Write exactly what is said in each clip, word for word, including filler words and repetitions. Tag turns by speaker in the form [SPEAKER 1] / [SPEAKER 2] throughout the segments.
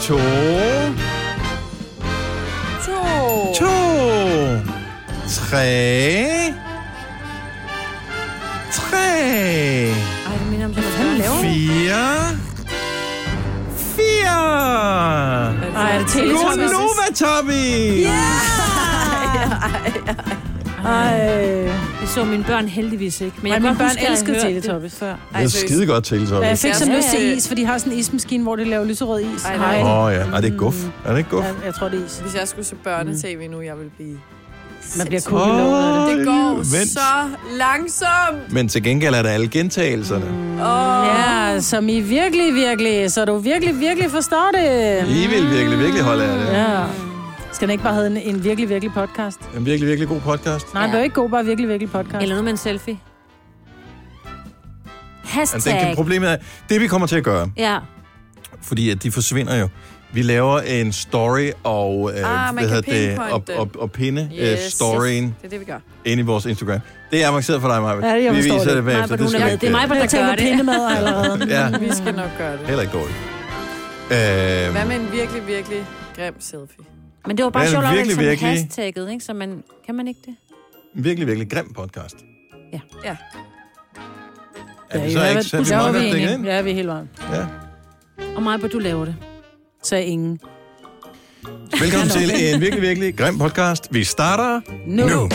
[SPEAKER 1] To.
[SPEAKER 2] To.
[SPEAKER 1] To. Tre. Tre.
[SPEAKER 2] Ej, det minder om sådan, hvad han laver.
[SPEAKER 1] Fire. Fire.
[SPEAKER 2] Ej, er det Teletubbies?
[SPEAKER 1] Gonova Tobi.
[SPEAKER 2] Ja! Ej. Det så mine børn heldigvis ikke. Men
[SPEAKER 3] Ej,
[SPEAKER 2] jeg
[SPEAKER 3] mine
[SPEAKER 2] godt
[SPEAKER 3] børn
[SPEAKER 2] huske, at jeg
[SPEAKER 3] elskede
[SPEAKER 2] hørte
[SPEAKER 3] Teletubbies før.
[SPEAKER 1] Det er skide godt Teletubbies.
[SPEAKER 3] Ja, jeg fik så
[SPEAKER 2] Ja,
[SPEAKER 3] lyst til
[SPEAKER 2] ja.
[SPEAKER 3] is, for de har sådan en ismaskine, hvor de laver lyserød is.
[SPEAKER 2] Ej,
[SPEAKER 3] nej.
[SPEAKER 1] Åh oh, ja. Er det ikke guf? Er det ikke guf?
[SPEAKER 3] Ja, jeg tror, det er is.
[SPEAKER 4] Hvis jeg skulle se børne-tv nu, jeg vil blive...
[SPEAKER 3] Man bliver cool i låget af det.
[SPEAKER 4] Det går
[SPEAKER 1] vent.
[SPEAKER 4] så langsomt.
[SPEAKER 1] Men til gengæld er der alle gentagelserne. Mm.
[SPEAKER 4] Oh.
[SPEAKER 3] Ja, som I virkelig, virkelig, så du virkelig, virkelig forstår det.
[SPEAKER 1] I vil virkelig, virkelig holde af det.
[SPEAKER 3] Ja. Skal den ikke bare hedde en, en virkelig, virkelig podcast?
[SPEAKER 1] En virkelig, virkelig god podcast.
[SPEAKER 3] Nej, ja. Det er ikke god, bare virkelig, virkelig podcast.
[SPEAKER 2] Eller noget med en selfie.
[SPEAKER 1] Altså,
[SPEAKER 2] Hashtag.
[SPEAKER 1] det, problemet er, det vi kommer til at gøre,
[SPEAKER 2] Ja.
[SPEAKER 1] fordi at de forsvinder jo. Vi laver en story og, øh,
[SPEAKER 4] Ah, man
[SPEAKER 1] hvad
[SPEAKER 4] kan
[SPEAKER 1] hedder det, og,
[SPEAKER 4] pinpointe
[SPEAKER 1] og, og pinde
[SPEAKER 4] Yes.
[SPEAKER 1] øh, storyen
[SPEAKER 4] Det er det, vi gør.
[SPEAKER 1] inde i vores Instagram. Det er avanceret for dig, Maja.
[SPEAKER 3] Ja, jeg
[SPEAKER 1] vi
[SPEAKER 3] forstår
[SPEAKER 1] viser
[SPEAKER 3] det.
[SPEAKER 1] det bagefter.
[SPEAKER 2] Maja, hun er
[SPEAKER 1] skal
[SPEAKER 2] med.
[SPEAKER 1] ikke-
[SPEAKER 2] Det er mig, der
[SPEAKER 3] Jeg tænker
[SPEAKER 2] gør det.
[SPEAKER 3] pindemad allerede.
[SPEAKER 1] Ja,
[SPEAKER 4] Vi skal nok gøre det.
[SPEAKER 1] heller ikke dårligt. Øh,
[SPEAKER 4] Hvad med en virkelig, virkelig grim selfie?
[SPEAKER 2] Men det var bare
[SPEAKER 1] Men
[SPEAKER 2] sjovt, at
[SPEAKER 1] virkelig,
[SPEAKER 2] sådan
[SPEAKER 1] virkelig-
[SPEAKER 2] hashtagget, ikke? Så man, kan man ikke det?
[SPEAKER 1] en virkelig, virkelig grim podcast.
[SPEAKER 2] Ja.
[SPEAKER 4] Ja.
[SPEAKER 1] Er vi så ikke? Så er vi
[SPEAKER 3] Så er
[SPEAKER 1] meget
[SPEAKER 3] vi
[SPEAKER 1] godt dækket
[SPEAKER 3] enige.
[SPEAKER 1] ind?
[SPEAKER 3] Ja, vi er helt varmt.
[SPEAKER 1] Ja.
[SPEAKER 2] Og mig, hvor du laver det.
[SPEAKER 3] Så er ingen.
[SPEAKER 1] Velkommen til en virkelig, virkelig grim podcast. Vi starter
[SPEAKER 3] Nu.
[SPEAKER 1] nu.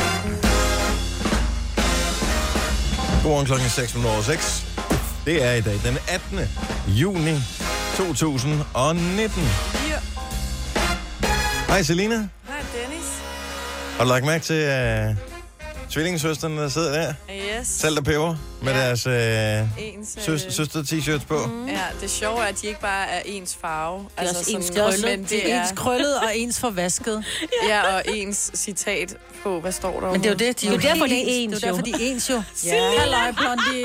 [SPEAKER 1] Godmorgen klokken seks minutter over seks. Det er i dag den attende juni to tusind nitten.
[SPEAKER 4] Ja.
[SPEAKER 1] Hej Selina.
[SPEAKER 4] Hej, Dennis.
[SPEAKER 1] Har du lagt mærke til uh, tvillingesøsterne, der sidder der?
[SPEAKER 4] Yes.
[SPEAKER 1] Salt og peber med
[SPEAKER 4] Ja.
[SPEAKER 1] deres uh,
[SPEAKER 4] Ens, øh,
[SPEAKER 1] søs- søster-t-shirts på.
[SPEAKER 4] Ja, det sjove er, at de ikke bare er ens farve.
[SPEAKER 2] er også ens
[SPEAKER 4] sådan,
[SPEAKER 2] krølle.
[SPEAKER 4] men
[SPEAKER 3] Det
[SPEAKER 4] det
[SPEAKER 3] er
[SPEAKER 4] er,
[SPEAKER 3] ens krøllet og ens forvasket.
[SPEAKER 4] ja, og ens citat på, hvad står der?
[SPEAKER 3] Men det er jo det, de er jo
[SPEAKER 2] Det er derfor,
[SPEAKER 3] helt
[SPEAKER 2] de er
[SPEAKER 3] ens.
[SPEAKER 2] ens,
[SPEAKER 3] Det er derfor,
[SPEAKER 2] jo.
[SPEAKER 3] de er ens jo.
[SPEAKER 4] Ja.
[SPEAKER 3] Halløj, blondie.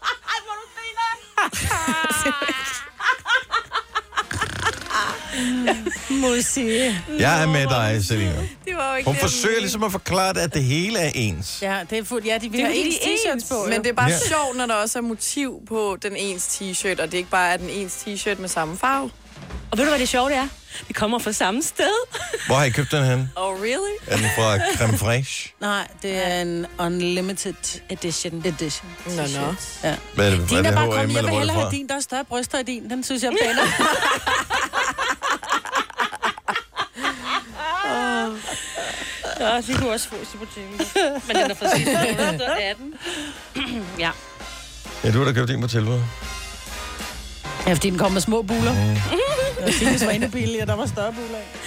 [SPEAKER 3] Må jeg sige.
[SPEAKER 1] Jeg er med dig, Selina.
[SPEAKER 4] Det var jo ikke
[SPEAKER 1] Hun
[SPEAKER 4] det,
[SPEAKER 1] forsøger
[SPEAKER 4] jeg
[SPEAKER 1] ligesom at forklare, at det hele er ens.
[SPEAKER 3] Ja, det er fuldt. Ja, de vil
[SPEAKER 2] Det er
[SPEAKER 3] have
[SPEAKER 2] fordi,
[SPEAKER 3] ens
[SPEAKER 2] de er
[SPEAKER 3] t-shirts
[SPEAKER 2] ens.
[SPEAKER 3] på.
[SPEAKER 4] Men det er bare
[SPEAKER 1] Ja.
[SPEAKER 4] ja. sjovt, når der også er motiv på den ens t-shirt, og det ikke bare er den ens t-shirt med samme farve.
[SPEAKER 2] Og ved du, hvad det sjove det er? Vi kommer fra samme sted.
[SPEAKER 1] Hvor har I købt den hen?
[SPEAKER 4] Oh, really?
[SPEAKER 1] Er den fra Creme Fraiche?
[SPEAKER 3] Nej, det er en unlimited
[SPEAKER 2] Edition.
[SPEAKER 3] edition.
[SPEAKER 4] Nå, nå.
[SPEAKER 3] Ja.
[SPEAKER 1] Hvad er det,
[SPEAKER 3] Din
[SPEAKER 1] er
[SPEAKER 3] er
[SPEAKER 1] det
[SPEAKER 3] bare
[SPEAKER 1] H og M,
[SPEAKER 3] kommet. Jeg
[SPEAKER 1] eller
[SPEAKER 3] vil
[SPEAKER 1] hvor er det
[SPEAKER 3] hellere have
[SPEAKER 1] fra?
[SPEAKER 3] din. Der er større bryster i din. Den synes jeg er pænere.
[SPEAKER 2] Ja, de kunne også få i butikken. Men den er fra sidste år, der er atten. Ja.
[SPEAKER 1] Ja, du har da købt en på tilbud.
[SPEAKER 3] Ja, fordi den kom med små buler. Mm. Jeg synes, det var endnu billigere, der var større buler af.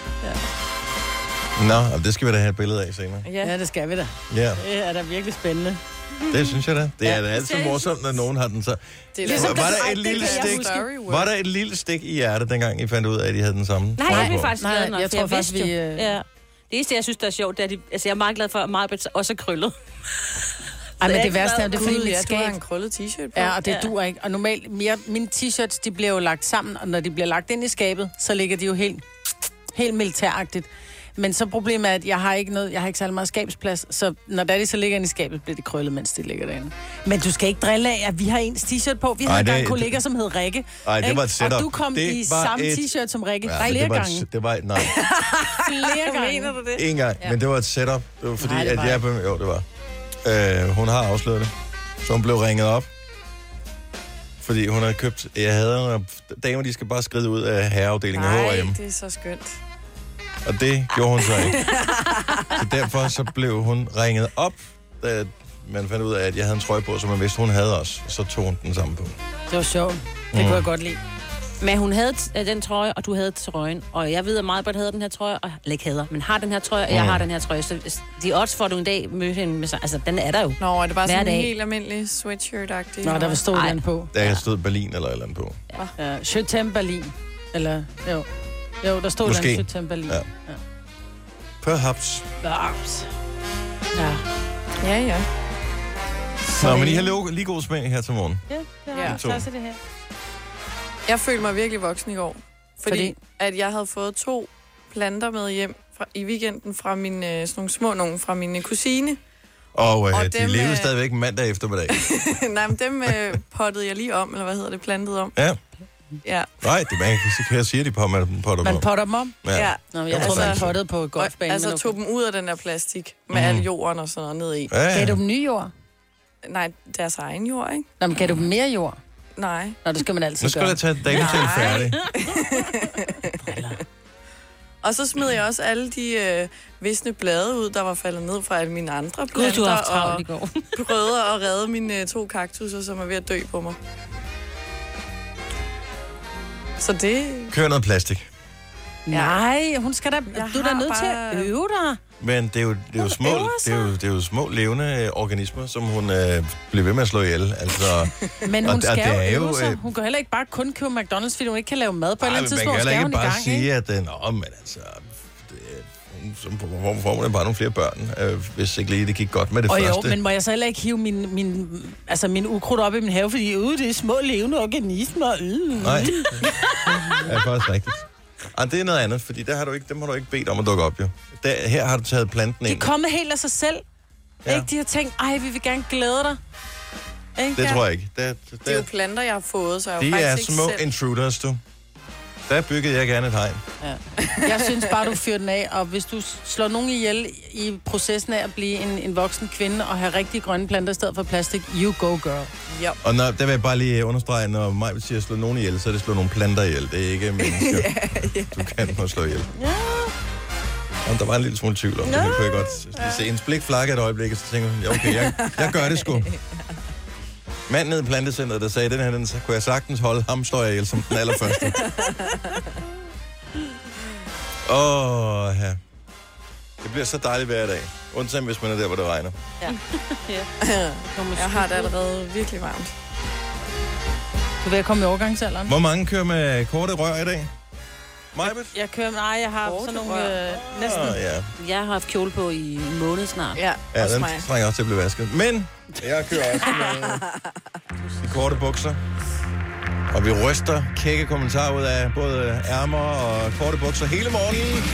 [SPEAKER 1] Nå, og det skal vi da have et billede af senere.
[SPEAKER 4] Ja.
[SPEAKER 3] Ja, det skal vi da.
[SPEAKER 1] Ja,
[SPEAKER 3] Det er da virkelig spændende.
[SPEAKER 1] det synes jeg da. Det er
[SPEAKER 3] Ja.
[SPEAKER 1] da altid morsomt, når nogen har den så.
[SPEAKER 4] Det er
[SPEAKER 3] Ligesom
[SPEAKER 1] Var,
[SPEAKER 4] da-
[SPEAKER 1] var der
[SPEAKER 3] Ej,
[SPEAKER 1] et
[SPEAKER 3] det
[SPEAKER 1] lille
[SPEAKER 3] kan jeg
[SPEAKER 1] stik?
[SPEAKER 4] huske.
[SPEAKER 1] Var der et lille stik i hjertet, dengang I fandt ud af, at I havde den samme?
[SPEAKER 2] Nej, jeg
[SPEAKER 1] farve
[SPEAKER 2] vil
[SPEAKER 1] på?
[SPEAKER 2] faktisk
[SPEAKER 3] Nej,
[SPEAKER 2] glad nok,
[SPEAKER 3] jeg
[SPEAKER 2] for
[SPEAKER 3] tror faktisk,
[SPEAKER 2] vidste
[SPEAKER 3] vi,
[SPEAKER 2] jo.
[SPEAKER 3] øh,
[SPEAKER 2] Ja. Det eneste, jeg synes, der er sjovt, det er, at de, altså, jeg er meget glad for, at Marbet også er krøllet.
[SPEAKER 3] Ej, men
[SPEAKER 2] jeg
[SPEAKER 3] det
[SPEAKER 2] ikke
[SPEAKER 3] værste er,
[SPEAKER 2] været
[SPEAKER 3] det er fordi
[SPEAKER 4] Gud,
[SPEAKER 3] mit
[SPEAKER 4] ja, du har
[SPEAKER 3] skab...
[SPEAKER 4] en krøllet t-shirt på.
[SPEAKER 3] Ja, og det
[SPEAKER 2] Ja.
[SPEAKER 3] duer ikke. Og normalt, mere, mine t-shirts, de bliver jo lagt sammen, og når de bliver lagt ind i skabet, så ligger de jo helt, helt militæragtigt. Men så problemet er, at jeg har ikke noget, jeg har ikke særlig meget skabsplads, så når der de så ligger inde i skabet, bliver det krøllet, mens de ligger derinde. Men du skal ikke drille af, at vi har ens t-shirt på. Vi
[SPEAKER 1] Ej,
[SPEAKER 3] havde engang
[SPEAKER 1] det-
[SPEAKER 3] en kollega, som hed Rikke.
[SPEAKER 1] Ej, det
[SPEAKER 3] ikke?
[SPEAKER 1] var et setup.
[SPEAKER 3] Og du kom
[SPEAKER 1] Det
[SPEAKER 3] i
[SPEAKER 1] var
[SPEAKER 3] samme
[SPEAKER 1] et-
[SPEAKER 3] t-shirt som Rikke
[SPEAKER 1] Ja, men
[SPEAKER 3] flere
[SPEAKER 1] det var,
[SPEAKER 3] gange.
[SPEAKER 1] et- det var, nej,
[SPEAKER 3] Flere gange.
[SPEAKER 4] Mener du det?
[SPEAKER 1] en gang, men det var et setup. Det var fordi,
[SPEAKER 3] Nej, det
[SPEAKER 1] at
[SPEAKER 3] var
[SPEAKER 1] jeg...
[SPEAKER 3] ikke.
[SPEAKER 1] Jo, det var. Øh, hun har afsløret det. Så hun blev ringet op. Fordi hun havde købt... Jeg havde... Damer, de skal bare skride ud af herreafdelingen af H og M.
[SPEAKER 4] Nej, det er så skønt.
[SPEAKER 1] Og det gjorde hun så ikke. Så derfor så blev hun ringet op, da man fandt ud af, at jeg havde en trøje på, som man vidste, hun havde også. Så tog hun den samme på.
[SPEAKER 3] Det var sjovt. Det
[SPEAKER 1] Mm.
[SPEAKER 3] kunne jeg godt lide.
[SPEAKER 2] Men hun havde t- øh, den trøje, og du havde trøjen. Og jeg ved, at Marbet havde den her trøje, og eller ikke havde, men har den her trøje, og jeg
[SPEAKER 1] Mm.
[SPEAKER 2] har den her trøje. Så hvis de odds for, at du en dag mødte hende med sig. Altså, den er der jo.
[SPEAKER 4] Nå, er det bare
[SPEAKER 2] Hver
[SPEAKER 4] sådan en
[SPEAKER 2] dag.
[SPEAKER 4] helt almindelig sweatshirt-agtig?
[SPEAKER 3] Nå, der var stod
[SPEAKER 2] Ej.
[SPEAKER 3] den på.
[SPEAKER 1] Der ja. stod Berlin eller et eller andet på.
[SPEAKER 3] Ja, Schøtem Berlin. Eller, jo. Jo, der stod
[SPEAKER 1] Måske.
[SPEAKER 3] den Schøtem Berlin.
[SPEAKER 1] Ja. Perhaps.
[SPEAKER 3] Ups. Ja.
[SPEAKER 4] Ja, ja.
[SPEAKER 1] Nå, men I har lige, lige god smag her til morgen.
[SPEAKER 3] Ja, det har
[SPEAKER 4] Ja.
[SPEAKER 3] jeg taget til det her.
[SPEAKER 4] Jeg følte mig virkelig voksen i går. Fordi,
[SPEAKER 3] Fordi?
[SPEAKER 4] at jeg havde fået to planter med hjem fra, i weekenden fra min, øh, sådan nogle små nogen fra min øh, kusine.
[SPEAKER 1] Og, øh,
[SPEAKER 4] Og
[SPEAKER 1] de
[SPEAKER 4] dem,
[SPEAKER 1] levede
[SPEAKER 4] øh,
[SPEAKER 1] stadigvæk mandag eftermiddag.
[SPEAKER 4] Nej, men dem øh, pottede jeg lige om, eller hvad hedder det, plantet om.
[SPEAKER 1] Ja.
[SPEAKER 4] Ja.
[SPEAKER 1] Nej, det man kan jeg sige, de potter, potter
[SPEAKER 3] Man
[SPEAKER 1] på.
[SPEAKER 3] potter dem om?
[SPEAKER 1] Ja.
[SPEAKER 4] ja.
[SPEAKER 3] Nå, jeg tror, man pottede på golfbanen.
[SPEAKER 4] Altså
[SPEAKER 3] men
[SPEAKER 4] tog dem ud af den der plastik med mm. al jorden og sådan noget ned i.
[SPEAKER 1] Ja, ja.
[SPEAKER 3] Gav du dem ny jord?
[SPEAKER 4] Nej, deres egen jord, ikke?
[SPEAKER 3] Nå, men gav du dem mere jord?
[SPEAKER 4] Nej.
[SPEAKER 3] Nå, det skal man altid
[SPEAKER 1] Nu skal
[SPEAKER 3] gøre.
[SPEAKER 1] jeg tage dagen til færdig.
[SPEAKER 4] Og så smed jeg også alle de øh, visne blade ud, der var faldet ned fra alle mine andre
[SPEAKER 2] Gud, du har haft
[SPEAKER 4] planter,
[SPEAKER 2] travlt i går.
[SPEAKER 4] og prøvede at redde mine øh, to kaktusser, som er ved at dø på mig. Så det...
[SPEAKER 1] Kør noget plastik.
[SPEAKER 3] Nej, hun skal da...
[SPEAKER 4] Jeg
[SPEAKER 3] Du er da
[SPEAKER 4] har
[SPEAKER 3] nødt
[SPEAKER 4] bare-
[SPEAKER 3] til at øve dig.
[SPEAKER 1] Men det er jo, det er jo, små,
[SPEAKER 3] øver
[SPEAKER 1] det er jo, det er jo små levende øh, organismer, som hun øh, bliver ved med at slå ihjel. Altså,
[SPEAKER 3] Men
[SPEAKER 1] Og
[SPEAKER 3] hun
[SPEAKER 1] det- og
[SPEAKER 3] skal
[SPEAKER 1] det er
[SPEAKER 3] jo
[SPEAKER 1] jo,
[SPEAKER 3] øve sig.
[SPEAKER 1] øh,
[SPEAKER 3] Hun kan heller ikke bare kun købe McDonald's, fordi hun ikke kan lave mad på et eller
[SPEAKER 1] ej,
[SPEAKER 3] andet
[SPEAKER 1] men man
[SPEAKER 3] tidspunkt.
[SPEAKER 1] kan
[SPEAKER 3] Skal
[SPEAKER 1] heller
[SPEAKER 3] hun
[SPEAKER 1] ikke
[SPEAKER 3] i
[SPEAKER 1] bare
[SPEAKER 3] gang, ikke?
[SPEAKER 1] sige, at øh, Nå, men altså, det, hun- så får får man bare nogle flere børn, øh, hvis ikke lige det gik godt med det
[SPEAKER 3] Og jo,
[SPEAKER 1] første.
[SPEAKER 3] men må jeg så heller ikke hive min, min, altså min ukrudt op i min have, fordi øh, det er små levende organismer. Øh.
[SPEAKER 1] Nej, det er faktisk rigtigt. Ah, det er noget andet, fordi der har du ikke, dem har du ikke bedt om at dukke op, jo. Der, her har du taget planten
[SPEAKER 3] De er
[SPEAKER 1] ind.
[SPEAKER 3] kommet helt af sig selv.
[SPEAKER 1] Ja.
[SPEAKER 3] Ja. Ikke? De har tænkt, ej, vi vil gerne glæde dig. Ikke?
[SPEAKER 1] Det tror jeg ikke. Der,
[SPEAKER 4] Det er jo
[SPEAKER 1] der,
[SPEAKER 4] planter, jeg har fået, så jeg har jo
[SPEAKER 1] de
[SPEAKER 4] faktisk
[SPEAKER 1] er
[SPEAKER 4] ikke
[SPEAKER 1] små
[SPEAKER 4] selv...
[SPEAKER 1] intruders, du. Der byggede jeg gerne et hegn.
[SPEAKER 3] Ja. Jeg synes bare, du fyrer den af, og hvis du slår nogen ihjel i processen af at blive en, en voksen kvinde og have rigtig grønne planter i stedet for plastik, you go, girl.
[SPEAKER 4] Ja.
[SPEAKER 1] Og når, der vil jeg bare lige understrege, når mig vil sige at slå nogen ihjel, så er det slå nogle planter ihjel. Det er ikke mennesker, du kan må slå ihjel.
[SPEAKER 3] Ja.
[SPEAKER 1] Og der var en lille smule tvivl om det. Det kunne jeg godt se. En blik flakke et øjeblik, og så tænker jeg, ja, okay, jeg, jeg gør det sgu. Manden nede i plantecenteret, der sagde, den her, den så kunne jeg sagtens holde, ham slår jeg ihjel som den allerførste. Åh, oh, ja. Det bliver så dejligt hver dag. Undtagen, hvis man er der, hvor det regner.
[SPEAKER 4] Jeg har det allerede virkelig varmt.
[SPEAKER 3] Du vil komme i overgangsalderen?
[SPEAKER 1] Hvor mange kører med korte rør i dag? Majbet?
[SPEAKER 3] Jeg kører, nej, jeg har
[SPEAKER 4] Korte
[SPEAKER 3] sådan nogle
[SPEAKER 4] rør.
[SPEAKER 3] øh, næsten...
[SPEAKER 1] Åh, ja.
[SPEAKER 2] Jeg har haft kjole på i en måned snart.
[SPEAKER 4] Ja,
[SPEAKER 1] Ja,
[SPEAKER 4] også
[SPEAKER 1] den
[SPEAKER 4] mig.
[SPEAKER 1] trænger også til at blive vasket. Men jeg kører også med de korte bukser. Og vi ryster kække kommentarer ud af både ærmer og korte bukser hele morgenen.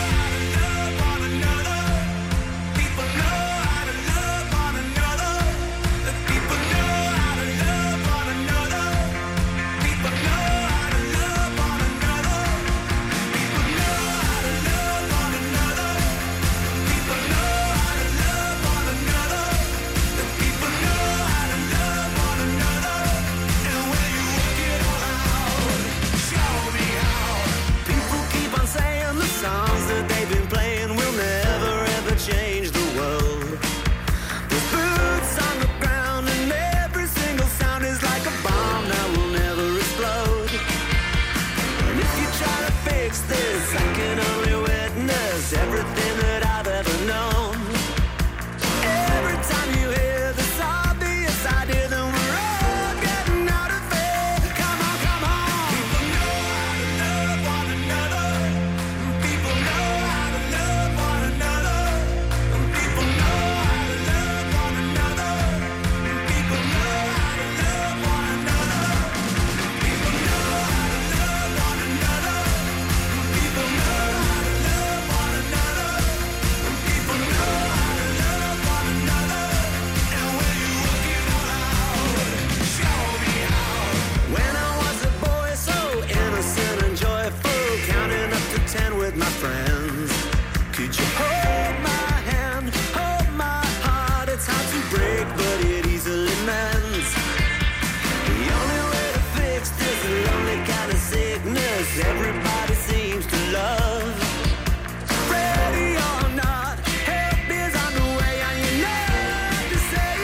[SPEAKER 5] Everything that I've ever known. Every time you hear this obvious idea, then we're all getting out of it. Come on, come on. People know how to love one another. People know how to love one another. People know how to love one another. People know how to love one another. People know how to love one another. People know how to love one another. People know how to love one another. And when you work it all out, show me how. When I was a boy, so innocent and joyful, counting up to ten with my friends. Could you hold my hand, hold my heart? It's hard to break, but it easily mends. The only way to fix this lonely kind of sickness everybody seems to love. Ready or not, help is on the way, and you know what to say.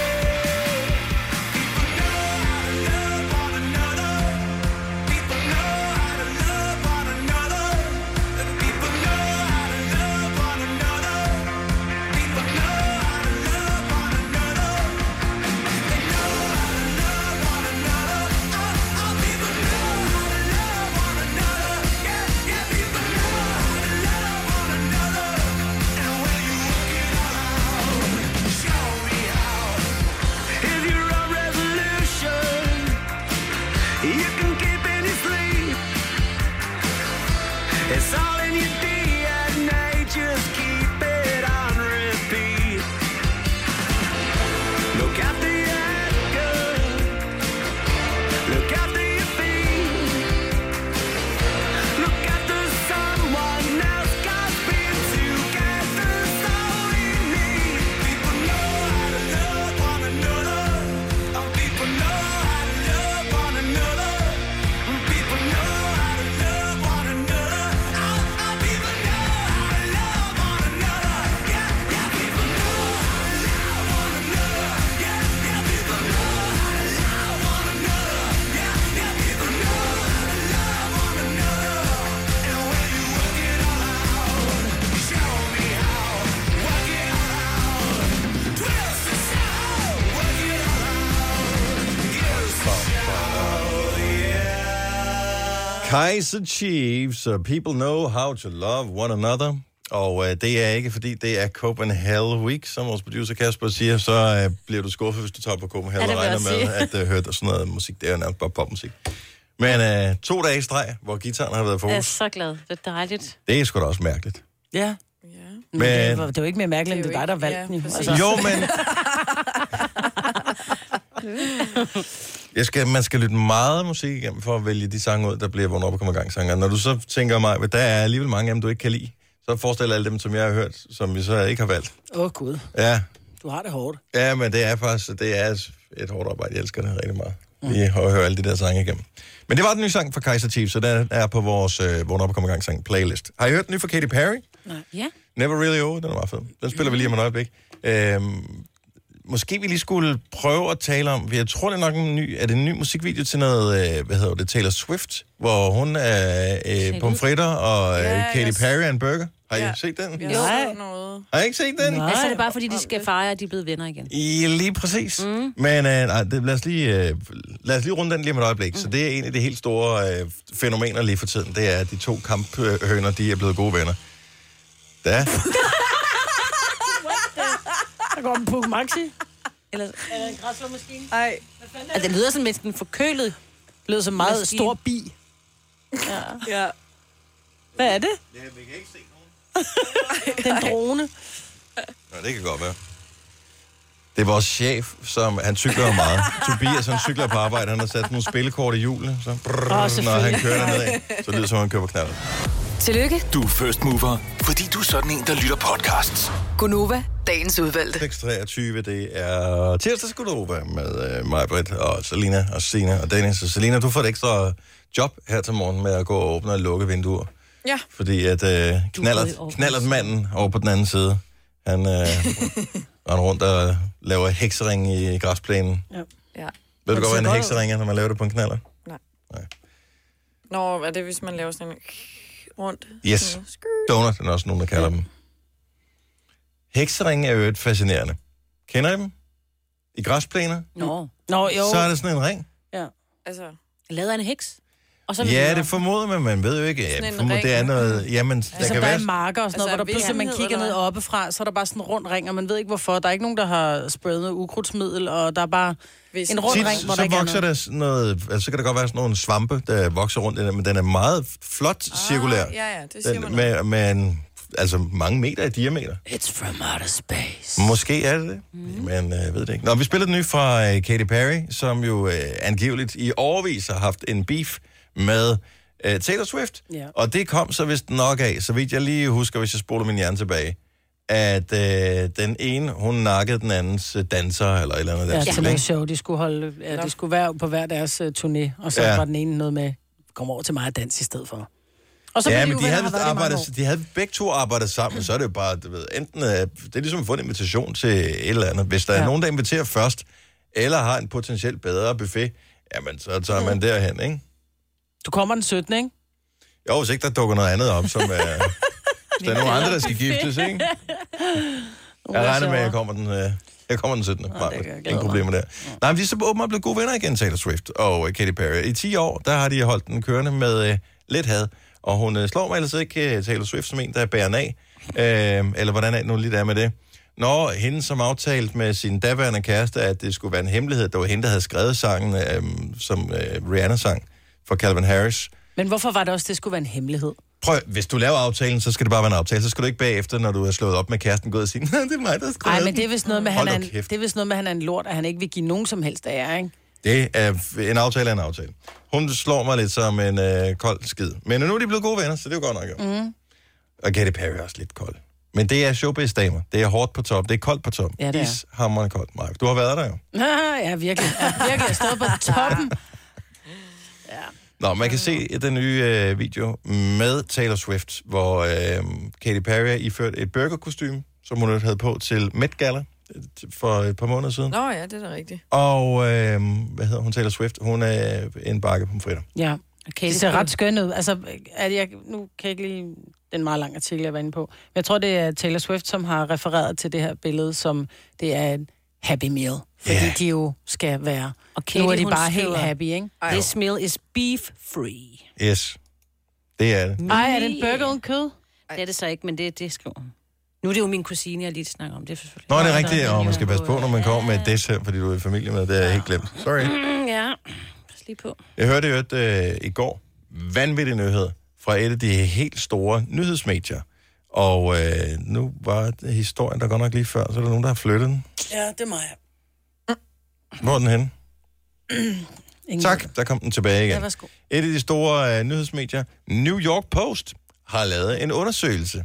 [SPEAKER 5] People know how to love one another. People know how to love one another. People know how to love one another. People know how to love one another. They know how to love one another. Oh, oh, people know how to love one another. Yeah, yeah, people know how to love one another. And when you work it all out, show me how. If you're a resolution, you can keep in your sleep. It's all in your D N A, just keep it on repeat. Look after your head, girl. Look after your feet.
[SPEAKER 1] Kaiser Chiefs, uh, People Know How to Love One Another. Og uh, det er ikke, fordi det er Copenhagen Week, som vores producer Kasper siger, så uh, bliver du skuffet, hvis du tager på Copenhagen
[SPEAKER 2] Ja,
[SPEAKER 1] og
[SPEAKER 2] det vil
[SPEAKER 1] regner
[SPEAKER 2] jeg
[SPEAKER 1] med, at uh, høre sådan noget musik. Det er jo nærmest bare popmusik. Men uh, to dage i streg, hvor gitaren har været
[SPEAKER 2] Jeg er
[SPEAKER 1] fokus,
[SPEAKER 2] så glad. Det er dejligt.
[SPEAKER 1] det er sgu da også mærkeligt.
[SPEAKER 3] Ja.
[SPEAKER 4] Ja.
[SPEAKER 3] Men,
[SPEAKER 1] Men-
[SPEAKER 3] det, var, det var ikke mere mærkeligt, end
[SPEAKER 4] Det
[SPEAKER 3] det
[SPEAKER 4] er
[SPEAKER 3] er
[SPEAKER 4] jo
[SPEAKER 3] dig, der
[SPEAKER 4] ikke-
[SPEAKER 3] valgte
[SPEAKER 4] ja,
[SPEAKER 3] den. jo.
[SPEAKER 4] præcis.
[SPEAKER 3] Altså,
[SPEAKER 1] Jo, men... Jeg skal, man skal lytte meget musik igennem for at vælge de sange ud, der bliver vågnet op og kommer i gang sanger. Når du så tænker mig, der er alligevel mange af dem, du ikke kan lide, så forestil alle dem, som jeg har hørt, som vi så ikke har valgt.
[SPEAKER 3] Åh, oh, Gud.
[SPEAKER 1] Ja,
[SPEAKER 3] Du har det hårdt.
[SPEAKER 1] ja, men det er faktisk det er et hårdt arbejde. Jeg elsker det rigtig meget. Vi har hørt alle de der sange igennem. Men det var den nye sang fra Kaiser Chiefs, så den er på vores øh, vågnet op og kommer i gang sang playlist. Har I hørt den nye fra Katy Perry?
[SPEAKER 2] Ja.
[SPEAKER 1] Never Really Over, den er meget fed. Den spiller vi lige om et øjeblik. Øhm, måske vi lige skulle prøve at tale om, jeg tror det er nok en ny, er det en ny musikvideo til noget, øh, hvad hedder det, Taylor Swift, hvor hun er øh, pomfritter og øh,
[SPEAKER 4] Ja,
[SPEAKER 1] Katy
[SPEAKER 4] jeg-
[SPEAKER 1] Perry er en burger. Har I
[SPEAKER 4] Ja.
[SPEAKER 1] set den?
[SPEAKER 4] Jeg
[SPEAKER 3] Nej.
[SPEAKER 4] så noget.
[SPEAKER 1] Har I ikke set den?
[SPEAKER 3] Nej.
[SPEAKER 2] Altså, det er bare fordi, de skal fejre, at de er blevet venner igen.
[SPEAKER 1] I, lige præcis. Mm. Men øh, nej, det, lad, os lige, øh, lad os lige runde den lige om et øjeblik. Mm. Så det er en af de helt store øh, fænomener lige for tiden. Det er, at de to kamphøner, de er blevet gode venner. Da.
[SPEAKER 3] Der går en Puk Maxi.
[SPEAKER 2] Eller,
[SPEAKER 3] Eller en græsslåmaskine.
[SPEAKER 4] Ej,
[SPEAKER 2] altså, det lyder som en sådan forkølet.
[SPEAKER 3] Det lyder som en meget
[SPEAKER 2] Maskine.
[SPEAKER 3] stor bi.
[SPEAKER 4] ja.
[SPEAKER 3] Hvad er det?
[SPEAKER 1] Ja, vi kan ikke se nogen.
[SPEAKER 3] Det er en drone.
[SPEAKER 1] Nå, det kan godt være. Det er vores chef, som han cykler jo meget. Tobias, han cykler på arbejde. Han har sat nogle spillekort i hjulene, så brrr,
[SPEAKER 3] Åh,
[SPEAKER 1] når han
[SPEAKER 3] selvfølgelig.
[SPEAKER 1] kører derned, så lyder det som, han kører på knaldet.
[SPEAKER 6] Tillykke,
[SPEAKER 7] Du er first mover, fordi du er sådan en, der lytter podcasts.
[SPEAKER 6] Gunova, dagens udvalgte.
[SPEAKER 1] seks treogtyve, det er tirsdags Godova med øh, mig, Britt, og Selina, og Sina og Dennis. Og Selina, du får et ekstra job her til morgen med at gå og åbne og lukke vinduer.
[SPEAKER 4] Ja.
[SPEAKER 1] Fordi at øh,
[SPEAKER 2] gået
[SPEAKER 1] knallert,
[SPEAKER 2] i Aarhus.
[SPEAKER 1] knallert manden over på den anden side, han øh, render rundt og laver heksering i græsplænen.
[SPEAKER 4] Ja.
[SPEAKER 1] Ved du
[SPEAKER 3] Men
[SPEAKER 1] godt, hvad en
[SPEAKER 3] så går-
[SPEAKER 1] heksering er, når man laver det på en knaller?
[SPEAKER 4] Nå, er det, hvis man laver sådan en rundt?
[SPEAKER 1] Yes.
[SPEAKER 4] Sådan, skrrt.
[SPEAKER 1] Donut er der også nogen, der kalder dem. Heksering er jo et fascinerende. Kender I dem? I græsplæner?
[SPEAKER 2] Nå.
[SPEAKER 3] Nå, jo.
[SPEAKER 1] Så er det sådan en ring.
[SPEAKER 3] Ja.
[SPEAKER 4] Altså,
[SPEAKER 2] Lavet af en heks. Og så
[SPEAKER 1] Ja, det formoder man, man ved jo ikke.
[SPEAKER 4] Sådan
[SPEAKER 1] Ja,
[SPEAKER 4] en
[SPEAKER 1] formoder,
[SPEAKER 4] ring.
[SPEAKER 1] det er noget... Jamen, der
[SPEAKER 3] Altså,
[SPEAKER 1] kan
[SPEAKER 3] der
[SPEAKER 1] være...
[SPEAKER 3] er marker og sådan noget,
[SPEAKER 4] Altså,
[SPEAKER 3] hvor der pludselig, man
[SPEAKER 4] videnhed,
[SPEAKER 3] kigger ned
[SPEAKER 4] eller hvad?
[SPEAKER 3] oppefra, så er der bare sådan en rund ring, og man ved ikke hvorfor. Der er ikke nogen, der har sprayet noget ukrudtsmiddel, og der er bare
[SPEAKER 4] hvis,
[SPEAKER 3] en rund
[SPEAKER 1] Tit,
[SPEAKER 3] ring, hvor der
[SPEAKER 1] så
[SPEAKER 3] ikke er
[SPEAKER 1] vokser
[SPEAKER 3] noget.
[SPEAKER 1] der sådan noget... Altså, så kan der godt være sådan nogle svampe, der vokser rundt i den, men den er meget flot cirkulær.
[SPEAKER 4] Ah, ja, ja, det siger man.
[SPEAKER 1] Den, med, med en, altså mange meter i diameter.
[SPEAKER 3] It's from outer space.
[SPEAKER 1] Måske er det det, mm. men jeg øh, ved det ikke. Nå, vi spiller den nye fra øh, Katy Perry, som jo øh, angiveligt i årevis har haft en beef med øh, Taylor Swift.
[SPEAKER 3] Ja.
[SPEAKER 1] Og det kom så vist nok af, så vidt jeg lige husker, hvis jeg spoler min hjerne tilbage, at øh, den ene, hun nakkede den andens øh, danser, eller et eller andet
[SPEAKER 3] Ja,
[SPEAKER 1] der.
[SPEAKER 3] til
[SPEAKER 1] stil,
[SPEAKER 3] noget
[SPEAKER 1] ikke?
[SPEAKER 3] show. De skulle, holde, ja, de skulle være på hver deres uh, turné, og så
[SPEAKER 1] Ja.
[SPEAKER 3] ja. var den ene noget med, kom over til mig at dans i stedet for. Og så
[SPEAKER 1] Ja,
[SPEAKER 3] blev
[SPEAKER 1] men
[SPEAKER 3] jo
[SPEAKER 1] de
[SPEAKER 3] venner,
[SPEAKER 1] havde,
[SPEAKER 3] har
[SPEAKER 1] vist
[SPEAKER 3] været det i mange
[SPEAKER 1] arbejdet,
[SPEAKER 3] år.
[SPEAKER 1] de havde begge to arbejdet sammen, så er det jo bare, du ved, enten, øh, det er ligesom at få en invitation til et eller andet. Hvis der ja. er
[SPEAKER 3] Ja.
[SPEAKER 1] nogen, der inviterer først, eller har en potentielt bedre buffet, jamen så tager man derhen, ikke?
[SPEAKER 3] Du kommer den syttende, ikke?
[SPEAKER 1] Jo, hvis ikke der dukker noget andet op, som er... hvis der er nogen andre, der skal giftes, ikke? Jeg regner med, at jeg kommer den, øh, jeg kommer den syttende. Nej,
[SPEAKER 3] det kan jeg glæde
[SPEAKER 1] ingen
[SPEAKER 3] mig.
[SPEAKER 1] problemer der. Nej, men de er så åbenbart blevet gode venner igen, Taylor Swift og øh, Katy Perry. I ti år, der har de holdt den kørende med øh, lidt had. Og hun øh, slår mig ellers ikke øh, Taylor Swift som en, der bærer af. Øh, eller hvordan er det nu lige der med det? Når hende som aftalt med sin daværende kæreste, at det skulle være en hemmelighed, det var hende, der havde skrevet sangen, øh, som øh, Rihanna sang for Calvin Harris.
[SPEAKER 3] Men hvorfor var det også, det skulle være en hemmelighed?
[SPEAKER 1] Prøv, hvis du laver aftalen, så skal det bare være en aftale. Så skal du ikke bagefter, når du er slået op med kæresten, gå og sige, det er mig, der har skrevet
[SPEAKER 3] Nej, men det er vist noget med,
[SPEAKER 1] Hold
[SPEAKER 3] han er
[SPEAKER 1] nu
[SPEAKER 3] en,
[SPEAKER 1] kæft.
[SPEAKER 3] det er vist noget med, han er en lort, at han ikke vil give nogen som helst ære, ikke?
[SPEAKER 1] Det er en aftale af en aftale. Hun slår mig lidt som en øh, kold skid. Men nu er de blevet gode venner, så det er jo godt nok. Mm. Og Katy Perry er også lidt kold. Men det er showbiz-damer. Det er hårdt på top. Det er koldt på top.
[SPEAKER 3] Ja, det er.
[SPEAKER 1] Ishammerende koldt, Mark. Du har været der jo.
[SPEAKER 3] Ja, virkelig. Ja, virkelig. Jeg stod på toppen.
[SPEAKER 1] Nå, man kan se den nye øh, video med Taylor Swift, hvor øh, Katy Perry er iført et burgerkostyme, som hun havde på til Met Gala øh, for et par måneder siden.
[SPEAKER 4] Nå ja, det er da rigtigt.
[SPEAKER 1] Og, øh, hvad hedder hun, Taylor Swift? Hun er en bakke pomfritter.
[SPEAKER 3] Ja.
[SPEAKER 2] Okay,
[SPEAKER 3] Det ser ret skønt ud. Altså, at jeg, nu kan jeg ikke lige... Det er en meget lang artikel, jeg var inde på. Men jeg tror, det er Taylor Swift, som har refereret til det her billede, som det er en happy meal. Fordi
[SPEAKER 1] Ja.
[SPEAKER 3] yeah. de jo skal være...
[SPEAKER 2] Og Katie,
[SPEAKER 3] nu er de
[SPEAKER 2] hun
[SPEAKER 3] bare
[SPEAKER 2] skriver,
[SPEAKER 3] helt happy, ikke?
[SPEAKER 2] This meal is beef free.
[SPEAKER 1] Yes. Det er det.
[SPEAKER 3] Ej, er det en burger uden kød?
[SPEAKER 2] Det er det så ikke, men det, det skriver hun. Nu er det jo min kusine, jeg lige snakker om. Det er selvfølgelig.
[SPEAKER 1] Nå, det er rigtigt, og man skal passe på, når man kommer med et dessert, fordi du er i familie med. Det er jeg helt glemt. Sorry.
[SPEAKER 2] Mm, ja, pas lige på.
[SPEAKER 1] Jeg hørte jo et, øh, i går vanvittig nyhed fra et af de helt store nyhedsmedier. Og øh, nu var det historien, der går nok lige før, så er der nogen, der har flyttet den.
[SPEAKER 3] Ja, det er mig.
[SPEAKER 1] Hvor er den henne?
[SPEAKER 3] Ingen
[SPEAKER 1] Tak, der kom den tilbage igen.
[SPEAKER 3] Ja, værsgo.
[SPEAKER 1] Et af de store øh, nyhedsmedier, New York Post, har lavet en undersøgelse.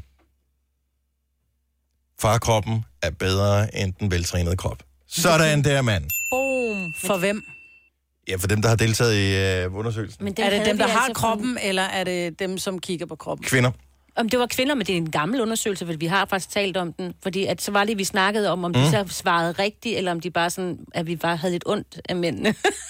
[SPEAKER 1] Farkroppen er bedre end den veltrænede krop. Sådan der, mand.
[SPEAKER 3] Boom. For hvem?
[SPEAKER 1] Ja, for dem, der har deltaget i øh, undersøgelsen.
[SPEAKER 2] Men
[SPEAKER 3] Er det
[SPEAKER 2] havde
[SPEAKER 3] dem,
[SPEAKER 2] vi
[SPEAKER 3] der har
[SPEAKER 2] altså
[SPEAKER 3] kroppen,
[SPEAKER 2] fundet-
[SPEAKER 3] eller er det dem, som kigger på kroppen?
[SPEAKER 1] Kvinder.
[SPEAKER 2] Om det var kvinder, men det er en gammel undersøgelse, for vi har faktisk talt om den. Fordi at, så var det, vi snakkede om, om de
[SPEAKER 1] Mm.
[SPEAKER 2] så svarede rigtigt, eller om de bare sådan, at vi bare havde lidt ondt af mændene.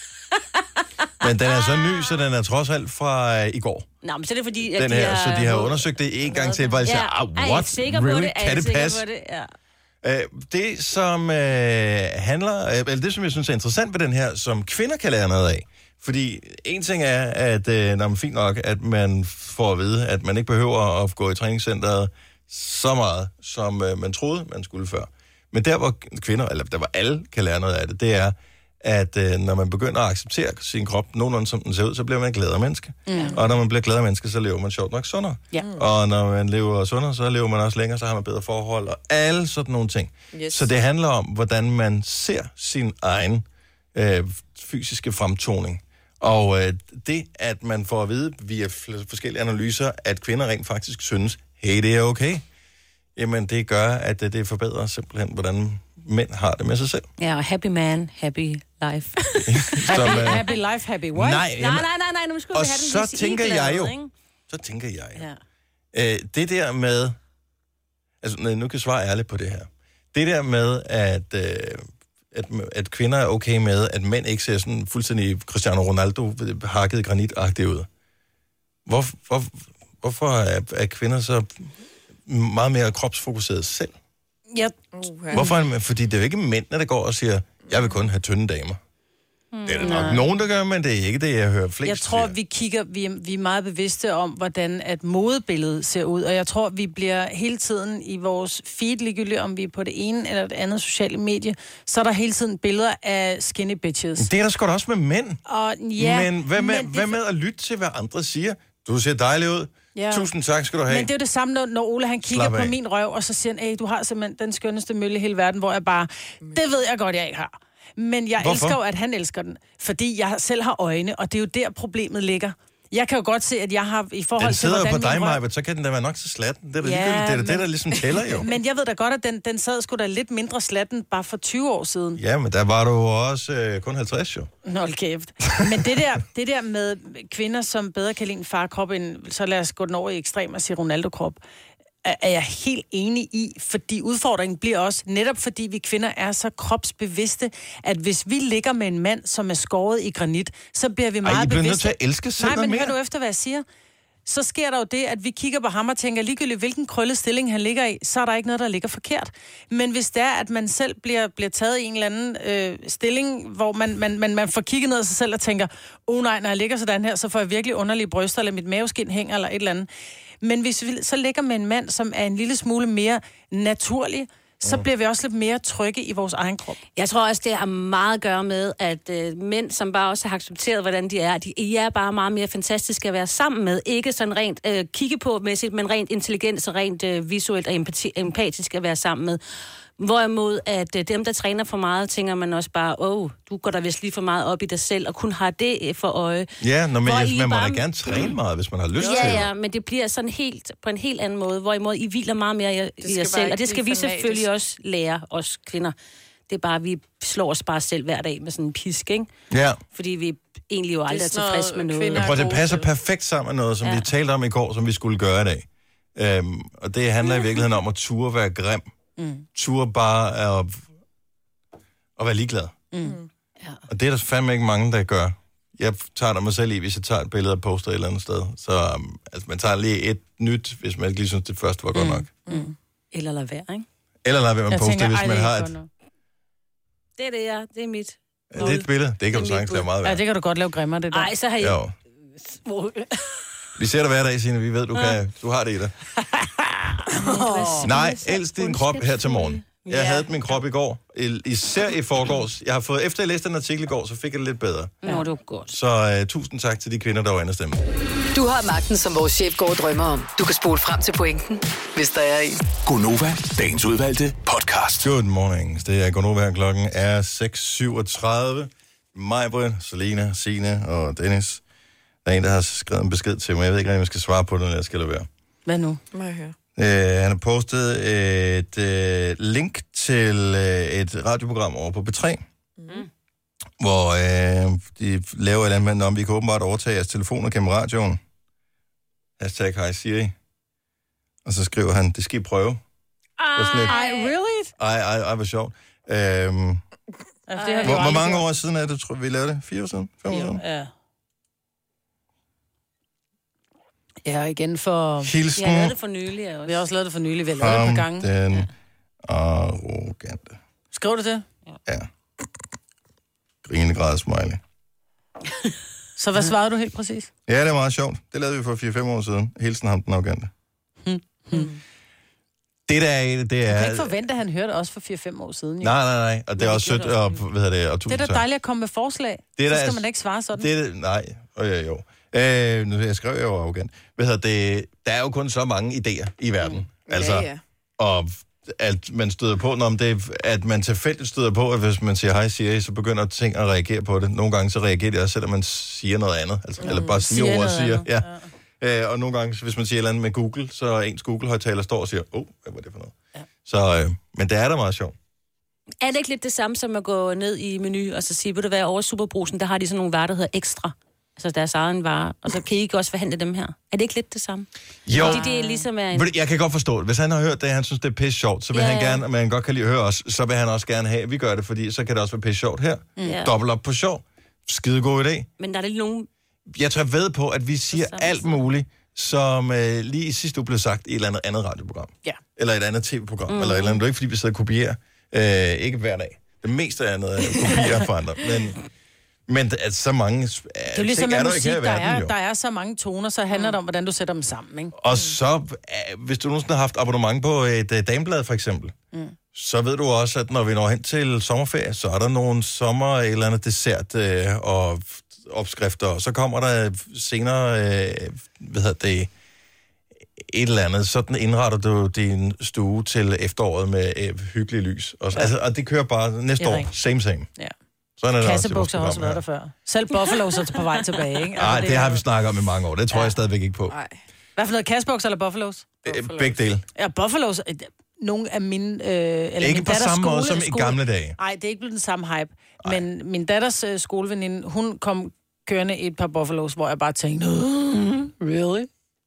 [SPEAKER 1] Men den er så ny, så den er trods alt fra øh, i går.
[SPEAKER 2] Nå, men så er det fordi, at
[SPEAKER 1] Den
[SPEAKER 2] de
[SPEAKER 1] her,
[SPEAKER 2] har...
[SPEAKER 1] så de har undersøgt det en gang til, bare siger,
[SPEAKER 2] Ja,
[SPEAKER 1] ah,
[SPEAKER 2] er I
[SPEAKER 1] what?
[SPEAKER 2] sikker på
[SPEAKER 1] Really?
[SPEAKER 2] det? Er I
[SPEAKER 1] Kan det
[SPEAKER 2] sikker
[SPEAKER 1] passe?
[SPEAKER 2] på det? Ja.
[SPEAKER 1] Øh, det, som øh, handler, øh, eller det, som jeg synes er interessant ved den her, som kvinder kan lære noget af. Fordi en ting er, at øh, når man fint nok, at man får at vide, at man ikke behøver at gå i træningscenteret så meget, som øh, man troede, man skulle før. Men der, hvor kvinder, eller der, hvor alle kan lære noget af det, det er, at øh, når man begynder at acceptere sin krop nogenlunde, som den ser ud, så bliver man et gladere menneske. Mm. Og når man bliver gladere menneske, så lever man sjovt nok sundere.
[SPEAKER 2] Ja.
[SPEAKER 1] Og når man lever sundere, så lever man også længere, så har man bedre forhold, og alle sådan nogle ting.
[SPEAKER 4] Yes.
[SPEAKER 1] Så det handler om, hvordan man ser sin egen øh, fysiske fremtoning. Og øh, det, at man får at vide via fl- forskellige analyser, at kvinder rent faktisk synes, hey, det er okay, jamen det gør, at det, det forbedrer simpelthen, hvordan mænd har det med sig selv.
[SPEAKER 2] Ja, og happy man, happy life.
[SPEAKER 1] Som,
[SPEAKER 3] Happy,
[SPEAKER 1] øh,
[SPEAKER 3] happy life, happy wife.
[SPEAKER 1] nej,
[SPEAKER 2] nej,
[SPEAKER 1] jamen,
[SPEAKER 2] nej, nej, nej, nu skulle
[SPEAKER 1] og
[SPEAKER 2] vi have den
[SPEAKER 1] så
[SPEAKER 2] lige
[SPEAKER 1] tænker
[SPEAKER 2] iglade,
[SPEAKER 1] jeg jo,
[SPEAKER 2] ikke?
[SPEAKER 1] så tænker jeg jo,
[SPEAKER 2] Ja.
[SPEAKER 1] øh, det der med, altså når jeg nu kan svare ærligt på det her, det der med, at, øh, at, at kvinder er okay med, at mænd ikke ser sådan fuldstændig Cristiano Ronaldo hakket granitagtigt ud. Hvor, hvor, hvorfor er, er kvinder så meget mere kropsfokuseret selv?
[SPEAKER 3] Jeg,
[SPEAKER 4] Uh,
[SPEAKER 1] Hvorfor er det, fordi det er jo ikke mændene, der går og siger, jeg vil kun have tynde damer. Det er der nok nogen, der gør, men det er ikke det, jeg hører flest
[SPEAKER 3] jeg tror,
[SPEAKER 1] sige.
[SPEAKER 3] vi kigger, vi er, vi er meget bevidste om, hvordan at modebilledet ser ud, og jeg tror, vi bliver hele tiden i vores feed, ligegyldigt om vi er på det ene eller det andet sociale medie, så er der hele tiden billeder af skinny bitches.
[SPEAKER 1] Det er der sgu da også med mænd.
[SPEAKER 3] Og ja,
[SPEAKER 1] men hvad med,
[SPEAKER 3] men det-
[SPEAKER 1] hvad med at lytte til, hvad andre siger? Du ser dejlig ud.
[SPEAKER 3] Ja.
[SPEAKER 1] Tusind tak skal du have.
[SPEAKER 3] Men det er jo det samme, når, når Ole han kigger
[SPEAKER 1] Slap
[SPEAKER 3] på
[SPEAKER 1] af.
[SPEAKER 3] min røv, og så siger han, hey, du har simpelthen den skønneste mølle i hele verden, hvor jeg bare, det ved jeg godt, jeg ikke har. Men jeg
[SPEAKER 1] Hvorfor?
[SPEAKER 3] elsker jo, at han elsker den, fordi jeg selv har øjne, og det er jo der, problemet ligger. Jeg kan jo godt se, at jeg har i forhold
[SPEAKER 1] Den
[SPEAKER 3] til,
[SPEAKER 1] sidder jo
[SPEAKER 3] hvordan
[SPEAKER 1] på dig,
[SPEAKER 3] min røv...
[SPEAKER 1] Maja, så kan den da være nok så slatten. Det er da
[SPEAKER 3] Ja,
[SPEAKER 1] ligegyldigt. Det er da
[SPEAKER 3] men-
[SPEAKER 1] det, der ligesom tæller jo.
[SPEAKER 3] Men jeg ved da godt, at den, den sad sgu da lidt mindre slatten bare for tyve år siden.
[SPEAKER 1] Ja, men der var du jo også øh, kun halvtreds jo.
[SPEAKER 3] Nå, hold kæft. Men det der, det der med kvinder, som bedre kan lide en farkrop, end, så lad os gå den over i ekstrem og sige Ronaldo-krop, er er jeg helt enig i, fordi udfordringen bliver også, netop fordi vi kvinder er så kropsbevidste, at hvis vi ligger med en mand, som er skåret i granit, så bliver vi meget
[SPEAKER 1] Ej, I bliver nødt
[SPEAKER 3] bevidste.
[SPEAKER 1] til at elske selv
[SPEAKER 3] Nej,
[SPEAKER 1] noget
[SPEAKER 3] men
[SPEAKER 1] mere.
[SPEAKER 3] hør du efter, hvad jeg siger? Så sker der jo det, at vi kigger på ham og tænker, ligegyldigt hvilken krøllet stilling han ligger i, så er der ikke noget, der ligger forkert. Men hvis det er, at man selv bliver, bliver taget i en eller anden øh, stilling, hvor man, man, man, man får kigget ned af sig selv og tænker, oh nej, når jeg ligger sådan her, så får jeg virkelig underlige bryster, eller mit maveskin hænger, eller et eller andet. Men hvis vi så ligger med en mand, som er en lille smule mere naturlig, så bliver vi også lidt mere trygge i vores egen krop.
[SPEAKER 2] Jeg tror også, det har meget at gøre med, at øh, mænd, som bare også har accepteret, hvordan de er, de, de er bare meget mere fantastiske at være sammen med. Ikke sådan rent øh, kigge på mæssigt, men rent intelligens og rent øh, visuelt og empati, empatisk at være sammen med. Hvorimod, at øh, dem, der træner for meget, tænker man også bare, åh, oh, du går da vist lige for meget op i dig selv, og kun har det øh, for øje.
[SPEAKER 1] Ja, nå, men
[SPEAKER 2] Hvor
[SPEAKER 1] jeg,
[SPEAKER 2] I
[SPEAKER 1] man må
[SPEAKER 2] bare-
[SPEAKER 1] da gerne træne meget, hvis man har lyst til
[SPEAKER 2] Ja,
[SPEAKER 1] det.
[SPEAKER 2] ja, men det bliver sådan helt på en helt anden måde, hvorimod I hviler meget mere i, i
[SPEAKER 4] skal
[SPEAKER 2] jer
[SPEAKER 4] bare
[SPEAKER 2] selv, og
[SPEAKER 4] ikke
[SPEAKER 2] det skal
[SPEAKER 4] blive
[SPEAKER 2] vi selvfølgelig
[SPEAKER 4] fanatisk.
[SPEAKER 2] også lære, os kvinder. Det er bare, vi slår os bare selv hver dag med sådan en pisk, ikke?
[SPEAKER 1] Ja.
[SPEAKER 2] Fordi vi egentlig jo aldrig er
[SPEAKER 4] sådan
[SPEAKER 2] tilfredse med
[SPEAKER 4] noget,
[SPEAKER 2] noget.
[SPEAKER 4] kvinder-
[SPEAKER 1] Jeg prøver, det
[SPEAKER 4] gode
[SPEAKER 1] passer
[SPEAKER 4] til.
[SPEAKER 1] perfekt sammen med noget, som
[SPEAKER 2] Ja.
[SPEAKER 1] vi talte om i går, som vi skulle gøre i dag. Øhm, og det handler i virkeligheden om at ture være grim. Mm. Ture bare er at, at være ligeglad.
[SPEAKER 3] Mm.
[SPEAKER 2] Ja.
[SPEAKER 1] Og det er der fandme ikke mange, der gør. Jeg tager der mig selv i, hvis jeg tager et billede og poster et eller andet sted. Så um, altså, man tager lige et nyt, hvis man ikke lige synes, det første var godt nok.
[SPEAKER 2] Mm. Eller lade være, ikke?
[SPEAKER 1] Eller lad være med at
[SPEAKER 3] Jeg
[SPEAKER 1] poste,
[SPEAKER 3] tænker,
[SPEAKER 1] hvis
[SPEAKER 3] ej,
[SPEAKER 1] man
[SPEAKER 3] det er
[SPEAKER 1] har
[SPEAKER 3] ikke
[SPEAKER 1] et,
[SPEAKER 3] godt nok.
[SPEAKER 2] Det er det, ja. Det er mit.
[SPEAKER 1] er det et billede. Det kan
[SPEAKER 2] Det er
[SPEAKER 1] du
[SPEAKER 2] mit
[SPEAKER 1] sagtens
[SPEAKER 2] bud.
[SPEAKER 1] lave meget
[SPEAKER 3] Ja,
[SPEAKER 1] værd.
[SPEAKER 3] det kan du godt lave grimmere, det der.
[SPEAKER 2] Nej, så har jeg...
[SPEAKER 1] Jo. Vi ser dig hver dag, Signe. Vi ved, du, kan, du har det i dig. Nej, elsk din krop her til morgen. Jeg
[SPEAKER 3] Ja.
[SPEAKER 1] havde min krop i går, især i forgårs. Jeg har fået, efter jeg læste den artikel i går, så fik jeg det lidt bedre.
[SPEAKER 2] Nå, det var godt.
[SPEAKER 1] Så uh, tusind tak til de kvinder, der var inde og stemme.
[SPEAKER 6] Du har magten, som vores chef går og drømmer om. Du kan spole frem til pointen, hvis der er en.
[SPEAKER 7] Gonova, dagens udvalgte podcast.
[SPEAKER 1] Good morning. Det er Gonova her. Klokken er seks syvogtredive. Majbrit, Selina, Signe og Dennis. Der er en, der har skrevet en besked til mig. Jeg ved ikke, om jeg skal svare på den, eller jeg skal lade være.
[SPEAKER 3] Hvad nu?
[SPEAKER 4] Må jeg høre.
[SPEAKER 1] Uh, han har postet et uh, link til uh, et radioprogram over på B tre, mm. hvor uh, de laver et eller andet om, vi kan åbenbart overtage jeres telefoner gennem radioen. Hashtag hej Siri. Og så skriver han, det skal I prøve.
[SPEAKER 3] Ej, really?
[SPEAKER 1] Ej, ej, ej, hvor sjovt. Uh,
[SPEAKER 3] Altså, det har vi
[SPEAKER 1] hvor,
[SPEAKER 3] jo
[SPEAKER 1] hvor
[SPEAKER 3] aldrig
[SPEAKER 1] mange
[SPEAKER 3] gjort.
[SPEAKER 1] år siden er det, tror vi lavede det? Fire år siden? Fem år siden?
[SPEAKER 3] Ja. Ja, igen for...
[SPEAKER 1] Hilsen
[SPEAKER 2] Jeg lavede det for nylig også.
[SPEAKER 3] Vi har også lavet det for nylig, vi har lavet det
[SPEAKER 1] om
[SPEAKER 3] et par gange.
[SPEAKER 1] den ja. arrogante.
[SPEAKER 3] Skriv du det?
[SPEAKER 1] Ja. Grinegrad smiley.
[SPEAKER 3] Så hvad svarede du helt præcis?
[SPEAKER 1] Ja, det er meget sjovt. Det lavede vi for fire fem år siden. Hilsen ham den arrogante.
[SPEAKER 3] Hmm. Hmm.
[SPEAKER 1] Det der er, det
[SPEAKER 3] Jeg
[SPEAKER 1] er...
[SPEAKER 3] kan ikke forvente, at han hørte også for fire fem år siden. Jo.
[SPEAKER 1] Nej, nej, nej. Og det er også sødt, og hvad hedder det, og
[SPEAKER 3] Det er
[SPEAKER 1] tusind
[SPEAKER 3] da
[SPEAKER 1] tak.
[SPEAKER 3] dejligt at komme med forslag.
[SPEAKER 1] Det er
[SPEAKER 3] Så
[SPEAKER 1] da-
[SPEAKER 3] skal man da ikke svare sådan.
[SPEAKER 1] Det er, nej, oh, ja, jo. Øh, nu jeg skrev jo arrogant. Hvad hedder det? Der er jo kun så mange idéer i verden. Mm. Altså,
[SPEAKER 4] Ja, ja.
[SPEAKER 1] og at man støder på, når det er, at man tilfældigt støder på, at hvis man siger hej Siri, så begynder ting at reagere på det. Nogle gange så reagerer det også, selvom man siger noget andet. Altså, mm. Eller bare siger,
[SPEAKER 3] Siger
[SPEAKER 1] ord og
[SPEAKER 3] noget
[SPEAKER 1] siger.
[SPEAKER 3] andet,
[SPEAKER 1] Ja. Øh, og nogle gange, hvis man siger et eller andet med Google, så ens Google-højtaler står og siger, åh, oh, hvad var det for noget? Ja. Så, øh, men det er da meget sjovt.
[SPEAKER 2] Er det ikke lidt det samme som at gå ned i menu og så sige, vil du være over Superbrusen, der har de sådan nogle varer, der hedder ekstra. Altså deres egen varer. Og så kan I ikke også forhandle dem her. Er det ikke lidt det samme?
[SPEAKER 1] Jo.
[SPEAKER 2] Fordi det er ligesom er en...
[SPEAKER 1] Ved du, jeg kan godt forstå det. Hvis han har hørt det, han synes, det er pisse sjovt, så vil
[SPEAKER 2] Ja,
[SPEAKER 1] han
[SPEAKER 2] ja.
[SPEAKER 1] gerne, og man godt kan lide at høre os, så vil han også gerne have, at vi gør det, fordi så kan det også være pisse sjovt her. Mm.
[SPEAKER 2] Ja.
[SPEAKER 1] Dobbelt op på sjov. Skide god idé.
[SPEAKER 2] Men der er lidt nogen...
[SPEAKER 1] Jeg tør ved på, at vi siger
[SPEAKER 2] samme
[SPEAKER 1] alt muligt, som øh, lige i sidste uge blev sagt i et eller andet, andet radioprogram.
[SPEAKER 3] Ja.
[SPEAKER 1] Eller et andet tv-program. Mm. Eller et eller andet. Det er ikke, fordi vi sidder og kopierer. Øh, ikke hver dag. Det meste er noget kopier for andre. Men, men at så mange øh,
[SPEAKER 3] Det er jo ligesom
[SPEAKER 1] ting er
[SPEAKER 3] med
[SPEAKER 1] der
[SPEAKER 3] musik,
[SPEAKER 1] ikke her i
[SPEAKER 3] der
[SPEAKER 1] verden,
[SPEAKER 3] er,
[SPEAKER 1] jo.
[SPEAKER 3] der er så mange toner, så handler det om, hvordan du sætter dem sammen, ikke?
[SPEAKER 1] Og så, øh, hvis du nogensinde har haft abonnement på et øh, dameblad, for eksempel, mm. så ved du også, at når vi når hen til sommerferie, så er der nogle sommer, et eller andet dessert øh, og opskrifter, og så kommer der senere, øh, hvad hedder det, et eller andet, sådan indretter du din stue til efteråret med øh, hyggelige lys. Og, ja. altså, og det kører bare næste
[SPEAKER 3] Det er
[SPEAKER 1] år,
[SPEAKER 3] rigtigt.
[SPEAKER 1] same same.
[SPEAKER 3] Ja.
[SPEAKER 1] Sådan er det også i vores
[SPEAKER 3] Kassebukser har også
[SPEAKER 1] program
[SPEAKER 3] været
[SPEAKER 1] her.
[SPEAKER 3] der før. Selv Buffalo så på vej tilbage, ikke?
[SPEAKER 1] Nej, det, det
[SPEAKER 3] er
[SPEAKER 1] har
[SPEAKER 3] jo-
[SPEAKER 1] vi snakket om i mange år. Det tror ja. jeg stadigvæk ikke på.
[SPEAKER 4] Nej.
[SPEAKER 3] Hvad for noget, kassebukser eller Buffalos?
[SPEAKER 1] Øh, Begge dele.
[SPEAKER 3] Ja, Buffalos, øh, nogle af mine... Øh, eller
[SPEAKER 1] Ikke
[SPEAKER 3] min
[SPEAKER 1] på
[SPEAKER 3] datters
[SPEAKER 1] samme måde
[SPEAKER 3] skole-
[SPEAKER 1] som i
[SPEAKER 3] skole-
[SPEAKER 1] gamle dage.
[SPEAKER 3] Nej, det er ikke blevet den samme hype. Men min datters øh, skoleveninde, hun kom kørende i et par Buffalos, hvor jeg bare tænkte, "Mm, really?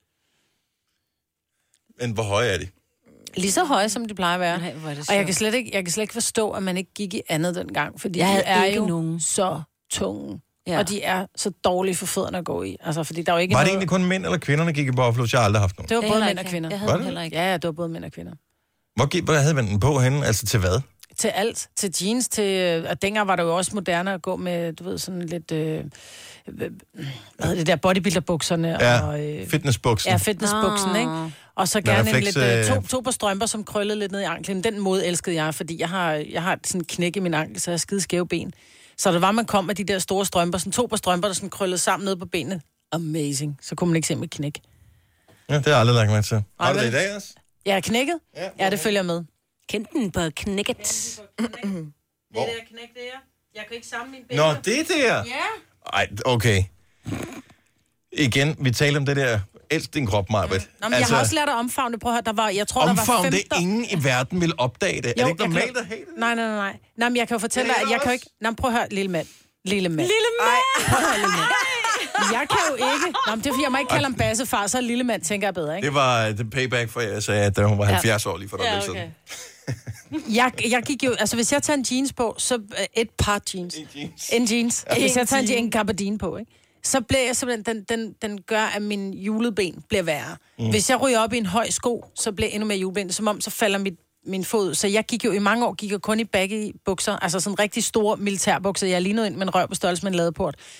[SPEAKER 1] Men hvor høje er de?
[SPEAKER 3] Lige så høje, som de plejer at være.
[SPEAKER 2] Nej, hvor er det
[SPEAKER 3] Og jeg
[SPEAKER 2] sjovt.
[SPEAKER 3] kan, slet ikke, jeg kan slet ikke forstå, at man ikke gik i andet dengang, fordi
[SPEAKER 2] Jeg
[SPEAKER 3] de
[SPEAKER 2] havde
[SPEAKER 3] er
[SPEAKER 2] ikke
[SPEAKER 3] jo
[SPEAKER 2] nogen.
[SPEAKER 3] så tunge.
[SPEAKER 2] Ja.
[SPEAKER 3] Ja. Og de er så dårlige for fødderne at gå i. Altså, fordi der er jo ikke
[SPEAKER 1] Var det
[SPEAKER 3] noget...
[SPEAKER 1] egentlig kun mænd eller kvinder, der gik i Buffalo? Jeg har aldrig haft nogen.
[SPEAKER 3] Det var
[SPEAKER 2] Jeg
[SPEAKER 3] både
[SPEAKER 2] heller
[SPEAKER 3] mænd og
[SPEAKER 2] ikke.
[SPEAKER 3] kvinder.
[SPEAKER 2] Jeg
[SPEAKER 1] Var
[SPEAKER 2] havde
[SPEAKER 1] det?
[SPEAKER 2] dem heller ikke.
[SPEAKER 3] Ja, ja, det var både mænd og kvinder.
[SPEAKER 1] Hvor, gik, hvor havde man den på henne? Altså til hvad?
[SPEAKER 3] Til alt. Til jeans, til... Og dengang var det jo også moderne at gå med, du ved, sådan lidt... Øh, hvad hedder det der, bodybuilderbukserne
[SPEAKER 1] Ja,
[SPEAKER 3] og... Øh,
[SPEAKER 1] fitnessbuksen.
[SPEAKER 3] ja, fitnessbuksen,
[SPEAKER 2] Ah.
[SPEAKER 3] ikke? Og så
[SPEAKER 1] Med
[SPEAKER 3] gerne en
[SPEAKER 1] refleks,
[SPEAKER 3] lidt, øh, to,
[SPEAKER 1] øh,
[SPEAKER 3] to par strømper, som krøllede lidt ned i anklen. Den måde elskede jeg, fordi jeg har, jeg har sådan en knæk i min ankel, så jeg har skide skæve ben. Så det var, man kom med de der store strømper, sådan to par strømper, der sådan krøllede sammen ned på benene. Amazing. Så kunne man ikke se mit knæk.
[SPEAKER 1] Ja, det har jeg aldrig lagt mig til. Har du
[SPEAKER 3] vel?
[SPEAKER 1] det i dag også?
[SPEAKER 3] Jeg er knækket?
[SPEAKER 1] Ja,
[SPEAKER 3] Ja, det følger med.
[SPEAKER 2] Kendte den på knækket.
[SPEAKER 3] Det der knæk, det er. Jeg kan ikke samle mine
[SPEAKER 1] Nå, det der!
[SPEAKER 3] Ja.
[SPEAKER 1] Ej, okay. Igen, vi taler om det der, elsk din krop, Marbet.
[SPEAKER 3] Nå, men altså, jeg har også lært at omfavne. Prøv at høre, der var, jeg tror, der var
[SPEAKER 1] omfavn, det
[SPEAKER 3] femten...
[SPEAKER 1] ingen i verden vil opdage det. Jo, er det ikke
[SPEAKER 3] jeg
[SPEAKER 1] normalt
[SPEAKER 3] kan...
[SPEAKER 1] at have det?
[SPEAKER 3] Nej, nej, nej, nej. Nej, men jeg kan jo fortælle
[SPEAKER 1] Det er
[SPEAKER 3] dig, at jeg
[SPEAKER 1] det
[SPEAKER 3] kan jo
[SPEAKER 1] også.
[SPEAKER 3] ikke... Nå, men prøv at høre, lille mand. Lille mand.
[SPEAKER 2] Lille mand!
[SPEAKER 3] Ej, prøv at høre, lille mand. Jeg kan jo ikke... Nå, men det er fordi, jeg må ikke kalde ham bassefar, så lille mand tænker jeg bedre, ikke?
[SPEAKER 1] Det var uh, det payback for, at jeg sagde, at da hun var halvfjerds år lige for dig.
[SPEAKER 2] Ja,
[SPEAKER 1] Ja,
[SPEAKER 2] okay.
[SPEAKER 3] Jeg, jeg gik jo... Altså, hvis jeg tager en jeans på, så... øh, Et par jeans.
[SPEAKER 1] En jeans.
[SPEAKER 3] En jeans. Ja. Hvis
[SPEAKER 2] En
[SPEAKER 3] jeg tager en,
[SPEAKER 2] jeans.
[SPEAKER 3] en gabardine på, ikke? Så bliver jeg simpelthen... Den, den, den gør, at min juleben bliver værre. Mm. Hvis jeg ryger op i en høj sko, så bliver jeg endnu mere juleben. Som om, så falder mit min fod. Så jeg gik jo i mange år gik jeg kun i baggy bukser, altså sådan rigtig store militærbukser. Jeg lignede ind med en røv på størrelse med en ladeport.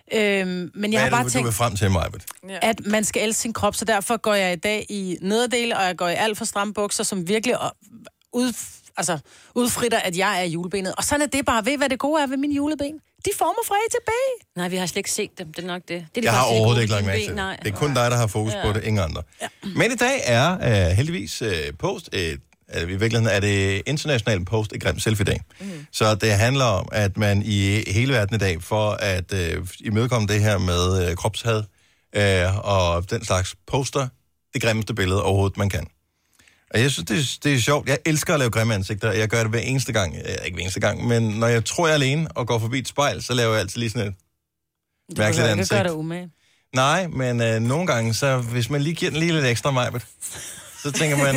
[SPEAKER 3] Øhm, men
[SPEAKER 1] Hvad
[SPEAKER 3] jeg
[SPEAKER 1] er
[SPEAKER 3] har bare
[SPEAKER 1] det, du
[SPEAKER 3] tænkt,
[SPEAKER 1] vil frem til, Majbert?
[SPEAKER 4] Ja.
[SPEAKER 3] at man skal elske sin krop, så derfor går jeg i dag i nederdel, og jeg går i alt for stramme bukser, som virkelig ud, altså, udfritter, at jeg er julebenet. Og sådan er det bare. Ved hvad det gode er ved mine juleben? De former fra A til B.
[SPEAKER 2] Nej, vi har slet ikke set dem. Det er nok det. det, er de
[SPEAKER 1] Jeg har
[SPEAKER 2] faktisk
[SPEAKER 1] overhovedet
[SPEAKER 2] gode
[SPEAKER 1] ikke lagt mærke
[SPEAKER 2] ben,
[SPEAKER 1] til
[SPEAKER 2] nej.
[SPEAKER 1] det. Det er kun dig, der har fokus ja. på det, ingen andre. Ja. Men i dag er uh, heldigvis uh, post, uh, i virkeligheden er det international post i Grim Selfie-dag. Mm. Så det handler om, at man i hele verden i dag, for at uh, imødekomme det her med uh, kropshad uh, og den slags poster, det grimmeste billede overhovedet, man kan. Og jeg synes, det er, det er sjovt. Jeg elsker at lave grimme ansigter. Jeg gør det hver eneste gang. Ja, ikke hver eneste gang, men når jeg tror, jeg er alene og går forbi et spejl, så laver jeg altid lige sådan et mærkeligt ansigt.
[SPEAKER 3] Det gør det umage.
[SPEAKER 1] Nej, men øh, nogle gange, så hvis man lige giver den lige lidt ekstra, Majbert, så tænker man...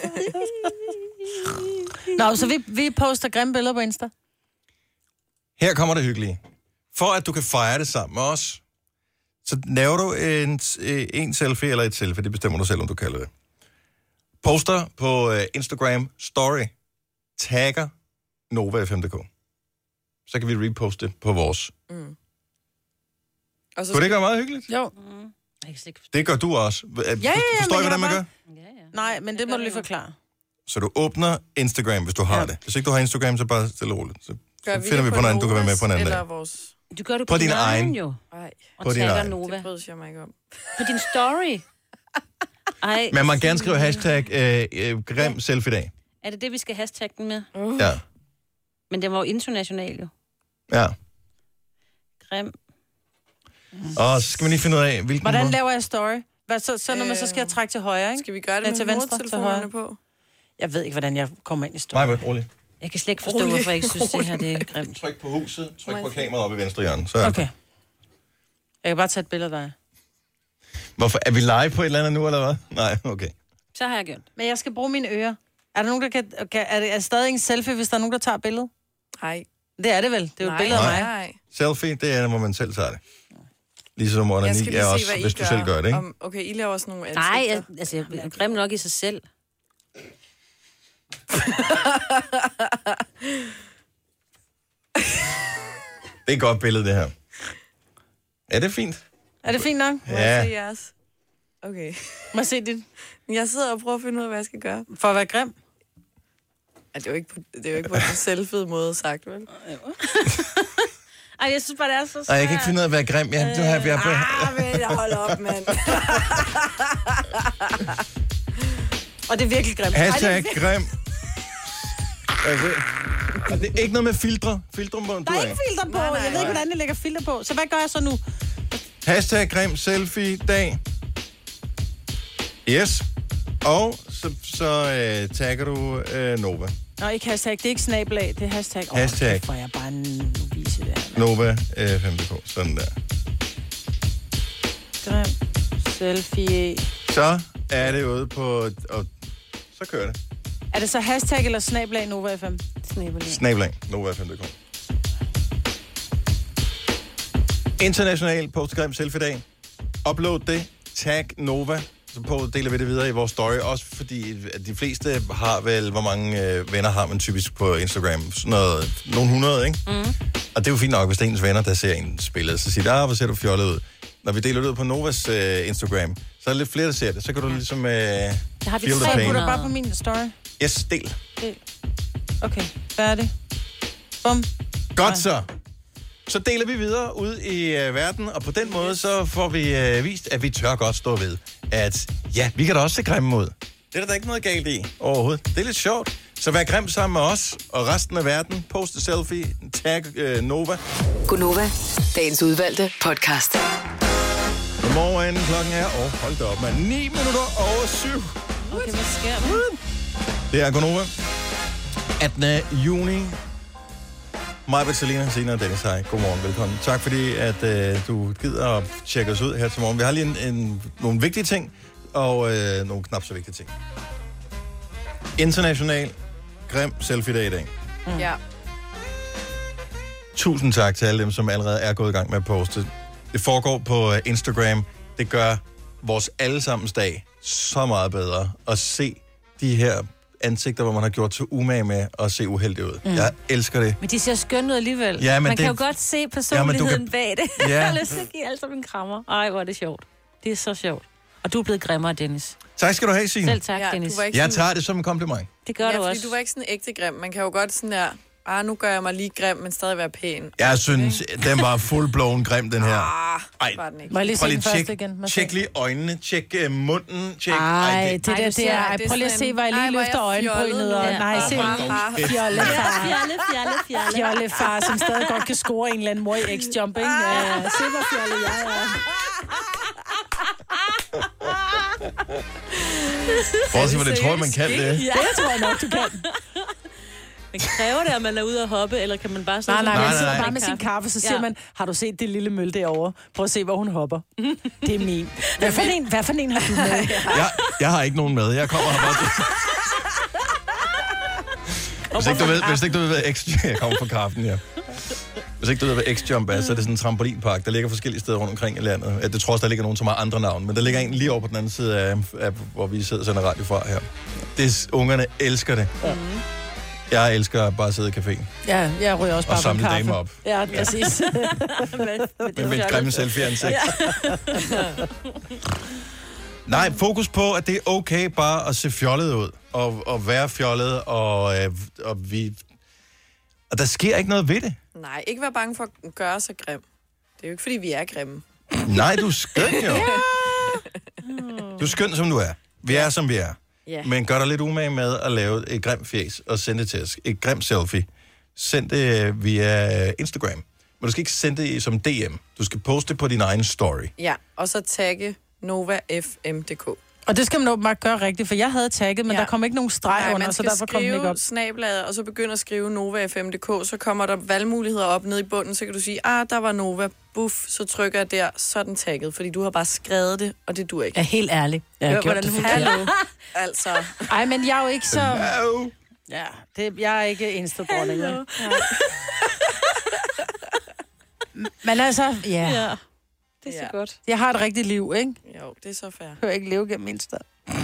[SPEAKER 3] Nå, så vi, vi poster grimme billeder på Insta.
[SPEAKER 1] Her kommer det hyggelige. For at du kan fejre det sammen med os, så laver du en, en selfie eller et selfie, det bestemmer du selv, om du kalder det. Poster på uh, Instagram Story, tagger Nova F M punktum d k. Så kan vi reposte på vores. Mm.
[SPEAKER 4] Og så
[SPEAKER 1] Kunne det ikke være meget hyggeligt?
[SPEAKER 3] Jo.
[SPEAKER 2] Mm.
[SPEAKER 1] Det gør du også.
[SPEAKER 3] Ja, ja, ja,
[SPEAKER 1] Forstår I,
[SPEAKER 3] men
[SPEAKER 1] hvordan man
[SPEAKER 3] jeg
[SPEAKER 1] gør?
[SPEAKER 2] Ja, ja.
[SPEAKER 3] Nej, men det må du lige forklare.
[SPEAKER 1] Så du åbner Instagram, hvis du har
[SPEAKER 3] Ja.
[SPEAKER 1] det. Hvis ikke du har Instagram, så bare stille og roligt. Så, så
[SPEAKER 4] gør
[SPEAKER 1] finder vi på noget andet, du kan være med på en anden
[SPEAKER 4] eller
[SPEAKER 1] dag.
[SPEAKER 4] vores...
[SPEAKER 2] Du gør det på,
[SPEAKER 1] På din egen.
[SPEAKER 2] jo.
[SPEAKER 4] Ej,
[SPEAKER 2] Og
[SPEAKER 1] På din
[SPEAKER 2] tagger
[SPEAKER 1] egen.
[SPEAKER 2] Nova.
[SPEAKER 4] det bryder jeg mig ikke om.
[SPEAKER 2] På din story. Ej,
[SPEAKER 1] Man må gerne skrive hashtag øh, øh, grim selfie-dag.
[SPEAKER 2] er det det, vi skal hashtag den med?
[SPEAKER 4] Uh.
[SPEAKER 1] Ja.
[SPEAKER 2] Men den var jo international jo.
[SPEAKER 1] Ja.
[SPEAKER 2] Grim.
[SPEAKER 1] Og så skal man lige finde ud af, hvilken
[SPEAKER 3] Hvordan
[SPEAKER 1] måde.
[SPEAKER 3] laver jeg story? Hvad, så, så når man så skal jeg trække til højre, ikke?
[SPEAKER 4] Skal vi gøre det
[SPEAKER 3] Ja,
[SPEAKER 4] med
[SPEAKER 3] til venstre, til
[SPEAKER 4] hovedtelefonerne
[SPEAKER 3] højre.
[SPEAKER 4] på?
[SPEAKER 3] Jeg ved ikke, hvordan jeg kommer ind i story.
[SPEAKER 1] Nej, roligt.
[SPEAKER 2] Jeg kan slet ikke forstå, hvorfor jeg ikke synes, det her det er grimt.
[SPEAKER 1] Tryk på huset, tryk på kameraet oppe i venstre hjørne. Så er det.
[SPEAKER 3] Okay. Jeg kan bare tage et billede af dig.
[SPEAKER 1] Hvorfor? Er vi live på et eller andet nu, eller hvad? Nej, okay.
[SPEAKER 2] Så har jeg gjort.
[SPEAKER 3] Men jeg skal bruge mine ører. Er der nogen, der kan... kan er, det, er det stadig en selfie, hvis der er nogen, der tager billedet?
[SPEAKER 4] Nej.
[SPEAKER 3] Det er det vel. Det er jo et billede af mig.
[SPEAKER 4] Nej.
[SPEAKER 1] Selfie, det er, hvor man selv tager det. Ligesom
[SPEAKER 4] Jeg
[SPEAKER 1] onani
[SPEAKER 4] skal lige
[SPEAKER 1] er
[SPEAKER 4] se,
[SPEAKER 1] også,
[SPEAKER 4] hvad I
[SPEAKER 1] hvis du selv gør det, ikke?
[SPEAKER 4] Om, okay, I laver også nogle ansigter.
[SPEAKER 2] Nej, jeg, altså, jeg er grim nok i sig selv.
[SPEAKER 1] Det er et godt billede, det her. Er det fint?
[SPEAKER 3] Er det fint nok?
[SPEAKER 4] Må jeg se
[SPEAKER 1] Ja.
[SPEAKER 4] jeres? Okay.
[SPEAKER 3] Må jeg se dit?
[SPEAKER 4] Jeg sidder og prøver at finde ud af, hvad jeg skal gøre.
[SPEAKER 3] For at være grim?
[SPEAKER 4] Ja, det er jo ikke på, det er jo ikke på en selvfed måde sagt, vel?
[SPEAKER 2] Ej, jeg synes bare, det er så svært.
[SPEAKER 1] Ej, jeg kan ikke finde ud af at være grim. Jeg, nu har jeg, jeg,
[SPEAKER 4] Ah, men hold op, mand.
[SPEAKER 3] Og det er virkelig grimt.
[SPEAKER 1] hashtag grim. Altså, og det er ikke noget med filtre. Filtre på, du
[SPEAKER 3] Der er ikke filter på.
[SPEAKER 4] Nej, nej,
[SPEAKER 3] Jeg ved ikke,
[SPEAKER 4] nej.
[SPEAKER 3] hvordan jeg lægger filter på. Så hvad gør jeg så nu?
[SPEAKER 1] Hashtag grim selfie dag. Yes. Og så, så øh, tagger du øh, Nova.
[SPEAKER 3] Nå, ikke hashtag. Det er ikke snabelag. Det er hashtag. Åh,
[SPEAKER 1] Hashtag.
[SPEAKER 3] kæft, hvor er jeg bare en novise der.
[SPEAKER 1] Nova øh, fem punktum d k. Sådan der.
[SPEAKER 3] Grim. Selfie.
[SPEAKER 1] Så er det ude på... Og så kører det.
[SPEAKER 3] Er det så hashtag eller snabelag Nova F M?
[SPEAKER 2] Snabelag.
[SPEAKER 1] Snabelag. Nova fem punktum d k. International postgrim selfie-dag. Upload det. Tag Nova. Så på deler vi det videre i vores story. Også fordi at de fleste har vel... Hvor mange øh, venner har man typisk på Instagram? Sådan noget... Nogle hundrede, ikke? Mm. Og det er jo fint nok, hvis det er ens venner, der ser en spillet. Så siger de, ah, hvor ser du fjollet ud. Når vi deler det ud på Novas øh, Instagram, så er der lidt flere, der ser det. Så kan du ligesom... Øh,
[SPEAKER 2] har vi
[SPEAKER 1] feel the
[SPEAKER 2] tre
[SPEAKER 1] pain.
[SPEAKER 3] Putter bare på min story.
[SPEAKER 1] Yes, del.
[SPEAKER 3] Okay, færdig. Bum.
[SPEAKER 1] Godt så. Så deler vi videre ud i øh, verden, og på den måde så får vi øh, vist, at vi tør godt stå ved, at ja, vi kan da også se grimme ud. Det er der da ikke noget galt i overhovedet. Det er lidt sjovt. Så vær grim sammen med os og resten af verden. Post selfie, tag øh, Nova.
[SPEAKER 6] Gunova, dagens udvalgte podcast.
[SPEAKER 1] Godmorgen, klokken er, og hold da op, man, ni minutter over syv.
[SPEAKER 2] Okay, hvad sker der?
[SPEAKER 1] Det er Gunova. attende juni. Majbert, Selina, senere Dennis, hej. Godmorgen, velkommen. Tak fordi, at øh, du gider at tjekke os ud her til morgen. Vi har lige en, en, nogle vigtige ting, og øh, nogle knap så vigtige ting. International grim selfie-dag i dag.
[SPEAKER 4] Mm. Ja.
[SPEAKER 1] Tusind tak til alle dem, som allerede er gået i gang med at poste. Det foregår på øh, Instagram. Det gør vores allesammens dag så meget bedre at se de her ansigter, hvor man har gjort så umage med at se uheldig ud. Mm. Jeg elsker det.
[SPEAKER 2] Men de ser skønne ud alligevel.
[SPEAKER 1] Ja, men
[SPEAKER 2] man
[SPEAKER 1] det...
[SPEAKER 2] kan jo godt se personligheden ja, kan... bag det.
[SPEAKER 1] Ja.
[SPEAKER 2] Jeg har lyst til at give alle sammen en krammer. Ej, hvor er det sjovt. Det er så sjovt. Og du er blevet grimmere, Dennis.
[SPEAKER 1] Tak skal du have, Signe.
[SPEAKER 2] Selv tak, ja, Dennis.
[SPEAKER 1] Jeg sådan... tager det som en kompliment.
[SPEAKER 2] Det gør
[SPEAKER 4] ja,
[SPEAKER 2] du
[SPEAKER 4] fordi
[SPEAKER 2] også.
[SPEAKER 4] du var ikke sådan ægte grim. Man kan jo godt sådan der, ah, nu gør jeg mig lige grim, men stadig være pæn.
[SPEAKER 1] Jeg synes, den var full-blown grim, den her.
[SPEAKER 4] Ah,
[SPEAKER 1] Ej,
[SPEAKER 4] var den ikke.
[SPEAKER 3] Må jeg lige se den
[SPEAKER 1] tjek,
[SPEAKER 3] først igen?
[SPEAKER 1] Tjek lige øjnene, tjek uh, munden, tjek...
[SPEAKER 3] Ej,
[SPEAKER 1] det,
[SPEAKER 3] det der, det er... Ej, prøv lige at se, hvor jeg lige løfter øjenbrynet. Og, nej, se, fjollefar.
[SPEAKER 2] Fjolle, fjolle, fjolle.
[SPEAKER 3] Fjollefar, som stadig godt kan score en eller anden mor i X-Jump, ikke? Ja, se, hvor fjolle jeg er.
[SPEAKER 1] Bortset for det, tror jeg, man kan det.
[SPEAKER 3] Ja, det tror jeg nok, du kan.
[SPEAKER 2] Men kræver det, at man er ude at hoppe, eller kan man bare sidde...
[SPEAKER 3] Nej, nej,
[SPEAKER 1] nej,
[SPEAKER 3] man sidder
[SPEAKER 1] nej.
[SPEAKER 3] bare med sin kaffe, så siger
[SPEAKER 2] Ja.
[SPEAKER 3] man, har du set det lille møl derovre? Prøv at se, hvor hun hopper. Det er min. Hvad for en, hvad for en har du med?
[SPEAKER 1] Jeg, jeg har ikke nogen med. Jeg kommer her bare til... Hvis ikke du ved, hvis ikke du ved hvad X... Jeg kommer fra kaffen, ja. Hvis ikke du ved, hvad X-Jump er, så er det sådan en trampolinpark, der ligger forskellige steder rundt omkring i landet. Det tror jeg, der ligger nogen, som har andre navn, men der ligger en lige over på den anden side af, af hvor vi sidder og sender radio fra her. Det, ungerne elsker det. Ja. Jeg elsker bare at sidde i caféen.
[SPEAKER 3] Ja, jeg ryger også bare
[SPEAKER 1] og
[SPEAKER 3] på
[SPEAKER 1] samle
[SPEAKER 3] kaffe.
[SPEAKER 1] damer op.
[SPEAKER 3] Ja, præcis.
[SPEAKER 1] Med mit grimme selfie-ansigt. Ja. Nej, fokus på, at det er okay bare at se fjollet ud. Og, og være fjollet, og, øh, og vi... Og der sker ikke noget ved det.
[SPEAKER 4] Nej, ikke være bange for at gøre sig grim. Det er jo ikke, fordi vi er grimme.
[SPEAKER 1] Nej, du er skøn jo. Du er skøn, som du er. Vi er, som vi er.
[SPEAKER 4] Ja.
[SPEAKER 1] Men gør dig lidt umage med at lave et grimt fjes og sende det til os. Et grimt selfie. Send det via Instagram. Men du skal ikke sende det som D M. Du skal poste det på din egen story.
[SPEAKER 4] Ja, og så tagge Nova F M punktum d k.
[SPEAKER 3] Og det skal man åbenbart gøre rigtigt, for jeg havde tagget, men
[SPEAKER 4] Ja.
[SPEAKER 3] der kom ikke nogen streg
[SPEAKER 4] Nej,
[SPEAKER 3] under,
[SPEAKER 4] man
[SPEAKER 3] så
[SPEAKER 4] skal
[SPEAKER 3] derfor kom den ikke op.
[SPEAKER 4] skrive snablaget, og så begynde at skrive Nova F M punktum d k, så kommer der valgmuligheder op nede i bunden, så kan du sige, ah, der var Nova, buff, så trykker jeg der, så er den tagget, fordi du har bare skrevet det, og det duer ikke.
[SPEAKER 3] Ja, helt ærligt. Jeg har
[SPEAKER 4] Hør,
[SPEAKER 3] gjort
[SPEAKER 4] hvordan
[SPEAKER 3] det
[SPEAKER 4] hun
[SPEAKER 3] forkert.
[SPEAKER 4] Hallo. Altså.
[SPEAKER 3] Ej, men jeg er jo ikke så...
[SPEAKER 1] No.
[SPEAKER 3] Ja, det, jeg er ikke Insta-dronning. Ja. Men altså, ja.
[SPEAKER 2] Ja. Det er så
[SPEAKER 4] Ja.
[SPEAKER 2] godt.
[SPEAKER 3] Jeg har et rigtigt liv, ikke?
[SPEAKER 4] Jo, det er så fair.
[SPEAKER 3] Jeg kan ikke leve gennem Insta.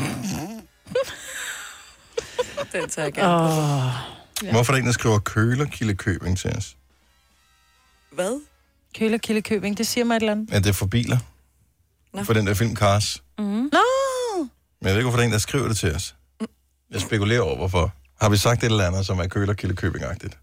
[SPEAKER 4] Den tager jeg gerne.
[SPEAKER 3] Åh.
[SPEAKER 1] Ja. Hvorfor er der en, der skriver kølerkildekøbing til os?
[SPEAKER 4] Hvad?
[SPEAKER 3] Køler, Kille, Købing, det siger mig et eller andet.
[SPEAKER 1] Ja, det er for biler.
[SPEAKER 4] Nå.
[SPEAKER 1] For den der film Cars.
[SPEAKER 3] Nå!
[SPEAKER 1] Men jeg ved ikke, hvorfor der er en, der skriver det til os. Jeg spekulerer over, hvorfor. Har vi sagt et eller andet, som er kølerkildekøbing-agtigt?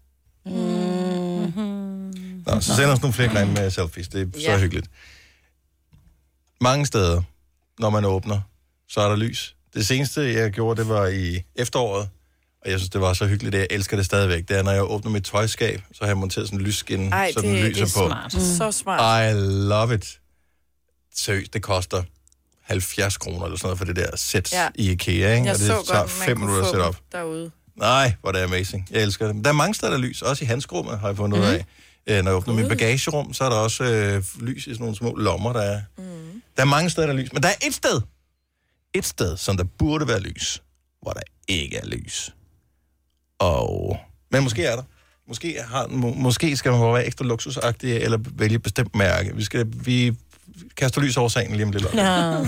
[SPEAKER 2] Mm-hmm.
[SPEAKER 1] Nå, så send os nogle flere grimme med selfies. Det er så
[SPEAKER 4] Ja.
[SPEAKER 1] hyggeligt. Mange steder, når man åbner, så er der lys. Det seneste, jeg gjorde, det var i efteråret. Og jeg synes, det var så hyggeligt, at jeg elsker det stadigvæk. Det er, når jeg åbner mit tøjskab, så har jeg monteret sådan en lysskin,
[SPEAKER 4] Ej,
[SPEAKER 1] så
[SPEAKER 4] det,
[SPEAKER 1] den
[SPEAKER 4] det
[SPEAKER 1] lyser
[SPEAKER 4] er
[SPEAKER 1] på.
[SPEAKER 4] smart. Mm. Så smart.
[SPEAKER 1] I love it. Seriøst, det koster halvfjerds kroner eller sådan noget for det der sæt
[SPEAKER 4] Ja.
[SPEAKER 1] i IKEA, ikke?
[SPEAKER 4] Jeg
[SPEAKER 1] Og det
[SPEAKER 4] så
[SPEAKER 1] tager
[SPEAKER 4] godt, man
[SPEAKER 1] fem
[SPEAKER 4] kunne
[SPEAKER 1] minutter at
[SPEAKER 4] få
[SPEAKER 1] sætte
[SPEAKER 4] dem
[SPEAKER 1] op.
[SPEAKER 4] derude.
[SPEAKER 1] Nej, hvor det er amazing. Jeg elsker det. Men der er mange steder, der er lys. Også i handskerummet har jeg fundet mm. ud af. Øh, når jeg åbner mit bagagerum, så er der også øh, lys i sådan nogle små lommer, der er. Mm. Der er mange steder, der er lys. Men der er et sted. Et sted, som der burde være lys, hvor der ikke er lys. Og... Men måske er der. Måske, har, må, måske skal man være ekstra luksusagtig, eller vælge et bestemt mærke. Vi, skal, vi kaster lys over sagen lige om lidt.
[SPEAKER 3] Ja.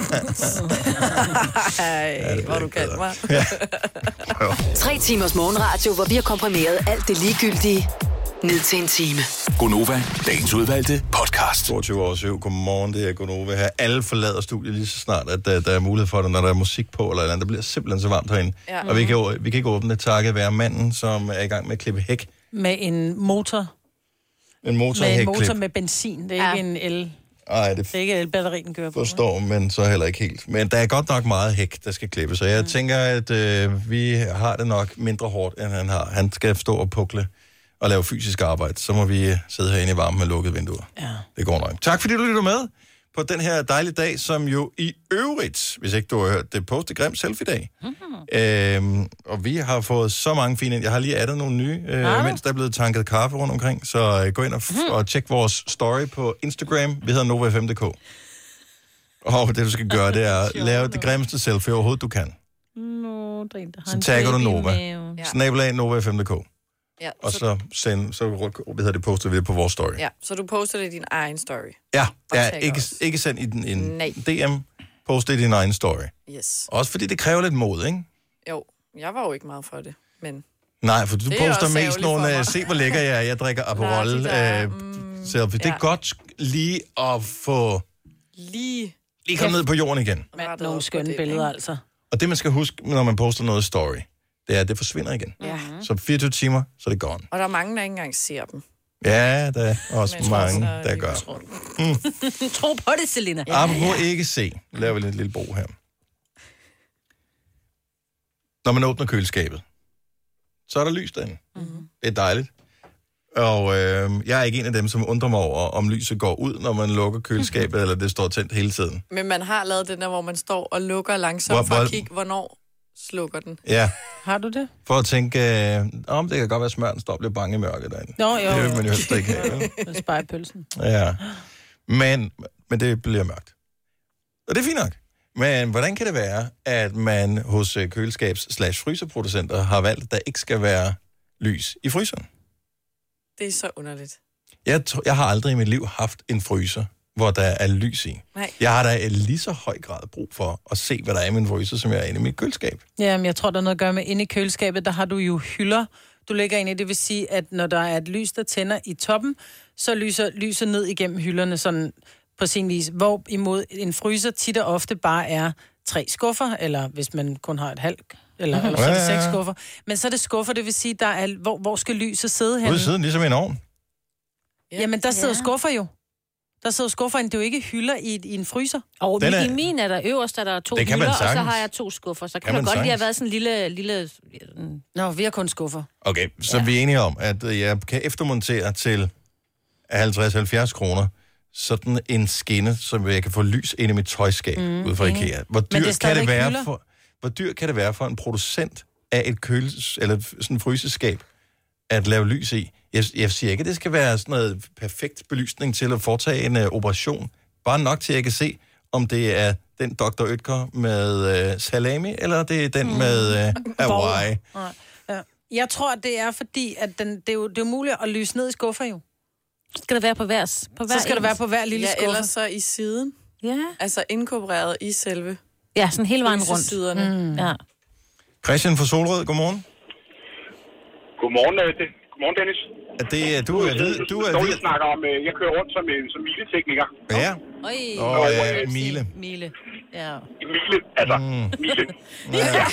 [SPEAKER 4] Ej, hvor du kan mig.
[SPEAKER 6] Tre timers morgenradio, hvor vi har komprimeret alt det ligegyldige ned til en time.
[SPEAKER 7] Gonova, dagens udvalgte podcast.
[SPEAKER 1] toogtyve år syv. Godmorgen, det er Gonova her. Alle forlader studiet lige så snart, at der, der er mulighed for det, når der er musik på, eller, eller andet. Der bliver simpelthen så varmt herinde.
[SPEAKER 4] Ja.
[SPEAKER 1] Og vi kan, vi kan ikke åbne takket være manden, som er i gang med at klippe hæk.
[SPEAKER 3] Med en motor.
[SPEAKER 1] En motor
[SPEAKER 3] Med en
[SPEAKER 1] hækklip.
[SPEAKER 3] motor med benzin. Det er
[SPEAKER 2] Ja.
[SPEAKER 3] ikke en el.
[SPEAKER 1] Ej, det
[SPEAKER 3] Det er ikke el-batteri, den kører på.
[SPEAKER 1] forstår, men så heller ikke helt. Men der er godt nok meget hæk, der skal klippes, så jeg mm. tænker, at øh, vi har det nok mindre hårdt, end han har. Han skal stå og pukle og lave fysisk arbejde. Så må vi sidde herinde i varmen med lukkede vinduer.
[SPEAKER 3] Ja.
[SPEAKER 1] Det går nok. Tak fordi du lytter med på den her dejlige dag, som jo i øvrigt, hvis ikke du har hørt det, poste grim selfie-dag. Mm-hmm. Øhm, og vi har fået så mange fine ind. Jeg har lige addet nogle nye, øh,
[SPEAKER 3] Ja.
[SPEAKER 1] mens der er blevet tanket kaffe rundt omkring. Så øh, gå ind og, f- mm. og tjek vores story på Instagram. Vi hedder Nova F M punktum d k. Og det du skal gøre, det er at lave det grimmeste selfie overhovedet, du kan.
[SPEAKER 2] Nå, der er en, der har
[SPEAKER 1] Så
[SPEAKER 2] en
[SPEAKER 1] tagger du
[SPEAKER 2] baby i
[SPEAKER 1] Nova.
[SPEAKER 2] maven.
[SPEAKER 4] Ja.
[SPEAKER 1] Snabelag Nova F M punktum d k.
[SPEAKER 4] Ja,
[SPEAKER 1] Og så, send, så hvad hedder det, poster vi det på vores story.
[SPEAKER 4] ja, så du poster det i din egen story.
[SPEAKER 1] Ja,
[SPEAKER 4] Og
[SPEAKER 1] ja
[SPEAKER 4] tagger
[SPEAKER 1] ikke,
[SPEAKER 4] os.
[SPEAKER 1] ikke send i den, en
[SPEAKER 4] Nej.
[SPEAKER 1] D M, post det i din egen story.
[SPEAKER 4] Yes.
[SPEAKER 1] Også fordi det kræver lidt mod, ikke?
[SPEAKER 4] Jo. Jeg var jo ikke meget for det, men...
[SPEAKER 1] Nej, for du
[SPEAKER 4] Det er
[SPEAKER 1] poster
[SPEAKER 4] også
[SPEAKER 1] mest
[SPEAKER 4] ærgerligt
[SPEAKER 1] nogle,
[SPEAKER 4] for mig.
[SPEAKER 1] uh, se hvor lækker jeg er, jeg drikker Aperol.
[SPEAKER 4] Nej, de der,
[SPEAKER 1] Uh,
[SPEAKER 4] mm,
[SPEAKER 1] selfie. Det er
[SPEAKER 4] ja.
[SPEAKER 1] godt lige at få...
[SPEAKER 4] Lige...
[SPEAKER 1] Lige komme ned på jorden igen.
[SPEAKER 4] rettet op
[SPEAKER 3] Nogle
[SPEAKER 4] på
[SPEAKER 3] skønne
[SPEAKER 4] det,
[SPEAKER 3] billeder,
[SPEAKER 4] ikke?
[SPEAKER 3] altså.
[SPEAKER 1] Og det, man skal huske, når man poster noget story, det er, at det forsvinder igen.
[SPEAKER 4] Ja.
[SPEAKER 1] Så fireogtyve timer, så er det gone.
[SPEAKER 4] Og der er mange, der ikke engang ser dem.
[SPEAKER 1] Ja, der er også
[SPEAKER 4] Men
[SPEAKER 1] mange,
[SPEAKER 4] så er
[SPEAKER 1] der
[SPEAKER 4] de
[SPEAKER 1] gør.
[SPEAKER 4] utrolige.
[SPEAKER 2] Tro på det, Selina.
[SPEAKER 1] Ja, Apropos ikke se, laver vi lidt lille bro her. Når man åbner køleskabet, så er der lys derinde. Mm-hmm. Det er dejligt. Og øh, jeg er ikke en af dem, som undrer mig over, om lyset går ud, når man lukker køleskabet, eller det står tændt hele tiden.
[SPEAKER 4] Men man har lavet den der, hvor man står og lukker langsomt
[SPEAKER 1] Hvor-
[SPEAKER 4] for
[SPEAKER 1] hvor-
[SPEAKER 4] at kigge, hvornår slukker den.
[SPEAKER 1] Ja,
[SPEAKER 3] Har du det?
[SPEAKER 1] for at tænke, øh, om det kan godt være, at smøren står og bliver bange i mørket derinde.
[SPEAKER 3] Nå, jo.
[SPEAKER 1] Det vil man jo helst ikke have. vel?
[SPEAKER 3] Det er spejepølsen.
[SPEAKER 1] Ja, men, men det bliver mørkt. Og det er fint nok. Men hvordan kan det være, at man hos øh, køleskabs-slash-fryserproducenter har valgt, at der ikke skal være lys i fryseren?
[SPEAKER 4] Det er så underligt.
[SPEAKER 1] Jeg, tr- jeg har aldrig i mit liv haft en fryser, hvor der er lys i.
[SPEAKER 4] Nej.
[SPEAKER 1] Jeg har da i lige så høj grad brug for at se, hvad der er i min fryser, som jeg er inde i mit køleskab.
[SPEAKER 3] Jamen, jeg tror, der er noget at gøre med, inde i køleskabet, der har du jo hylder, du lægger ind i. Det vil sige, at når der er et lys, der tænder i toppen, så lyser lyset ned igennem hylderne sådan på sin vis. Hvor imod en fryser tit og ofte bare er tre skuffer, eller hvis man kun har et halvt, eller, eller så er det
[SPEAKER 1] Ja, ja, ja.
[SPEAKER 3] seks skuffer. Men så er det skuffer, det vil sige, der er, hvor, hvor skal lyset sidde
[SPEAKER 1] Ude
[SPEAKER 3] henne?
[SPEAKER 1] i siden, ligesom i en ovn.
[SPEAKER 3] Jamen, der sidder
[SPEAKER 2] Ja.
[SPEAKER 3] skuffer jo. Der sidder skuffer, det er jo ikke hylder i, i en fryser.
[SPEAKER 2] Og
[SPEAKER 1] Den
[SPEAKER 2] er...
[SPEAKER 1] er-
[SPEAKER 2] i min er der øverst, er der to
[SPEAKER 1] Det kan man
[SPEAKER 2] hylder, og så
[SPEAKER 1] sagtens.
[SPEAKER 2] har jeg to skuffer. Så kan,
[SPEAKER 1] Kan
[SPEAKER 2] kan
[SPEAKER 1] man
[SPEAKER 2] godt lige have
[SPEAKER 1] sagtens.
[SPEAKER 2] været sådan en lille... lille mm,
[SPEAKER 3] Nå, vi har kun skuffer.
[SPEAKER 1] Okay, så
[SPEAKER 2] Ja.
[SPEAKER 1] vi er enige om, at øh, jeg kan eftermontere til halvtreds til halvfjerds kroner sådan en skinne, som jeg kan få lys ind i mit tøjskab mm, ud fra IKEA. Hvor
[SPEAKER 3] det
[SPEAKER 1] dyr
[SPEAKER 3] er
[SPEAKER 1] kan det
[SPEAKER 3] stadigvæk
[SPEAKER 1] være
[SPEAKER 3] hylder.
[SPEAKER 1] for hvor dyr kan det være for en producent af et køles eller sådan et fryseskab at lave lys i? Jeg, jeg siger ikke, at det skal være sådan noget perfekt belysning til at foretage en uh, operation. Bare nok til, at jeg kan se, om det er den doktor Oetker med uh, salami, eller det er den mm. med uh, Hawaii.
[SPEAKER 3] Nej. Ja. Jeg tror, det er fordi, at den, det, er jo, det er jo muligt at lyse ned i skuffer jo.
[SPEAKER 2] skal det være på hver, på hver
[SPEAKER 3] Så skal det være på hver lille
[SPEAKER 4] Ja,
[SPEAKER 3] skuffe.
[SPEAKER 4] ellers så i siden.
[SPEAKER 2] Ja.
[SPEAKER 4] Altså inkorporeret i selve
[SPEAKER 2] ja, sådan hele vejen rundt.
[SPEAKER 4] siderne.
[SPEAKER 2] Mm. Ja.
[SPEAKER 1] Christian fra Solrød, godmorgen.
[SPEAKER 8] Godmorgen, øh, det, godmorgen Dennis.
[SPEAKER 1] Er det, du er hvid, du er
[SPEAKER 8] Dårligt
[SPEAKER 1] hvid.
[SPEAKER 8] snakker om, øh, jeg kører rundt som, øh, som miletekniker.
[SPEAKER 1] Ja,
[SPEAKER 2] Oj.
[SPEAKER 1] og øh, Mile.
[SPEAKER 2] Mile. Ja.
[SPEAKER 8] I mile, altså
[SPEAKER 1] Mm.
[SPEAKER 8] mile.
[SPEAKER 1] Ja.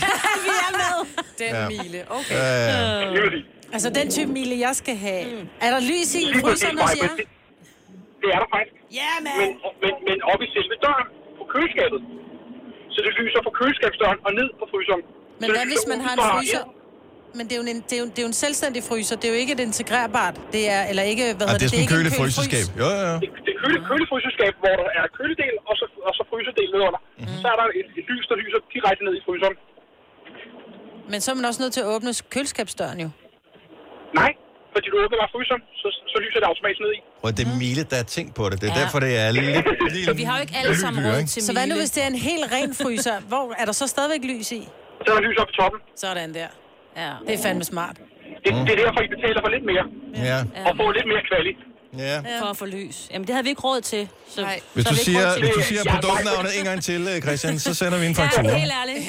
[SPEAKER 4] Den
[SPEAKER 1] Ja.
[SPEAKER 4] mile, okay.
[SPEAKER 1] Ja, ja.
[SPEAKER 8] Lige præcis.
[SPEAKER 3] Altså, den type mile, jeg skal have. Mm. Er der lys i
[SPEAKER 8] Lige præcis,
[SPEAKER 3] fryseren hos
[SPEAKER 8] Maja,
[SPEAKER 3] jer?
[SPEAKER 8] men det, det er der faktisk.
[SPEAKER 3] Ja,
[SPEAKER 8] Men,
[SPEAKER 3] mand!
[SPEAKER 8] men, men oppe i selve døren på køleskabet. Så det lyser fra køleskabsdøren og ned på fryseren.
[SPEAKER 3] Men
[SPEAKER 8] Så det
[SPEAKER 3] hvad
[SPEAKER 8] lyser
[SPEAKER 3] hvis man
[SPEAKER 8] ud
[SPEAKER 3] har en
[SPEAKER 8] fra-
[SPEAKER 3] fryser? Men det er, jo en, det, er jo, det er jo en selvstændig fryser. Det er jo ikke et integrerbart. Det er, eller ikke, hvad
[SPEAKER 1] Ah,
[SPEAKER 3] hedder
[SPEAKER 1] det er sådan en
[SPEAKER 3] ikke
[SPEAKER 1] kølefryseskab. Jo, jo, jo.
[SPEAKER 8] Det, det er køle, kølefryseskab, hvor der er køledel og så, og så fryserdel nedunder.
[SPEAKER 1] Mhm.
[SPEAKER 8] Mm-hmm. Så er der et, et lys, der lyser direkte ned i fryseren.
[SPEAKER 3] Men så er man også nødt til at åbne køleskabsdøren jo.
[SPEAKER 8] Nej, fordi du åbner bare fryseren, så, så lyser det automatisk ned i.
[SPEAKER 1] Og det er Mile, der er tænkt på det. Det er
[SPEAKER 2] Ja.
[SPEAKER 1] derfor, det er lidt... lidt
[SPEAKER 2] Vi har jo ikke alle sammen
[SPEAKER 1] lydyr,
[SPEAKER 2] råd
[SPEAKER 1] ikke?
[SPEAKER 2] til
[SPEAKER 3] Så hvad nu,
[SPEAKER 2] Mile.
[SPEAKER 3] hvis det er en helt ren fryser? Hvor er der så stadigvæk lys i?
[SPEAKER 8] Så er der lys oppe i toppen.
[SPEAKER 3] Sådan der.
[SPEAKER 2] Ja.
[SPEAKER 3] Det er fandme smart.
[SPEAKER 8] Det, det er derfor, I betaler for lidt mere.
[SPEAKER 1] Ja,
[SPEAKER 8] Og får lidt mere kvalitet.
[SPEAKER 1] ja.
[SPEAKER 2] For at få lys. Jamen, det havde vi ikke råd til. Så,
[SPEAKER 4] Nej.
[SPEAKER 1] Hvis
[SPEAKER 2] så
[SPEAKER 1] du
[SPEAKER 2] har vi ikke
[SPEAKER 1] siger,
[SPEAKER 2] råd til
[SPEAKER 1] hvis
[SPEAKER 2] det.
[SPEAKER 1] du siger
[SPEAKER 8] Ja,
[SPEAKER 1] produktnavnet en gang til, øh, Christian, så sender vi en faktura.
[SPEAKER 2] Ja, helt ærligt.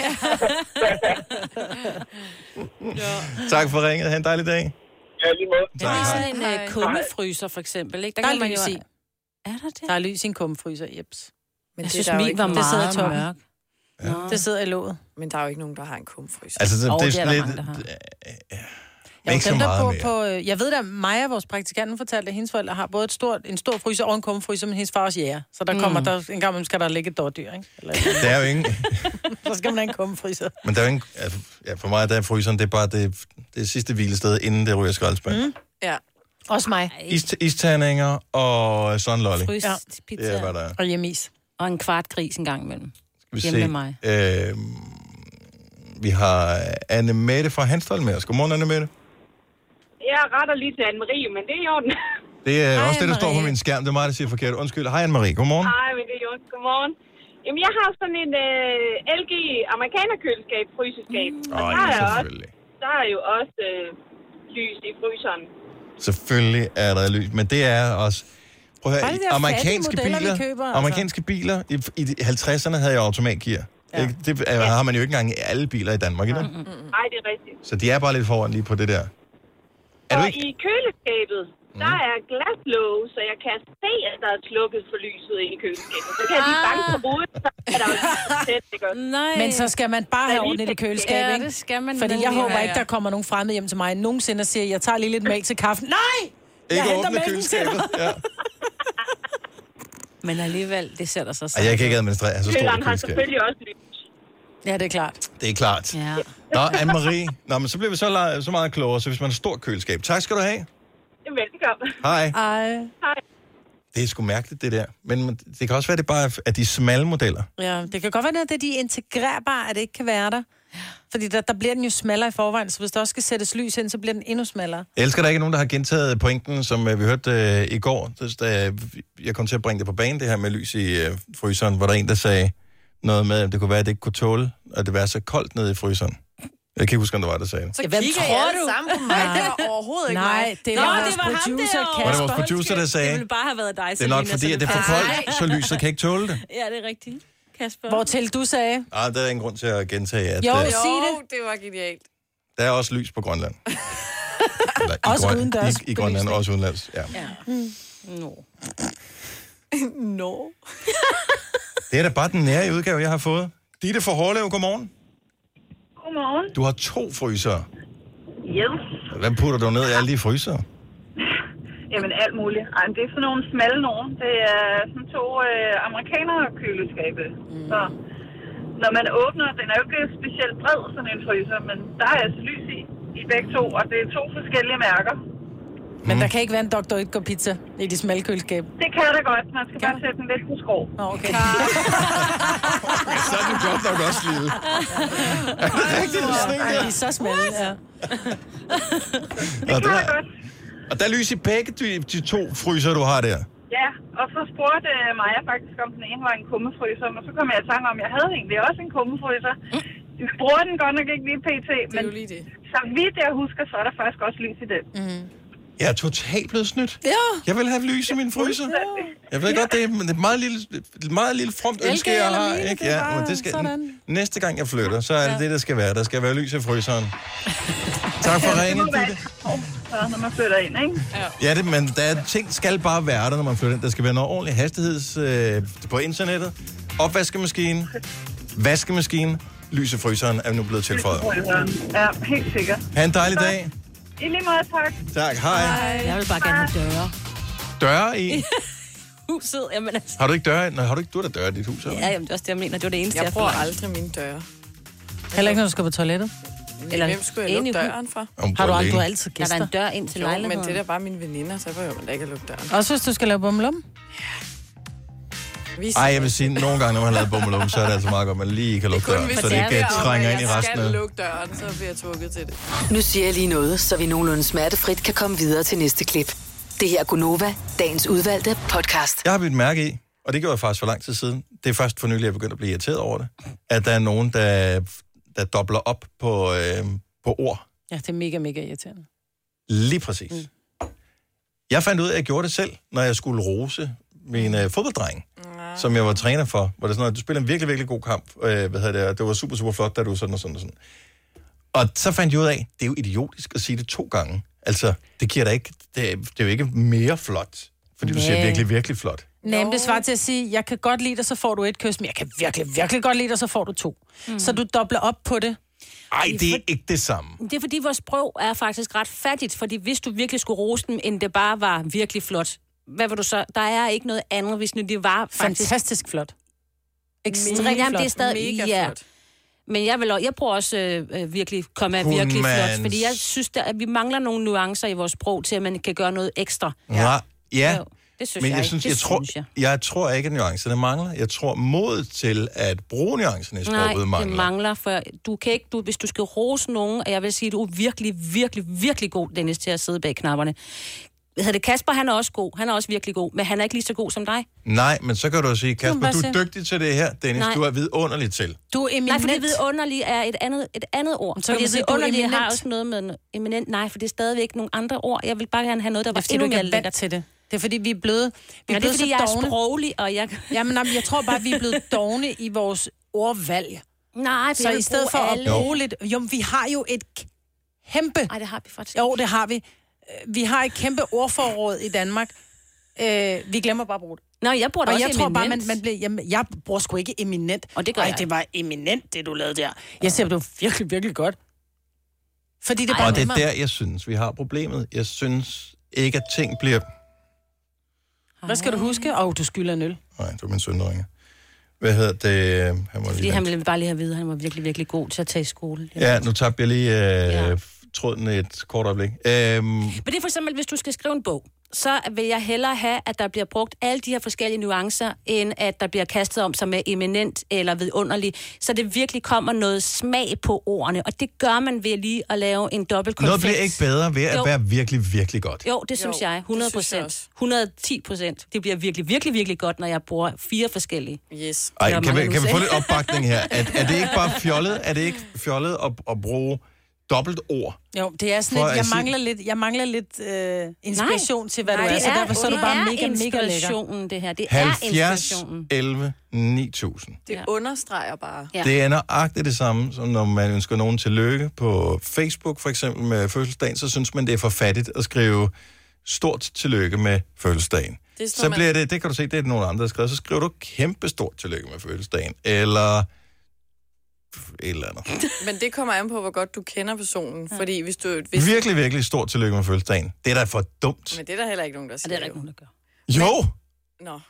[SPEAKER 1] Tak for ringet. Ha' en dejlig dag.
[SPEAKER 8] Ja, lige måde.
[SPEAKER 2] Det er sådan en
[SPEAKER 4] Hej.
[SPEAKER 2] uh, kummefryser, for eksempel. Ikke?
[SPEAKER 3] Der er
[SPEAKER 2] kan man
[SPEAKER 3] lys
[SPEAKER 2] jo...
[SPEAKER 3] i.
[SPEAKER 2] Er der det?
[SPEAKER 3] Der er lys i en kummefryser, jeps.
[SPEAKER 4] Men
[SPEAKER 2] Jeg
[SPEAKER 4] det
[SPEAKER 2] synes,
[SPEAKER 4] er der jo
[SPEAKER 2] min
[SPEAKER 4] ikke
[SPEAKER 2] var
[SPEAKER 4] nogen-
[SPEAKER 3] Det sidder i
[SPEAKER 2] meget
[SPEAKER 3] toppen.
[SPEAKER 2] mørk. Nå.
[SPEAKER 3] Det sidder i låget.
[SPEAKER 4] Men der er jo ikke nogen, der har en kumfryser.
[SPEAKER 1] Altså, det,
[SPEAKER 2] Åh,
[SPEAKER 1] det er
[SPEAKER 2] det er
[SPEAKER 1] sådan
[SPEAKER 2] der
[SPEAKER 1] lidt...
[SPEAKER 2] mange, der
[SPEAKER 1] Ja,
[SPEAKER 3] Jeg
[SPEAKER 1] ikke så
[SPEAKER 3] dem, der
[SPEAKER 1] meget
[SPEAKER 3] på,
[SPEAKER 1] mere.
[SPEAKER 3] på, øh, jeg ved da, Maja, vores praktikant, hun fortalte, at hendes forældre har både et stort, en stor fryser og en kummefryser, men hendes far også jæger. Så der kommer der, en gang imellem skal der ligge et dårdyr, ikke? Eller,
[SPEAKER 1] Der er jo ingen...
[SPEAKER 3] så skal man have en kummefryser.
[SPEAKER 1] Men der er jo ingen... Altså, ja, for mig der er fryseren, det er bare det, det sidste hvilested, inden det ryger skraldespand. Mm.
[SPEAKER 4] Ja.
[SPEAKER 3] Også mig.
[SPEAKER 1] Is, isterninger og sunlolly.
[SPEAKER 2] Frys,
[SPEAKER 3] Ja.
[SPEAKER 2] pizza
[SPEAKER 1] Det er, hvad der er.
[SPEAKER 3] Og hjemmeis.
[SPEAKER 2] og en kvart gris en gang imellem.
[SPEAKER 1] Skal vi
[SPEAKER 2] Hjemme
[SPEAKER 1] se.
[SPEAKER 2] med mig.
[SPEAKER 1] Øh, vi har Anne Mette fra Hanstholm med os. Godmorgen, Anne Mette.
[SPEAKER 9] Jeg retter lige til Anne-Marie, men det er i orden.
[SPEAKER 1] Det er
[SPEAKER 3] Hej,
[SPEAKER 1] også det, der står på
[SPEAKER 3] Anne-Marie.
[SPEAKER 1] min skærm. Det er mig, der siger forkert. Undskyld. Hej, Anne-Marie. Godmorgen.
[SPEAKER 9] Nej, men det er i orden. Godmorgen. Jamen, jeg har sådan en øh, L G amerikanerkøleskab, fryseskab. Mm. Og
[SPEAKER 1] Åh,
[SPEAKER 9] der,
[SPEAKER 1] ja,
[SPEAKER 9] er også,
[SPEAKER 1] selvfølgelig.
[SPEAKER 9] der er jo også øh, lys i fryseren.
[SPEAKER 1] Selvfølgelig er der lys, men det er også... Prøv at
[SPEAKER 3] Bare
[SPEAKER 1] høre,
[SPEAKER 3] de der
[SPEAKER 1] amerikanske
[SPEAKER 3] fattige modeller, vi
[SPEAKER 1] biler,
[SPEAKER 3] køber, altså.
[SPEAKER 1] amerikanske biler, i, i de halvtredserne havde jeg automatgear. Ja. Det er, har man jo ikke engang i alle biler i Danmark, ikke?
[SPEAKER 9] Nej, det er rigtigt.
[SPEAKER 1] Så de er bare lidt foran lige på det der. Er
[SPEAKER 9] Og
[SPEAKER 1] du ikke?
[SPEAKER 9] i køleskabet, mm. der er glaslåge, så jeg kan se, at der er slukket for lyset inde i køleskabet. Så kan jeg lige banke på hovedet, så er der jo tæt, ikke også?
[SPEAKER 2] Nej.
[SPEAKER 3] Men så skal man bare have ordentligt i køleskabet,
[SPEAKER 2] Ja,
[SPEAKER 3] ikke?
[SPEAKER 2] det skal man.
[SPEAKER 3] Fordi jeg
[SPEAKER 2] nemlig.
[SPEAKER 3] håber
[SPEAKER 2] Ja,
[SPEAKER 3] ikke,
[SPEAKER 2] ja.
[SPEAKER 3] der kommer nogen fremmede hjem til mig nogensinde og siger, jeg tager lige lidt mælk til kaffen. Nej! Jeg
[SPEAKER 1] Ikke
[SPEAKER 3] henter
[SPEAKER 1] åbne
[SPEAKER 3] mælken til dig.
[SPEAKER 1] køleskabet. Ja.
[SPEAKER 2] Men alligevel, det sætter sig
[SPEAKER 1] Ej,
[SPEAKER 2] sammen.
[SPEAKER 1] jeg kan ikke administrere så stort
[SPEAKER 9] Køleren
[SPEAKER 1] et
[SPEAKER 9] har
[SPEAKER 1] køleskab.
[SPEAKER 9] selvfølgelig også lys.
[SPEAKER 3] Ja, det er klart.
[SPEAKER 1] Det er klart.
[SPEAKER 2] Ja.
[SPEAKER 1] Nå, Anne-Marie. Nå, men så bliver vi så, la- så meget klogere, så hvis man har et stort køleskab. Tak skal du have.
[SPEAKER 9] Velbekomme.
[SPEAKER 1] Hej.
[SPEAKER 3] Ej.
[SPEAKER 9] Hej.
[SPEAKER 1] Det er sgu mærkeligt, det der. Men det kan også være, det bare er af de smalle modeller.
[SPEAKER 3] Ja, det kan godt være, at det er de integrerbare, at det ikke kan være der. Fordi der, der bliver den jo smallere i forvejen, så hvis der også skal sættes lys ind, så bliver den endnu smallere.
[SPEAKER 1] Jeg elsker, at der ikke er nogen, der har gentaget pointen, som uh, vi hørte uh, i går. Det, da jeg kom til at bringe det på banen, det her med lys i uh, fryseren, hvor der en, der sagde noget med, at det kunne være, at det ikke kunne tåle, at det var så koldt nede i fryseren. Jeg kan ikke huske, om det var, der sagde det.
[SPEAKER 4] Så
[SPEAKER 3] Hvem
[SPEAKER 4] kigger
[SPEAKER 3] tror
[SPEAKER 4] I alle
[SPEAKER 3] du?
[SPEAKER 4] sammen på mig. Det var overhovedet ikke
[SPEAKER 3] Nej,
[SPEAKER 4] mig.
[SPEAKER 3] det
[SPEAKER 2] Nå,
[SPEAKER 3] var
[SPEAKER 2] det
[SPEAKER 3] vores
[SPEAKER 2] var ham
[SPEAKER 3] producer,
[SPEAKER 2] derovre.
[SPEAKER 1] Var det
[SPEAKER 3] Kasper.
[SPEAKER 1] vores producer, der
[SPEAKER 2] Det
[SPEAKER 1] sagde,
[SPEAKER 2] ville bare have været dig,
[SPEAKER 1] det er nok
[SPEAKER 2] Selina,
[SPEAKER 1] fordi,
[SPEAKER 2] så
[SPEAKER 1] at det er for koldt, så lyset kan ikke tåle det.
[SPEAKER 2] Ja, det er rigtigt. Kasper.
[SPEAKER 3] Hvortil du sagde,
[SPEAKER 1] Ah, der er ingen grund til at gentage, at
[SPEAKER 3] Jo,
[SPEAKER 1] uh,
[SPEAKER 3] sig det.
[SPEAKER 4] Jo, det var genialt.
[SPEAKER 1] der er også lys på Grønland. Eller, i
[SPEAKER 3] Også
[SPEAKER 1] Grøn-
[SPEAKER 3] udendørs
[SPEAKER 1] I, i Grønland,
[SPEAKER 3] belysning.
[SPEAKER 1] også udenlands, ja.
[SPEAKER 2] Ja. Nå.
[SPEAKER 4] No.
[SPEAKER 1] Det er da bare den nære udgave, jeg har fået. Ditte fra Hårlev, godmorgen.
[SPEAKER 9] Godmorgen.
[SPEAKER 1] Du har to frysere.
[SPEAKER 9] Yes.
[SPEAKER 1] Hvad putter du ned i alle de frysere?
[SPEAKER 9] Jamen alt muligt. Ej, men det er sådan nogle smalle nogen. Det er sådan to øh, amerikanere køleskabe. Mm. Så når man åbner, den er jo ikke specielt bred, sådan en fryser, men der er altså lys i, i begge to, og det er to forskellige mærker.
[SPEAKER 3] men der kan ikke være en doktor Ytger pizza i de smalle køleskab.
[SPEAKER 9] Det kan der godt. Man skal bare sætte den lidt på skrå.
[SPEAKER 3] Nå, okay.
[SPEAKER 1] Så er den godt nok også lille. Er det rigtigt, du
[SPEAKER 3] Ej,
[SPEAKER 1] snikker?
[SPEAKER 3] de er så smalle, ja.
[SPEAKER 1] Nå,
[SPEAKER 9] Det kan
[SPEAKER 1] der,
[SPEAKER 9] der godt.
[SPEAKER 1] og der er lys i begge de, de to fryser, du har der.
[SPEAKER 9] Ja, og så spurgte øh, Maja faktisk, om den ene var en kummefryser, og så kom jeg i tanke om, at jeg havde egentlig også en kummefryser. Vi bruger den godt nok ikke lige pt,
[SPEAKER 4] Det er
[SPEAKER 9] men
[SPEAKER 4] jo lige det.
[SPEAKER 9] så vidt jeg husker, så er der faktisk også lys i den. Mm.
[SPEAKER 1] Jeg er totalt blevet snydt.
[SPEAKER 3] Ja.
[SPEAKER 1] Jeg vil have lys i min fryser. Jeg ved godt, det er det er et meget lille, et meget lille fromt
[SPEAKER 3] Elke
[SPEAKER 1] ønske, jeg
[SPEAKER 3] eller
[SPEAKER 1] har.
[SPEAKER 3] mine,
[SPEAKER 1] Ikke?
[SPEAKER 3] det er
[SPEAKER 1] Ja,
[SPEAKER 3] bare
[SPEAKER 1] men det skal,
[SPEAKER 3] sådan.
[SPEAKER 1] næste gang jeg flytter, så er det det, der skal være. Der skal være lys i fryseren. Tak for ringet, Ditte.
[SPEAKER 9] Så når man flytter ind, ikke?
[SPEAKER 1] Ja, det, men der er, ting skal bare være der, når man flytter ind. Der skal være noget ordentlig hastigheds øh, på internettet. Opvaskemaskine, vaskemaskine, lys i fryseren er nu blevet tilføjet.
[SPEAKER 9] Ja, helt sikkert.
[SPEAKER 1] Ha' en dejlig dag.
[SPEAKER 9] I lige måde, tak.
[SPEAKER 1] Tak, hej.
[SPEAKER 2] Jeg vil bare gerne have døre.
[SPEAKER 1] Døre i?
[SPEAKER 2] Huset, jamen altså.
[SPEAKER 1] Har du ikke døre? Nej, har du ikke du har da døre i dit hus? Eller?
[SPEAKER 2] Ja, jamen, det er også det, jeg mener. Det var det eneste,
[SPEAKER 4] Jeg
[SPEAKER 2] jeg
[SPEAKER 4] bruger
[SPEAKER 2] forlangte.
[SPEAKER 4] aldrig mine døre.
[SPEAKER 3] Heller ikke, når du skal på toilettet.
[SPEAKER 2] Eller
[SPEAKER 4] Hvem skulle jeg
[SPEAKER 2] inde
[SPEAKER 4] lukke
[SPEAKER 2] i
[SPEAKER 4] døren for?
[SPEAKER 1] Om
[SPEAKER 3] Har du
[SPEAKER 1] alene.
[SPEAKER 3] aldrig du har altid
[SPEAKER 2] Er der
[SPEAKER 3] gæster?
[SPEAKER 2] en dør ind til
[SPEAKER 4] Jo, men
[SPEAKER 2] lejligheden?
[SPEAKER 4] det er da bare mine veninder, så behøver man da ikke at lukke døren.
[SPEAKER 3] Også hvis du skal lave bummelum?
[SPEAKER 4] Vi
[SPEAKER 1] Ej, jeg vil sige, nogle gange, når man har lavet bummelum, så er det altså meget godt, at man lige kan lukke
[SPEAKER 4] kun,
[SPEAKER 1] døren,
[SPEAKER 4] hvis
[SPEAKER 1] så det
[SPEAKER 2] det
[SPEAKER 1] ikke
[SPEAKER 2] er
[SPEAKER 1] uh, trænger ind i resten
[SPEAKER 4] Jeg
[SPEAKER 1] af...
[SPEAKER 4] skal lukke døren, så bliver jeg tvunget til det.
[SPEAKER 6] Nu siger jeg lige noget, så vi nogenlunde smertefrit kan komme videre til næste klip. Det her er Gunova, dagens udvalgte podcast.
[SPEAKER 1] Jeg har bidt mærke i, og det gjorde jeg faktisk for lang tid siden, det er først for nylig, jeg er begyndt at blive irriteret over det, at der er nogen, der, der dobler op på, øh, på ord.
[SPEAKER 3] Ja, det er mega, mega irriterende.
[SPEAKER 1] Lige præcis. Mm. Jeg fandt ud af, at jeg gjorde det selv, når jeg skulle rose min øh, fodbolddreng, ja. som jeg var træner for. Hvor det sådan noget, du spiller en virkelig, virkelig god kamp. Øh, hvad hedder det, det var super, super flot, da du sådan og sådan og sådan. Og så fandt jeg ud af, det er jo idiotisk at sige det to gange. Altså, det giver da ikke, det er, det er jo ikke mere flot, fordi du
[SPEAKER 3] Nej.
[SPEAKER 1] siger virkelig, virkelig flot.
[SPEAKER 3] Nej, men det svarer til at sige, jeg kan godt lide dig, så får du et kys, men jeg kan virkelig, virkelig godt lide dig, så får du to. Mm. Så du dobler op på det.
[SPEAKER 1] Ej, det er ikke det samme.
[SPEAKER 2] Det er fordi, vores sprog er faktisk ret fattigt, fordi hvis du virkelig skulle rose dem, end det bare var virkelig flot, hvad vil du så? Der er ikke noget andet, hvis nu det var faktisk...
[SPEAKER 3] Fantastisk flot. Ekstremt
[SPEAKER 2] Jamen,
[SPEAKER 3] flot.
[SPEAKER 2] det er stadig...
[SPEAKER 4] Mega
[SPEAKER 2] ja.
[SPEAKER 4] flot.
[SPEAKER 2] Men jeg, vil, også- jeg bruger også øh, virkelig komme af
[SPEAKER 1] Kunne
[SPEAKER 2] virkelig
[SPEAKER 1] man-
[SPEAKER 2] flot, fordi jeg synes, der, at vi mangler nogle nuancer i vores sprog til, at man kan gøre noget ekstra.
[SPEAKER 1] Ja, ja.
[SPEAKER 2] Jo, det synes
[SPEAKER 1] Men
[SPEAKER 2] jeg,
[SPEAKER 1] jeg,
[SPEAKER 2] ikke.
[SPEAKER 1] synes,
[SPEAKER 2] det
[SPEAKER 1] jeg, tror,
[SPEAKER 2] synes jeg.
[SPEAKER 1] jeg tror ikke, at nuancerne mangler. Jeg tror, modet til at bruge nuancerne i sproget
[SPEAKER 2] Nej,
[SPEAKER 1] mangler.
[SPEAKER 2] det mangler, for du kan ikke, du, hvis du skal rose nogen, og jeg vil sige, at du er virkelig, virkelig, virkelig god, Dennis, til at sidde bag knapperne. Hedder det Kasper, han er også god. Han er også virkelig god, men han er ikke lige så god som dig.
[SPEAKER 1] Nej, men så kan du sige, Kasper,
[SPEAKER 3] bare
[SPEAKER 1] du er
[SPEAKER 3] se.
[SPEAKER 1] dygtig til det her. Dennis,
[SPEAKER 2] Nej.
[SPEAKER 1] du er vidunderlig til.
[SPEAKER 3] Du er eminent.
[SPEAKER 2] Nej, fordi vidunderlig er et andet, et andet ord.
[SPEAKER 3] Så kan
[SPEAKER 2] Fordi
[SPEAKER 3] man sige, du er
[SPEAKER 2] vidunderlig har
[SPEAKER 3] eminent.
[SPEAKER 2] også noget med eminent. Nej, for det er stadigvæk nogle andre ord. Jeg vil bare gerne have noget, der
[SPEAKER 3] Det er
[SPEAKER 2] var
[SPEAKER 3] fordi, du
[SPEAKER 2] endnu
[SPEAKER 3] ikke
[SPEAKER 2] mere
[SPEAKER 3] er vant
[SPEAKER 2] lækkert.
[SPEAKER 3] til det. Det er fordi, vi er blevet, vi
[SPEAKER 2] Ja,
[SPEAKER 3] er
[SPEAKER 2] det er
[SPEAKER 3] blevet
[SPEAKER 2] fordi, jeg
[SPEAKER 3] så
[SPEAKER 2] er
[SPEAKER 3] dogne.
[SPEAKER 2] sproglig, og jeg...
[SPEAKER 3] Jamen, jamen, jeg tror bare, vi er blevet dogne i vores ordvalg.
[SPEAKER 2] Nej,
[SPEAKER 3] så i stedet for at bruge lidt... Jo, vi har jo et kæmpe...
[SPEAKER 2] Nej, det har vi faktisk.
[SPEAKER 3] Jo, det har vi. Vi har et kæmpe ordforråd i Danmark. Øh, vi glemmer bare at bruge det.
[SPEAKER 2] Nå, jeg bruger det
[SPEAKER 3] og
[SPEAKER 2] også
[SPEAKER 3] jeg tror
[SPEAKER 2] eminent.
[SPEAKER 3] bare, man, man bliver, jamen, jeg bruger sgu ikke eminent.
[SPEAKER 2] Og det gør
[SPEAKER 3] Ej,
[SPEAKER 2] jeg.
[SPEAKER 3] det var eminent, det du lavede der. Jeg siger, det var virkelig, virkelig godt. Fordi det er bare
[SPEAKER 1] Og det er
[SPEAKER 3] nemmere.
[SPEAKER 1] der, jeg synes, vi har problemet. Jeg synes ikke, at ting bliver...
[SPEAKER 3] Hvad skal du huske? Åh, oh, du skylder en øl.
[SPEAKER 1] Nej, det var min søn, der ringer. Hvad hedder det? Han var
[SPEAKER 2] Fordi
[SPEAKER 1] lige
[SPEAKER 2] han ville bare lige have at vide, at han var virkelig, virkelig god til at tage i skole.
[SPEAKER 1] Ja, nu tabte jeg lige øh,
[SPEAKER 2] Ja.
[SPEAKER 1] tråden et kort øjeblik. Øhm,
[SPEAKER 2] Men det er for eksempel, hvis du skal skrive en bog, så vil jeg hellere have, at der bliver brugt alle de her forskellige nuancer, end at der bliver kastet om sig med eminent eller vidunderlig, så det virkelig kommer noget smag på ordene, og det gør man ved lige at lave en dobbelt
[SPEAKER 1] noget bliver ikke bedre ved at
[SPEAKER 2] Jo.
[SPEAKER 1] være virkelig, virkelig godt.
[SPEAKER 2] Jo, det synes
[SPEAKER 4] Jo,
[SPEAKER 2] jeg. hundrede
[SPEAKER 4] det synes jeg
[SPEAKER 2] procent.
[SPEAKER 4] også.
[SPEAKER 2] hundrede og ti procent. Det bliver virkelig, virkelig, virkelig godt, når jeg bruger fire forskellige.
[SPEAKER 4] Yes.
[SPEAKER 1] Ej,
[SPEAKER 2] Det var
[SPEAKER 1] kan vi,
[SPEAKER 2] mange
[SPEAKER 1] kan vi
[SPEAKER 2] nu
[SPEAKER 1] få
[SPEAKER 2] selv.
[SPEAKER 1] lidt opbakning her? Er, er det ikke bare fjollet? Er det ikke fjollet at, at bruge dobbelt ord?
[SPEAKER 3] Jo, det er sådan
[SPEAKER 1] For
[SPEAKER 3] lidt,
[SPEAKER 1] at
[SPEAKER 3] jeg
[SPEAKER 1] sige-
[SPEAKER 3] mangler lidt, jeg mangler lidt øh, inspiration
[SPEAKER 2] Nej.
[SPEAKER 3] til, hvad
[SPEAKER 2] Nej,
[SPEAKER 3] du er,
[SPEAKER 2] det
[SPEAKER 3] så
[SPEAKER 2] er-
[SPEAKER 3] derfor så er du
[SPEAKER 2] det
[SPEAKER 3] bare
[SPEAKER 2] er
[SPEAKER 3] mega, mega lækker.
[SPEAKER 2] inspirationen, det her. Det er
[SPEAKER 1] halvfjerds
[SPEAKER 2] inspirationen.
[SPEAKER 1] elleve ni tusind.
[SPEAKER 4] Det
[SPEAKER 2] Ja.
[SPEAKER 4] understreger bare.
[SPEAKER 2] Ja.
[SPEAKER 1] Det er nøjagtigt det samme, som når man ønsker nogen tillykke på Facebook, for eksempel med fødselsdagen, så synes man, det er for fattigt at skrive stort tillykke med fødselsdagen.
[SPEAKER 4] Det er sådan,
[SPEAKER 1] Så
[SPEAKER 4] man-
[SPEAKER 1] bliver det, det kan du se, det er nogle andre, der har skrevet, så skriver du kæmpe stort tillykke med fødselsdagen, eller et eller andet.
[SPEAKER 4] Men det kommer an på, hvor godt du kender personen. Fordi hvis du... Hvis,
[SPEAKER 1] Virkelig, virkelig stort tillykke med fødselsdagen. Det er da for dumt.
[SPEAKER 4] Men det er der heller ikke nogen, der
[SPEAKER 2] Og
[SPEAKER 4] siger.
[SPEAKER 2] det er der ikke nogen, der gør.
[SPEAKER 1] Jo!
[SPEAKER 4] Nå.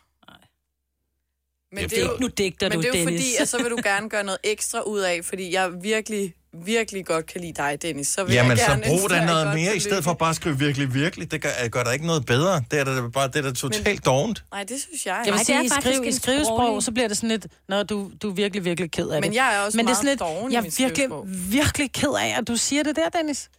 [SPEAKER 4] Men
[SPEAKER 1] Det er
[SPEAKER 4] det er jo,
[SPEAKER 2] Nu digter
[SPEAKER 4] men
[SPEAKER 2] du,
[SPEAKER 4] det er jo
[SPEAKER 2] Dennis.
[SPEAKER 4] fordi, at så vil du gerne gøre noget ekstra ud af, fordi jeg virkelig, virkelig godt kan lide dig, Dennis. Så vil
[SPEAKER 1] Jamen,
[SPEAKER 4] jeg
[SPEAKER 1] så
[SPEAKER 4] gerne
[SPEAKER 1] brug
[SPEAKER 4] ønske
[SPEAKER 1] da
[SPEAKER 4] dig
[SPEAKER 1] noget
[SPEAKER 4] godt
[SPEAKER 1] mere, i
[SPEAKER 4] tillykke.
[SPEAKER 1] stedet for bare at skrive virkelig, virkelig. Det gør, gør der ikke noget bedre. Det er da bare det er da totalt dovent.
[SPEAKER 4] Nej, det synes jeg.
[SPEAKER 3] Jeg vil
[SPEAKER 2] Nej, det
[SPEAKER 3] sige,
[SPEAKER 2] er
[SPEAKER 3] i,
[SPEAKER 2] faktisk
[SPEAKER 3] skriv, i
[SPEAKER 2] en
[SPEAKER 3] skrivesprog,
[SPEAKER 2] sproglig-
[SPEAKER 3] så bliver det sådan lidt, når du, du er virkelig, virkelig ked af det.
[SPEAKER 4] Men jeg er også
[SPEAKER 3] Men det er
[SPEAKER 4] meget
[SPEAKER 3] sådan lidt,
[SPEAKER 4] doven i
[SPEAKER 3] jeg er
[SPEAKER 4] mit
[SPEAKER 3] virkelig,
[SPEAKER 4] skrivesprog.
[SPEAKER 3] virkelig ked af, at du siger det der, Dennis.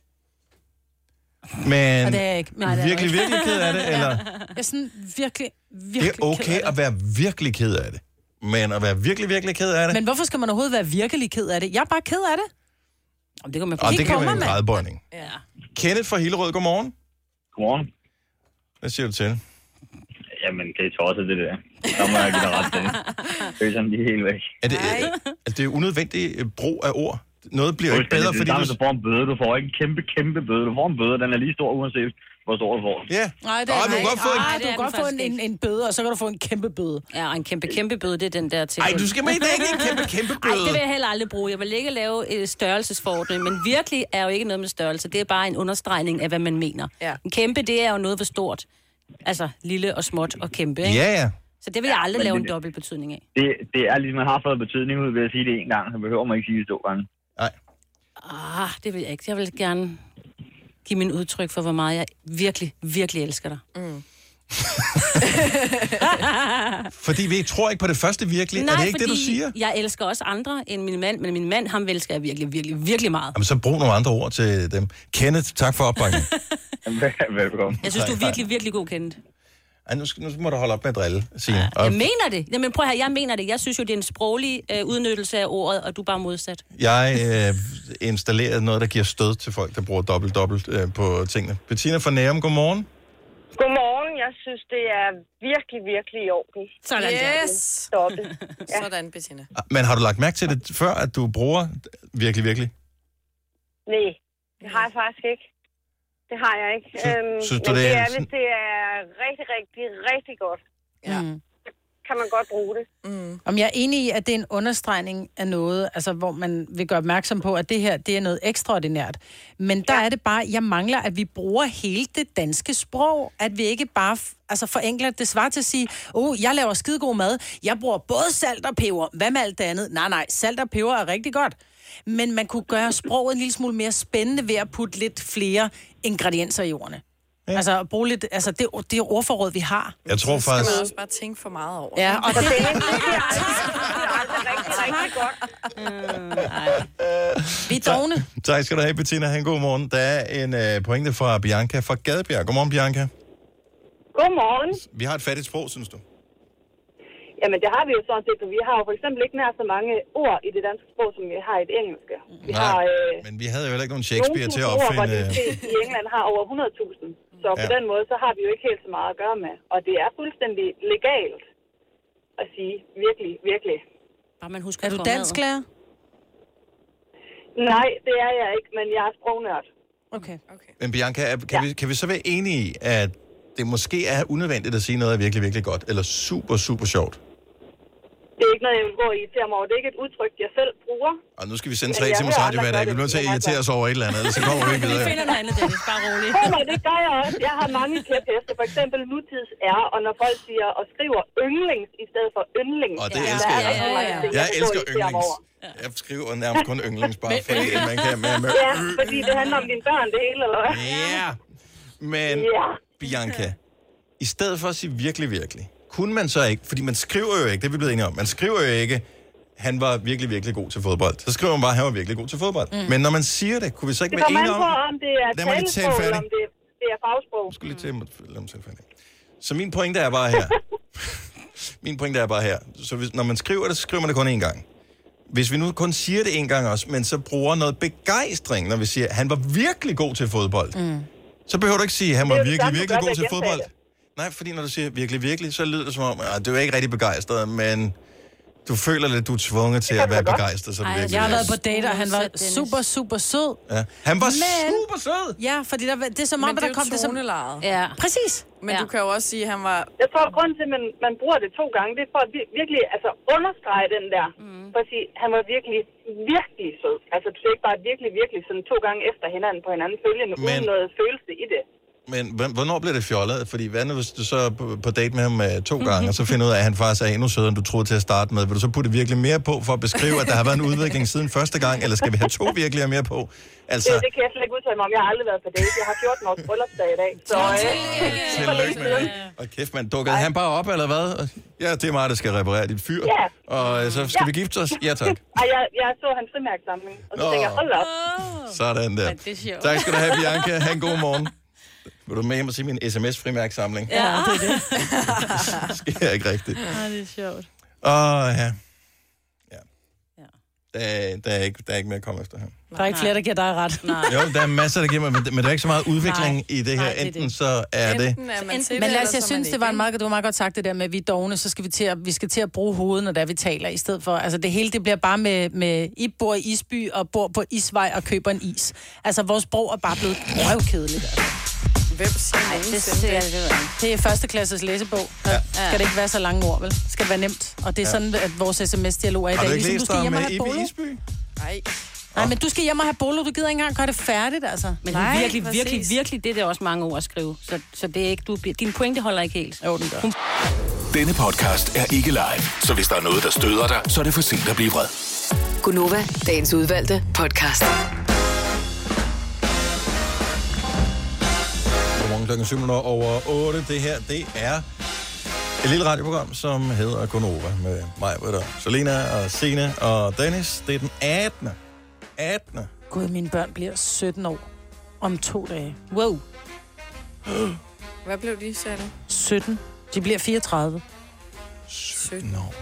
[SPEAKER 1] Men
[SPEAKER 3] Og det er jeg ikke. Men
[SPEAKER 1] virkelig, virkelig ked af det, eller...
[SPEAKER 3] jeg er sådan virkelig,
[SPEAKER 1] Det
[SPEAKER 3] virkelig
[SPEAKER 1] er
[SPEAKER 3] ked
[SPEAKER 1] okay
[SPEAKER 3] af det.
[SPEAKER 1] at være virkelig ked af det. Men at være virkelig, virkelig ked af det,
[SPEAKER 3] Men hvorfor skal man overhovedet være virkelig ked af det? Jeg er bare ked af det.
[SPEAKER 2] Om det kan man
[SPEAKER 1] og
[SPEAKER 2] få.
[SPEAKER 1] det
[SPEAKER 3] på
[SPEAKER 1] kan
[SPEAKER 3] mig,
[SPEAKER 1] være en
[SPEAKER 3] mand.
[SPEAKER 1] gradbøjning.
[SPEAKER 2] Ja.
[SPEAKER 1] Kenneth fra Hillerød, godmorgen.
[SPEAKER 8] Godmorgen.
[SPEAKER 1] Hvad siger du til?
[SPEAKER 8] Jamen, det er tosset, det der. Der må jeg give dig ret til. Følelserne, de er helt væk.
[SPEAKER 1] Er det, altså, det er unødvendig øh, brug af ord. Noget bliver jo ikke bedre, fordi
[SPEAKER 8] du...
[SPEAKER 1] du...
[SPEAKER 8] Du får en bøde. Du får ikke en kæmpe, kæmpe bøde. Du får en bøde, den er lige stor, uanset hvor stor du får.
[SPEAKER 1] Ja.
[SPEAKER 3] Nej, det er
[SPEAKER 1] Ej, du kan godt få en...
[SPEAKER 3] Ej,
[SPEAKER 2] det
[SPEAKER 3] du
[SPEAKER 2] er
[SPEAKER 3] kan godt
[SPEAKER 2] den
[SPEAKER 3] få en,
[SPEAKER 2] faktisk
[SPEAKER 3] en, en bøde, og så kan du få en kæmpe bøde.
[SPEAKER 2] Ja, og en kæmpe, kæmpe bøde, det er den der til.
[SPEAKER 1] Ej, du skal med ikke en kæmpe, kæmpe
[SPEAKER 2] Nej, det vil
[SPEAKER 1] bøde.
[SPEAKER 2] jeg heller aldrig bruge. Jeg vil ikke lave et størrelsesforordning, men virkelig er jo ikke noget med størrelse. Det er bare en understregning af, hvad man mener.
[SPEAKER 4] Ja.
[SPEAKER 2] En kæmpe, det er jo noget for stort. Altså lille og småt og kæmpe, ikke?
[SPEAKER 1] Ja, ja.
[SPEAKER 2] Så det vil jeg aldrig
[SPEAKER 8] men
[SPEAKER 2] lave
[SPEAKER 8] det-
[SPEAKER 2] en dobbelt betydning af.
[SPEAKER 8] Det, det er ligesom, man har fået betydning ud ved at sige det en gang, så behøver man ikke sige det to gange.
[SPEAKER 1] Nej.
[SPEAKER 2] Ah, det vil jeg ikke. Jeg vil gerne give min udtryk for, hvor meget jeg virkelig, virkelig elsker dig. Mm.
[SPEAKER 1] Fordi vi tror ikke på det første virkelig.
[SPEAKER 2] Nej,
[SPEAKER 1] er det ikke det, du
[SPEAKER 2] fordi
[SPEAKER 1] siger?
[SPEAKER 2] jeg elsker også andre end min mand, men min mand, ham elsker jeg virkelig, virkelig, virkelig meget.
[SPEAKER 1] Jamen, så brug nogle andre ord til dem. Kenneth, tak for opbakningen.
[SPEAKER 8] Velkommen.
[SPEAKER 2] Jeg synes, du er virkelig, virkelig god, Kenneth.
[SPEAKER 1] Ej, nu, skal, nu må du holde op med at drille, Signe.
[SPEAKER 2] Jeg
[SPEAKER 1] Og
[SPEAKER 2] mener det. Jamen prøv at høre, jeg mener det. Jeg synes jo, det er en sproglig øh, udnyttelse af ordet, og du er bare modsat.
[SPEAKER 1] jeg øh, installerede noget, der giver stød til folk, der bruger dobbelt-dobbelt øh, på tingene. Bettina fra Nærum, godmorgen.
[SPEAKER 10] Godmorgen. Jeg synes, det er virkelig, virkelig i orden.
[SPEAKER 2] Sådan der.
[SPEAKER 4] Yes!
[SPEAKER 10] Dobbelt. Ja.
[SPEAKER 4] Sådan, Bettina.
[SPEAKER 1] Men har du lagt mærke til det før, at du bruger virkelig, virkelig?
[SPEAKER 10] Nej, det har jeg faktisk ikke. Det har jeg ikke.
[SPEAKER 1] Sy-
[SPEAKER 10] øhm,
[SPEAKER 1] synes du,
[SPEAKER 10] men
[SPEAKER 1] det
[SPEAKER 10] det
[SPEAKER 1] er
[SPEAKER 10] er,
[SPEAKER 1] sådan-
[SPEAKER 10] hvis det er rigtig, rigtig, rigtig godt,
[SPEAKER 4] Ja.
[SPEAKER 3] Mm.
[SPEAKER 10] kan man godt bruge det.
[SPEAKER 4] Mm.
[SPEAKER 3] Om jeg er enig i, at det er en understregning af noget, altså hvor man vil gøre opmærksom på, at det her, det er noget ekstraordinært. Men der ja. er det bare, jeg mangler, at vi bruger hele det danske sprog. At vi ikke bare f- altså forenkler det. Svarer til at sige, oh, jeg laver skidegod mad. Jeg bruger både salt og peber. Hvad med alt det andet? Nej, nej, salt og peber er rigtig godt. Men man kunne gøre sproget en lille smule mere spændende ved at putte lidt flere ingredienser i ordene. Ja. Altså bruge lidt, altså det, det ordforråd, vi har.
[SPEAKER 1] Jeg tror
[SPEAKER 4] Så skal
[SPEAKER 1] faktisk...
[SPEAKER 4] man også bare tænke for meget over.
[SPEAKER 3] Ja, og
[SPEAKER 10] Så
[SPEAKER 3] det,
[SPEAKER 10] det er aldrig, det er aldrig rigtig, rigtig godt.
[SPEAKER 3] vi er dogne.
[SPEAKER 1] Tak skal du have, Bettina. Ha' en god morgen. Der er en øh, pointe fra Bianca fra Gadebjerg. Godmorgen, Bianca.
[SPEAKER 10] Godmorgen.
[SPEAKER 1] Vi har et fattigt sprog, synes du?
[SPEAKER 10] Jamen, det har vi jo sådan set, for vi har jo for eksempel ikke nær så mange ord i det danske sprog, som vi har i det engelske. Vi
[SPEAKER 1] Nej,
[SPEAKER 10] har øh,
[SPEAKER 1] men vi havde jo heller ikke nogen
[SPEAKER 10] nogle
[SPEAKER 1] Shakespeare til
[SPEAKER 10] tusind
[SPEAKER 1] at
[SPEAKER 10] ord, hvor
[SPEAKER 1] opfinde...
[SPEAKER 10] de fleste i England har over hundrede tusind. Så på
[SPEAKER 1] Ja.
[SPEAKER 10] den måde, så har vi jo ikke helt så meget at gøre med. Og det er fuldstændig legalt at sige virkelig, virkelig.
[SPEAKER 2] Bare man husker
[SPEAKER 3] Er du
[SPEAKER 2] at få
[SPEAKER 3] dansklærer?
[SPEAKER 10] Nej, det er jeg ikke, men jeg er sprognørd.
[SPEAKER 3] Okay.
[SPEAKER 4] okay.
[SPEAKER 1] Men Bianca, er- kan, ja. vi, kan vi så være enige i, at det måske er unødvendigt at sige noget er virkelig, virkelig godt, eller super, super sjovt?
[SPEAKER 10] Det er ikke noget, jeg vil gå og irritere mig over. Det er ikke et udtryk, jeg selv bruger.
[SPEAKER 1] Og nu skal vi sende
[SPEAKER 10] Men
[SPEAKER 1] tre
[SPEAKER 10] jeg
[SPEAKER 1] timers
[SPEAKER 10] hører
[SPEAKER 1] radio hver
[SPEAKER 10] andre
[SPEAKER 1] dag. Vi
[SPEAKER 10] gøre
[SPEAKER 1] bliver nødt til at
[SPEAKER 10] det.
[SPEAKER 1] irritere os over et eller andet, ellers så kommer vi ikke
[SPEAKER 2] Vi
[SPEAKER 1] videre.
[SPEAKER 2] finder noget andet, Dennis. Bare roligt.
[SPEAKER 10] Hør mig, det gør jeg også. Jeg har mange kæpheste. For eksempel nutids er, og når folk siger og skriver yndlings i stedet for yndlings.
[SPEAKER 1] Og det
[SPEAKER 10] Ja,
[SPEAKER 1] elsker
[SPEAKER 10] der er
[SPEAKER 1] jeg.
[SPEAKER 10] også mange ting,
[SPEAKER 1] Jeg
[SPEAKER 10] kan gå
[SPEAKER 1] elsker
[SPEAKER 10] og irritere mig
[SPEAKER 1] yndlings.
[SPEAKER 10] over.
[SPEAKER 1] Jeg skriver nærmest kun yndlings, bare fordi man kan med med.
[SPEAKER 10] Ja, fordi det handler om dine børn, det hele, eller hvad?
[SPEAKER 1] Ja, men
[SPEAKER 10] Ja.
[SPEAKER 1] Bianca, i stedet for at sige virkelig, virkelig, kunne man så ikke, fordi man skriver jo ikke, det er vi blevet enige om, man skriver jo ikke, han var virkelig, virkelig god til fodbold. Så skriver man bare, han var virkelig god til fodbold. Mm. Men når man siger det, kunne vi så ikke
[SPEAKER 10] Det
[SPEAKER 1] være
[SPEAKER 10] kommer an
[SPEAKER 1] enige om
[SPEAKER 10] på, om det er
[SPEAKER 1] Lad mig lige tale
[SPEAKER 10] talesprog, eller
[SPEAKER 1] færdig.
[SPEAKER 10] om det, det er fagsprog.
[SPEAKER 1] Jeg skulle lige til at lade mig tale færdig. Så min pointe er bare her. min pointe er bare her. Så hvis, når man skriver det, så skriver man det kun én gang. Hvis vi nu kun siger det en gang også, men så bruger noget begejstring, når vi siger, at han var virkelig god til fodbold, mm. så behøver du ikke sige, at han
[SPEAKER 10] Det er
[SPEAKER 1] var
[SPEAKER 10] jo det
[SPEAKER 1] virkelig,
[SPEAKER 10] samme, du
[SPEAKER 1] virkelig
[SPEAKER 10] gør
[SPEAKER 1] god
[SPEAKER 10] ved
[SPEAKER 1] til
[SPEAKER 10] at gentage
[SPEAKER 1] fodbold. Nej, fordi når du siger virkelig, virkelig, så lyder det som om, at du er ikke rigtig begejstret, men du føler lidt, du er tvunget til at være begejstret. Så
[SPEAKER 3] Ej,
[SPEAKER 1] virkelig,
[SPEAKER 3] jeg har været på date, og han var super, super sød.
[SPEAKER 1] Ja. Han var
[SPEAKER 3] Men-
[SPEAKER 1] super sød!
[SPEAKER 3] Ja, fordi der, det er som om,
[SPEAKER 4] Men det
[SPEAKER 3] at
[SPEAKER 4] er
[SPEAKER 3] der kom
[SPEAKER 4] jo
[SPEAKER 3] det som...
[SPEAKER 4] tonelejet.
[SPEAKER 2] Ja.
[SPEAKER 3] Præcis.
[SPEAKER 4] Men
[SPEAKER 2] Ja.
[SPEAKER 4] du kan jo også sige, at han var...
[SPEAKER 10] Jeg tror, at grunden til, at man, man bruger det to gange, det er for at vir- virkelig altså, understrege den der. Mm. For at sige, han var virkelig, virkelig sød. Altså, du siger ikke bare virkelig, virkelig sådan to gange efter hinanden på hinanden følgende,
[SPEAKER 1] Men-
[SPEAKER 10] uden noget følelse i det.
[SPEAKER 1] Men h- hvornår bliver det fjollet? Fordi hvad nu, hvis du så er på, på date med ham uh, to gange, og så finder ud af, at han faktisk er endnu sødere, end du troede til at starte med? Vil du så putte virkelig mere på, for at beskrive, at der har været en udvikling siden første gang? Eller skal vi have to virkelig mere på? Altså,
[SPEAKER 10] Det, det kan jeg slet ikke udtale mig om. Jeg har aldrig været på date. Jeg har fjorten års bryllupsdag i dag. Så, øh,
[SPEAKER 1] tillykke med det. Og kæft, man, dukkede han bare op, eller hvad? Ja, det er mig, der skal reparere dit fyr.
[SPEAKER 10] Ja.
[SPEAKER 1] Og øh, så skal
[SPEAKER 10] Ja.
[SPEAKER 1] vi gifte os? Ja, tak.
[SPEAKER 10] Ej, jeg, jeg så hans frimærksamling, og så
[SPEAKER 1] Nå.
[SPEAKER 10] tænker jeg, hold op.
[SPEAKER 1] Sådan der.
[SPEAKER 2] det er sjovt.
[SPEAKER 1] Tak skal du have, Bianca. Ha' en god morgen. Vil du med hjem og se min sms-frimærksamling?
[SPEAKER 2] Ja, det er det.
[SPEAKER 1] Det sker ikke rigtigt.
[SPEAKER 2] Ja, det er sjovt.
[SPEAKER 1] Åh, ja. Ja. Der er, der, er ikke, der er ikke mere at komme efter her.
[SPEAKER 3] Der er ikke flere, der giver dig ret.
[SPEAKER 2] Nej.
[SPEAKER 1] Jo, der er masser, der giver mig, men men der er ikke så meget udvikling
[SPEAKER 3] Nej.
[SPEAKER 1] i det her.
[SPEAKER 3] Nej, det er
[SPEAKER 1] Enten
[SPEAKER 3] det.
[SPEAKER 1] så er det...
[SPEAKER 4] Enten er man til
[SPEAKER 3] Men
[SPEAKER 4] det,
[SPEAKER 3] lad os,
[SPEAKER 4] eller
[SPEAKER 3] jeg
[SPEAKER 4] så er
[SPEAKER 3] synes,
[SPEAKER 4] man
[SPEAKER 3] det
[SPEAKER 4] ikke,
[SPEAKER 3] var en
[SPEAKER 4] ikke?
[SPEAKER 3] meget, du var meget godt sagt det der med, at vi er dogne, så skal vi, til at, vi skal til at bruge hovedet, når der vi taler, i stedet for, altså det hele, det bliver bare med, med I bor i Isby, og bor på Isvej og køber en is. Altså, vores sprog er bare blevet røvkedeligt. Altså.
[SPEAKER 4] Hvem siger
[SPEAKER 2] Det
[SPEAKER 4] nogensinde
[SPEAKER 2] ser
[SPEAKER 4] det?
[SPEAKER 2] det.
[SPEAKER 3] Det er førsteklasses læsebog. Ja. Skal det ikke være så lange ord, vel? Skal det være nemt. Og det er sådan, at vores sms-dialog er i
[SPEAKER 1] Har
[SPEAKER 3] dag.
[SPEAKER 1] du ikke
[SPEAKER 3] Ligesom,
[SPEAKER 1] læst
[SPEAKER 3] du skal
[SPEAKER 1] om
[SPEAKER 3] hjem og
[SPEAKER 1] uh,
[SPEAKER 3] have
[SPEAKER 1] Ibi
[SPEAKER 3] bolo.
[SPEAKER 1] Isby?
[SPEAKER 4] Nej.
[SPEAKER 3] Nej, men du skal hjem og have bolo. Du gider ikke engang gøre det færdigt, altså.
[SPEAKER 2] Men
[SPEAKER 4] Nej,
[SPEAKER 2] Nej, virkelig, virkelig,
[SPEAKER 4] præcis.
[SPEAKER 2] virkelig, det er det også mange ord at skrive. Så, så det er ikke, du, din pointe holder ikke helt.
[SPEAKER 3] Jo, den gør.
[SPEAKER 7] Denne podcast er ikke live, så hvis der er noget, der støder dig, så er det for sent at blive vred.
[SPEAKER 6] Gunova, dagens udvalgte podcast.
[SPEAKER 1] Godmorgen klokken syv minutter over otte. Det her, det er et lille radioprogram, som hedder Gonova med mig, Britta, Selena og Signe og Dennis. Det er den attende. attende.
[SPEAKER 3] Gud, mine børn bliver sytten år om to dage. Wow.
[SPEAKER 4] Hvad blev de, sagde du?
[SPEAKER 3] sytten. De bliver fireogtredive.
[SPEAKER 1] sytten år.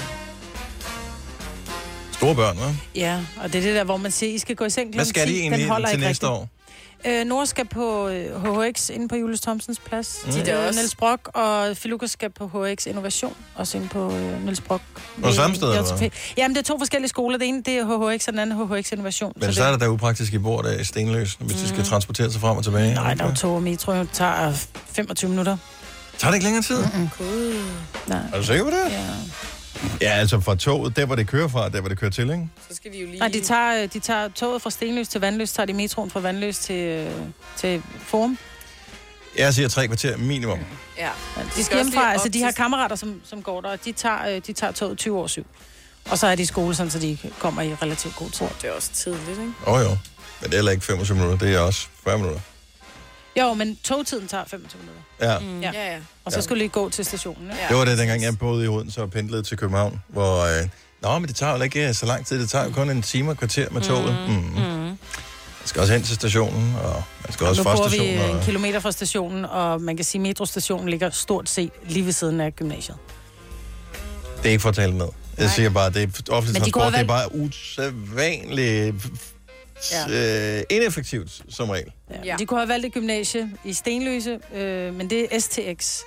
[SPEAKER 1] Store børn, hva'?
[SPEAKER 3] Ja, og det er det der, hvor man siger, I skal gå i seng klokken
[SPEAKER 1] Hvad skal de
[SPEAKER 3] ti.
[SPEAKER 1] egentlig
[SPEAKER 3] Den holder
[SPEAKER 1] til
[SPEAKER 3] ikke
[SPEAKER 1] næste
[SPEAKER 3] rigtigt.
[SPEAKER 1] år?
[SPEAKER 3] Øh, Nora skal på øh, H H X inde på Julius Thomsens plads.
[SPEAKER 1] Mm.
[SPEAKER 3] De
[SPEAKER 4] der
[SPEAKER 3] der
[SPEAKER 4] også.
[SPEAKER 3] Niels Brock og Filukas skal på H H X Innovation, også inde på øh, Niels Brock.
[SPEAKER 1] Og samme sted, eller hvad?
[SPEAKER 3] Jamen, det er to forskellige skoler. Det ene det er H H X, og den anden H H X Innovation.
[SPEAKER 1] Men så er der da upraktisk i bord af Stenløs, hvis de skal transportere sig frem og tilbage.
[SPEAKER 3] Nej, der er jo tog og metro, det tager femogtyve minutter.
[SPEAKER 1] Tager det ikke længere tid?
[SPEAKER 3] Mm-mm. Nej.
[SPEAKER 1] Er du sikker på det?
[SPEAKER 3] Ja.
[SPEAKER 1] Ja, altså fra toget, der hvor det kører fra, der hvor det kører til, ikke?
[SPEAKER 4] Så skal de jo lige...
[SPEAKER 3] Nej, de tager, de tager toget fra Stenløs til Vandløs, tager de metroen fra Vandløs til, øh, til Forum.
[SPEAKER 1] Jeg siger tre kvarter minimum.
[SPEAKER 4] Ja.
[SPEAKER 3] De skal hjemmefra, altså de har kammerater, som, som går der, og de tager, øh, de tager toget tyve år syv. Og så er de i skole, sådan, så de kommer i relativt god tid.
[SPEAKER 4] Det er også tidligt, ikke?
[SPEAKER 1] Åh oh, jo, men det er heller ikke femogtyve minutter, det er også fyrre minutter.
[SPEAKER 3] Jo, men togtiden tager femogtyve minutter.
[SPEAKER 1] Ja.
[SPEAKER 3] Mm. Ja.
[SPEAKER 4] Ja, ja.
[SPEAKER 3] Og så
[SPEAKER 1] Ja.
[SPEAKER 3] skulle de gå til stationen. Ja.
[SPEAKER 1] Det var det, dengang jeg boede i Odense og pendlede til København, hvor... Øh, Nå, men det tager jo ikke så lang tid. Det tager jo kun en time og kvarter med toget. Mm. Mm. Man skal også hen til stationen, og man skal også
[SPEAKER 3] Nu
[SPEAKER 1] fra
[SPEAKER 3] bor vi
[SPEAKER 1] stationen.
[SPEAKER 3] en
[SPEAKER 1] Og...
[SPEAKER 3] kilometer fra stationen, og man kan sige, at metrostationen ligger stort set lige ved siden af gymnasiet.
[SPEAKER 1] Det er ikke for at tale med. Jeg siger bare, det er offentlig
[SPEAKER 3] Men de kunne
[SPEAKER 1] transport,
[SPEAKER 3] have
[SPEAKER 1] det er bare usædvanligt
[SPEAKER 3] Ja.
[SPEAKER 1] øh, ineffektivt som regel.
[SPEAKER 3] Ja.
[SPEAKER 4] Ja.
[SPEAKER 3] De kunne have valgt et gymnasie i Stenløse, øh, men det er S T X.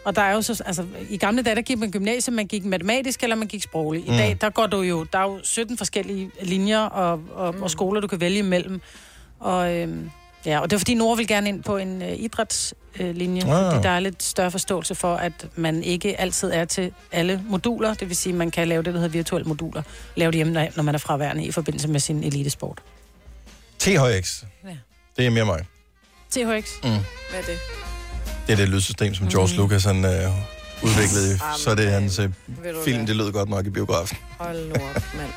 [SPEAKER 3] Og der er jo så, altså, i gamle dage, der gik man gymnasiet, man gik matematisk, eller man gik sproglig. I
[SPEAKER 1] Mm.
[SPEAKER 3] dag, der går du jo, der er jo sytten forskellige linjer og, og, mm. og skoler, du kan vælge imellem. Og, øhm, ja, og det er fordi, Nora vil gerne ind på en øh, idrætslinje, øh,
[SPEAKER 1] Ah.
[SPEAKER 3] fordi der er lidt større forståelse for, at man ikke altid er til alle moduler. Det vil sige, at man kan lave det, der hedder virtuelle moduler. Lave det hjemme, når når man er fraværende i forbindelse med sin elitesport.
[SPEAKER 1] T H X.
[SPEAKER 3] Ja.
[SPEAKER 1] Det er mere mig.
[SPEAKER 3] T H X.
[SPEAKER 1] Mm.
[SPEAKER 4] Hvad er det?
[SPEAKER 1] Det er det lydsystem, som George mm. Lucas han, øh, udviklede. i. Så er det hans øh, film, det lød godt nok i biografen.
[SPEAKER 4] Hold nu op, mand.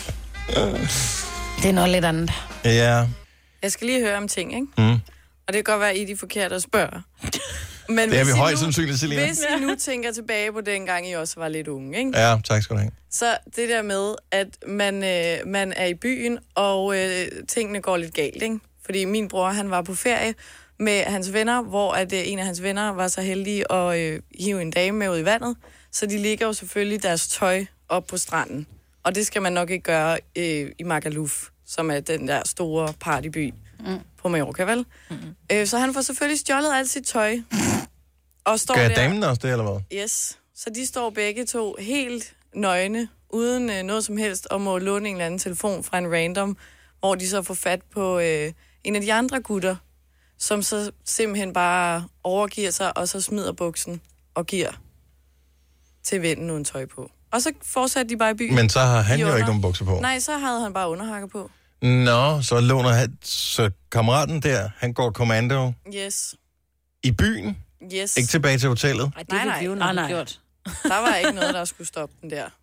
[SPEAKER 3] Det er noget lidt andet.
[SPEAKER 1] Ja.
[SPEAKER 4] Jeg skal lige høre om ting, ikke?
[SPEAKER 1] Mm.
[SPEAKER 4] Og det kan godt være, at I er de forkerte at spørge. Men
[SPEAKER 1] Det er vi
[SPEAKER 4] hvis I
[SPEAKER 1] højst
[SPEAKER 4] nu-
[SPEAKER 1] sandsynligt, Selina.
[SPEAKER 4] Hvis I nu tænker tilbage på dengang, I også var lidt unge, ikke?
[SPEAKER 1] Ja, tak skal du have.
[SPEAKER 4] Så det der med, at man, øh, man er i byen, og øh, tingene går lidt galt, ikke? Fordi min bror, han var på ferie med hans venner, hvor at, øh, en af hans venner var så heldig at øh, hive en dame med ud i vandet. Så de ligger jo selvfølgelig deres tøj op på stranden. Og det skal man nok ikke gøre øh, i Magaluf, som er den der store partyby mm. på Mallorca, vel? Mm. Øh, så han får selvfølgelig stjålet alt sit tøj. Og står
[SPEAKER 1] Gør
[SPEAKER 4] der.
[SPEAKER 1] damen også det, eller hvad?
[SPEAKER 4] Yes. Så de står begge to helt nøgne, uden øh, noget som helst, og må låne en eller anden telefon fra en random, hvor de så får fat på øh, en af de andre gutter, som så simpelthen bare overgiver sig, og så smider buksen og giver til vennen uden tøj på. Og så fortsatte de bare i byen.
[SPEAKER 1] Men så har han
[SPEAKER 4] I
[SPEAKER 1] jo
[SPEAKER 4] under.
[SPEAKER 1] ikke nogen bukser på.
[SPEAKER 4] Nej, så havde han bare underhakker på.
[SPEAKER 1] Nå, så låner han... Så kammeraten der, han går kommando
[SPEAKER 4] Yes.
[SPEAKER 1] i byen.
[SPEAKER 4] Yes.
[SPEAKER 1] Ikke tilbage til hotellet.
[SPEAKER 2] Ej, det
[SPEAKER 4] Nej,
[SPEAKER 2] ville
[SPEAKER 4] nej.
[SPEAKER 2] vi jo nok
[SPEAKER 3] Nej,
[SPEAKER 2] have
[SPEAKER 3] nej.
[SPEAKER 2] gjort.
[SPEAKER 4] Der var ikke noget, der skulle stoppe den der.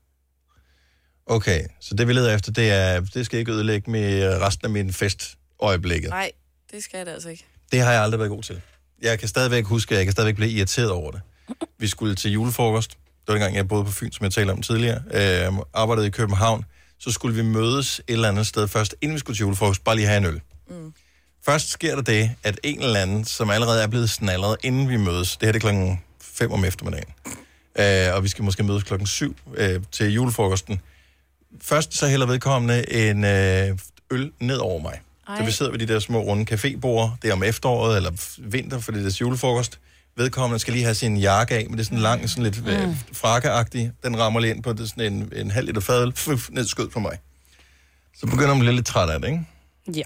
[SPEAKER 1] Okay, så det vi leder efter, det er... Det skal ikke ødelægge med resten af min festøjeblikket.
[SPEAKER 4] Nej, det skal det altså ikke.
[SPEAKER 1] Det har jeg aldrig været god til. Jeg kan stadigvæk huske, at jeg kan stadigvæk blive irriteret over det. Vi skulle til julefrokost. Det var dengang, jeg boede på Fyn, som jeg talte om tidligere. Øh, arbejdede i København. Så skulle vi mødes et eller andet sted først, inden vi skulle til julefrokost, bare lige have en øl. Mm. Først sker der det, at en eller anden, som allerede er blevet snallet, inden vi mødes, det her det er klokken fem om eftermiddagen, øh, og vi skal måske mødes klokken syv øh, til julefrokosten. Først så hælder vedkommende en øh, øl ned over mig. Ej. Så vi sidder ved de der små runde cafébord, det er om efteråret eller vinter, fordi det er julefrokost. Vedkommende skal lige have sin jakke af, men det er sådan lang, sådan lidt øh, frakkeagtig. Den rammer lige ind på det, sådan en, en halv liter fadøl, fuf, ned skød på mig. Så begynder man at blive lidt træt af det, ikke?
[SPEAKER 3] Ja.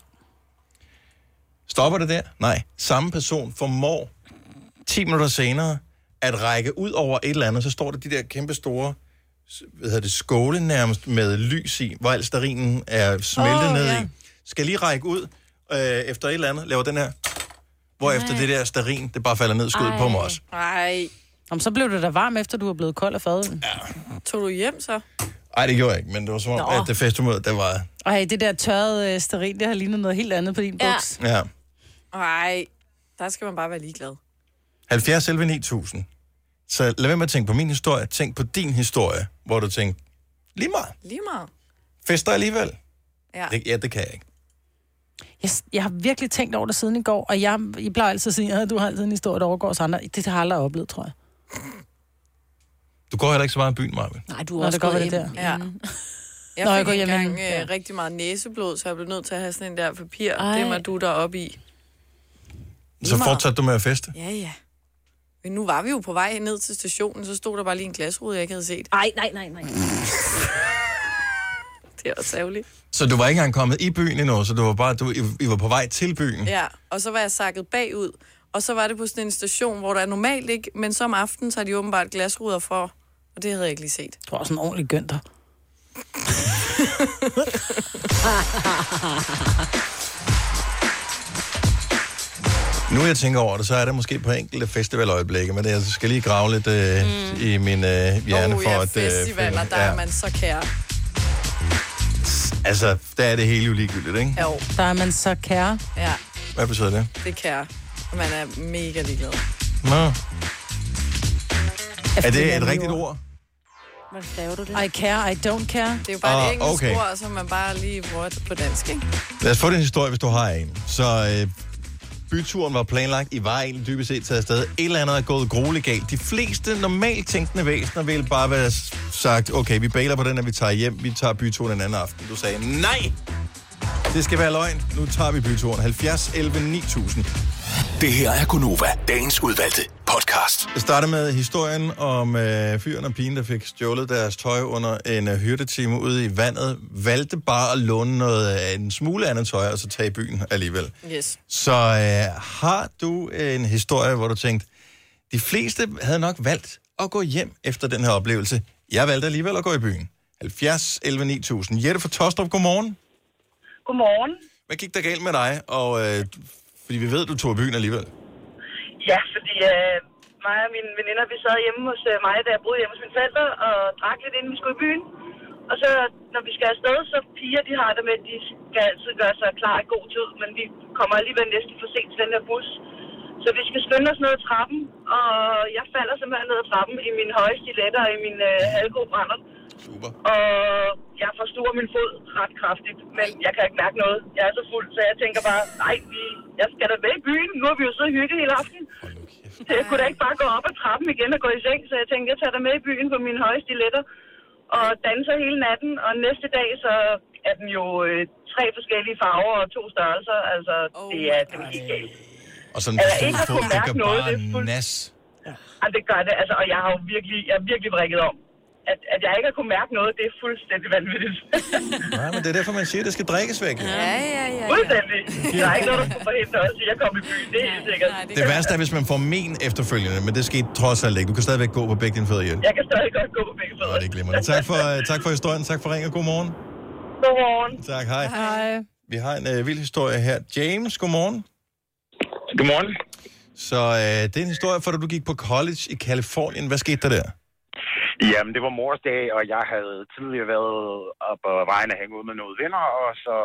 [SPEAKER 1] Stopper det der? Nej. Samme person formår ti minutter senere at række ud over et eller andet, så står der de der kæmpe store hvad hedder det, skåle nærmest med lys i, hvor al sterinen er smeltet
[SPEAKER 3] Åh,
[SPEAKER 1] ned
[SPEAKER 3] ja.
[SPEAKER 1] i. Skal lige række ud øh, efter et eller andet, laver den her, hvor efter det der sterin, det bare falder ned skød på mig også.
[SPEAKER 4] Nej.
[SPEAKER 3] Om så blev det da varm, efter du er blevet kold af fadølen. Ja.
[SPEAKER 4] Tog du hjem så?
[SPEAKER 1] Nej, det gjorde jeg ikke, men det var som om,
[SPEAKER 3] Nå.
[SPEAKER 1] at det festhumør, det var...
[SPEAKER 3] Ej, det der tørrede øh, sterin, det har lignet noget helt andet på din
[SPEAKER 2] Ja.
[SPEAKER 3] buks.
[SPEAKER 1] Ja.
[SPEAKER 4] Nej, der skal man bare være ligeglad.
[SPEAKER 1] halvfjerds elleve ni tusind. Så lad være med at tænke på min historie. Tænk på din historie, hvor du tænker, lige meget.
[SPEAKER 4] Lige meget.
[SPEAKER 1] Fester alligevel.
[SPEAKER 4] Ja.
[SPEAKER 1] Det, ja, det kan jeg ikke.
[SPEAKER 3] Jeg, jeg har virkelig tænkt over det siden i går, og jeg, I plejer altid at sige, at du har altid en historie, der overgår os andre. Det har jeg aldrig oplevet, tror jeg.
[SPEAKER 1] Du går heller ikke så meget i byen, Marvin.
[SPEAKER 2] Nej, du er
[SPEAKER 3] Nå,
[SPEAKER 2] også
[SPEAKER 3] det går
[SPEAKER 2] gået
[SPEAKER 3] det
[SPEAKER 2] hjem.
[SPEAKER 3] der.
[SPEAKER 4] Ja. Jeg
[SPEAKER 3] Nå, jeg
[SPEAKER 4] fik
[SPEAKER 3] går hjem
[SPEAKER 4] engang
[SPEAKER 3] igen. Ja.
[SPEAKER 4] øh, rigtig meget næseblod, så jeg blev nødt til at have sådan en der papir.
[SPEAKER 2] Ej.
[SPEAKER 4] Det var du der op i.
[SPEAKER 1] Så
[SPEAKER 4] meget.
[SPEAKER 1] fortsatte du med at feste?
[SPEAKER 4] Ja, ja. Men nu var vi jo på vej ned til stationen, så stod der bare lige en glasrude, jeg ikke havde set.
[SPEAKER 2] Ej, nej, nej, nej.
[SPEAKER 4] Det er også ærgerligt.
[SPEAKER 1] Så du var ikke engang kommet i byen endnu, så du var bare, du, I, I var på vej til byen?
[SPEAKER 4] Ja, og så var jeg sakket bagud. Og så var det på sådan en station, hvor der er normalt ikke, men som aften, så har de åbenbart glasruder for. Og det havde jeg ikke lige set.
[SPEAKER 3] Du var sådan en ordentlig gønter.
[SPEAKER 1] Nu jeg tænker over det, så er der måske på enkelte festivaløjeblikke, men jeg skal lige grave lidt øh, mm. i min øh, hjerne
[SPEAKER 4] oh,
[SPEAKER 1] for
[SPEAKER 4] ja,
[SPEAKER 1] at...
[SPEAKER 4] festivaler,
[SPEAKER 1] finde-
[SPEAKER 4] der er man så kær.
[SPEAKER 1] Altså, der er det hele jo ligegyldigt, ikke?
[SPEAKER 4] Jo,
[SPEAKER 3] Der er man så kære.
[SPEAKER 4] ja,
[SPEAKER 1] Hvad betyder det?
[SPEAKER 4] det er kær. Og man er mega ligeglad.
[SPEAKER 1] Nå. Er det
[SPEAKER 3] er
[SPEAKER 1] et
[SPEAKER 3] nye
[SPEAKER 1] rigtigt ord?
[SPEAKER 2] Hvordan staver du det?
[SPEAKER 3] I care, I don't care.
[SPEAKER 4] Det er jo bare
[SPEAKER 1] Ah,
[SPEAKER 4] et engelsk
[SPEAKER 1] okay.
[SPEAKER 4] ord, som man bare lige bruger på dansk, ikke?
[SPEAKER 1] Lad os få din historie, hvis du har en. Så øh, byturen var planlagt. I var egentlig dybest set taget afsted. Et eller andet er gået grueligt galt. De fleste normalt tænkende væsener ville bare være sagt, okay, vi bailer på den, at vi tager hjem. Vi tager byturen en anden aften. Du sagde, nej! Det skal være løgn. Nu tager vi byturen. halvfjerds elleve ni tusind.
[SPEAKER 7] Det her er Gonova, dagens udvalgte podcast.
[SPEAKER 1] Jeg starter med historien om øh, fyren og pigen, der fik stjålet deres tøj under en øh, hyrdetime ude i vandet. Valgte bare at låne noget af en smule andet tøj, og så tage i byen alligevel.
[SPEAKER 4] Yes.
[SPEAKER 1] Så øh, har du en historie, hvor du tænkte, de fleste havde nok valgt at gå hjem efter den her oplevelse. Jeg valgte alligevel at gå i byen. halvfjerds elleve ni tusind. Jette fra Tostrup, godmorgen.
[SPEAKER 10] Godmorgen.
[SPEAKER 1] Hvad gik der galt med dig? Og, øh, fordi vi ved, du tog i byen alligevel.
[SPEAKER 10] Ja, fordi øh, mig og mine veninder, vi sad hjemme hos øh, mig, da jeg boede hjemme hos mine forældre, og drak lidt, inden vi skulle i byen. Og så, når vi skal afsted, så piger, de har det med, at de skal altid gøre sig klar i god tid, men vi kommer alligevel næsten for sent til den her bus. Så vi skal skynde os ned ad trappen, og jeg falder simpelthen ned ad trappen i mine høje stiletter og i min øh, halvgode brænder.
[SPEAKER 1] Super.
[SPEAKER 10] Og jeg forstuer min fod ret kraftigt, men jeg kan ikke mærke noget. Jeg er så fuld, så jeg tænker bare, nej, vi, jeg skal da med i byen. Nu har vi jo så hygget hele aften. Så jeg kunne da ikke bare gå op ad trappen igen og gå i seng, så jeg tænkte, jeg tager dig med i byen på mine høje stiletter og danser hele natten. Og næste dag, så er den jo øh, tre forskellige farver og to størrelser. Altså, oh, det er det er helt galt.
[SPEAKER 1] Og sådan
[SPEAKER 10] altså,
[SPEAKER 1] en
[SPEAKER 10] ikke
[SPEAKER 1] fod, det gør
[SPEAKER 10] noget,
[SPEAKER 1] bare
[SPEAKER 10] det er fuld...
[SPEAKER 1] nas.
[SPEAKER 10] Ja, det gør det. Altså, og jeg har jo virkelig, jeg er virkelig vrikket om. At, at jeg ikke har kunnet mærke noget, det er fuldstændig vanvittigt.
[SPEAKER 1] Nej, men det er derfor, man siger, at det skal drikkes væk.
[SPEAKER 4] Ja, ja, ja. ja.
[SPEAKER 10] Fuldstændig. Der er ikke noget, der skal forhindre os i at komme i byen. Det er helt sikkert.
[SPEAKER 4] Nej, det
[SPEAKER 1] Det værste er, hvis man får men efterfølgende, men det skete trods alt ikke. Du kan stadigvæk gå på begge dine fødder igen.
[SPEAKER 10] Jeg kan stadig godt gå på begge
[SPEAKER 1] Nå,
[SPEAKER 10] fødder.
[SPEAKER 1] det er glimrende. Tak for, tak for historien. Tak for ringen. Godmorgen.
[SPEAKER 10] Godmorgen.
[SPEAKER 1] Tak, hej.
[SPEAKER 3] Hej.
[SPEAKER 1] Vi har en øh, vild historie her. James, godmorgen.
[SPEAKER 8] Godmorgen.
[SPEAKER 1] Så øh, det er en historie fra, da du gik på college i Kalifornien. Hvad skete der der?
[SPEAKER 11] Jamen, det var mors dag, og jeg havde tidligere været op på vejen og hænge ud med nogle venner, og så,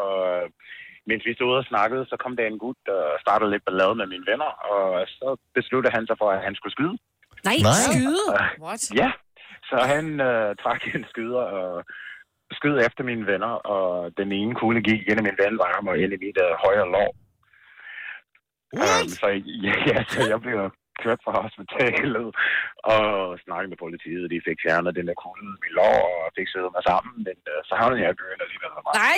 [SPEAKER 11] mens vi stod og snakkede, så kom der en gut, der startede lidt ballade med mine venner, og så besluttede han sig for, at han skulle skyde.
[SPEAKER 2] Nej,
[SPEAKER 1] Nej.
[SPEAKER 2] skyde?
[SPEAKER 4] What?
[SPEAKER 11] Ja, så han øh, trak en skyder og skød efter mine venner, og den ene kugle gik igennem min ven varm og ind i mit øh, højre lår. Um, så, ja, ja, så jeg blev kørt fra hospitalet og snakket med politiet. De fik fjernet den der kugle i mit lår og fik siddet mig sammen, men uh, så havnede jeg i byen alligevel.
[SPEAKER 2] Nej!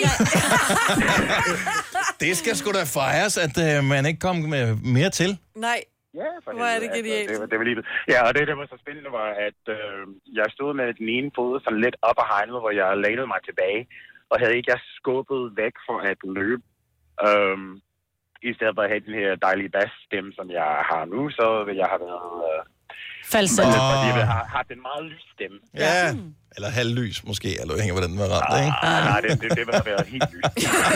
[SPEAKER 1] Det skal sgu da fejres, at øh, man ikke kom med mere til.
[SPEAKER 4] Nej.
[SPEAKER 11] Ja, for
[SPEAKER 4] Hvor er det
[SPEAKER 11] helvede,
[SPEAKER 4] genialt.
[SPEAKER 11] Altså, det, var, det var lige Ja, og det, der var så spændende, var, at øh, jeg stod med den ene fod sådan lidt op ad hegnet, hvor jeg lænede mig tilbage, og havde ikke jeg skubbet væk for at løbe. Um, I stedet for at have den her dejlige bassstemme, som jeg har nu, så vil jeg have været... Øh,
[SPEAKER 3] Falset.
[SPEAKER 11] Fordi jeg har haft en meget lys stemme.
[SPEAKER 1] Ja, eller halvlys måske, eller hænger hvordan den var ramt, ikke?
[SPEAKER 11] Ah, nej, det, det, det vil have været helt lys.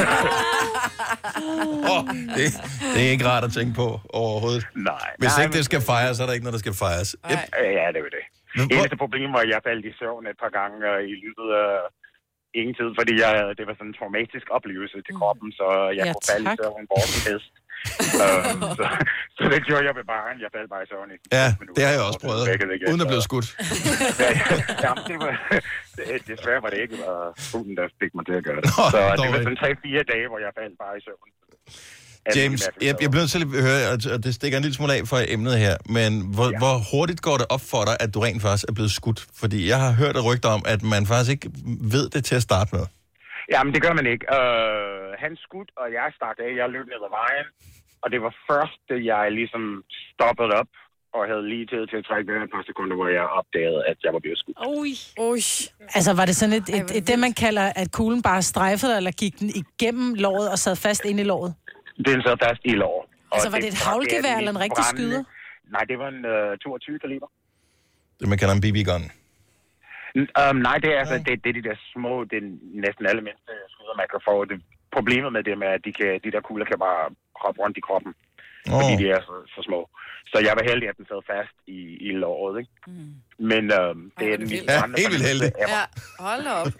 [SPEAKER 1] oh, det, det er ikke rart at tænke på overhovedet.
[SPEAKER 11] Nej.
[SPEAKER 1] Hvis
[SPEAKER 11] nej,
[SPEAKER 1] ikke det skal fejres, så er der ikke noget, der skal fejres. Yep.
[SPEAKER 11] Ja, det var det. Eneste problem var, at jeg faldt i søvn et par gange uh, i løbet af ingen tid, fordi jeg, det var sådan en traumatisk oplevelse til kroppen, så jeg
[SPEAKER 3] Ja,
[SPEAKER 11] kunne falde i
[SPEAKER 3] tak.
[SPEAKER 11] søvn hvor som helst. um, så, så det gjorde jeg ved baren. Jeg faldt bare i søvn i
[SPEAKER 1] Ja,
[SPEAKER 11] minutter,
[SPEAKER 1] det har jeg også
[SPEAKER 11] og
[SPEAKER 1] prøvet,
[SPEAKER 11] vækkede igen,
[SPEAKER 1] uden at
[SPEAKER 11] så-
[SPEAKER 1] blive skudt.
[SPEAKER 11] Ja, jamen, det var, det, desværre var det ikke var hunden, der fik mig til at gøre det.
[SPEAKER 1] Nå,
[SPEAKER 11] Så det var
[SPEAKER 1] dårligt.
[SPEAKER 11] sådan tre-fire dage, hvor jeg faldt bare i søvn. Alt
[SPEAKER 1] James,
[SPEAKER 11] muligt
[SPEAKER 1] jeg, jeg bliver nødt til at høre, og det stikker en lille smule af fra emnet her, men hvor, ja. hvor hurtigt går det op for dig, at du rent faktisk er blevet skudt? Fordi jeg har hørt et rygte om, at man faktisk ikke ved det til at starte med.
[SPEAKER 11] Jamen, det gør man ikke. Uh, han skudt, og jeg stak af. Jeg løb ned ad vejen, og det var først, da jeg ligesom stoppede op, og havde lige tid til at trække vejret et par sekunder, hvor jeg opdagede, at jeg var blevet skudt.
[SPEAKER 4] Ui. Ui.
[SPEAKER 3] Altså, var det sådan et,
[SPEAKER 4] Ej,
[SPEAKER 3] et,
[SPEAKER 4] hvor
[SPEAKER 3] et det, man kalder, at kuglen bare strejfede dig, eller gik den igennem låret og sad fast inde i låret?
[SPEAKER 11] Den sad fast i lår.
[SPEAKER 3] Altså, var det et haglgevær eller en rigtig skyder?
[SPEAKER 11] Nej, det var en uh, toogtyve kaliber.
[SPEAKER 1] Det man kalder en B B-gun.
[SPEAKER 11] Um, nej, det er altså det, det er de der små, det er næsten alle mindste skyder, man kan få. Det, problemet med dem er, at de, kan, de der kugler kan bare hoppe rundt i kroppen, oh. fordi de er så, så små. Så jeg var heldig, at den sad fast i, i låret, ikke? Mm. Men um, det er den
[SPEAKER 1] vildt. Ja, helt vildt heldig.
[SPEAKER 4] Ja, hold da op.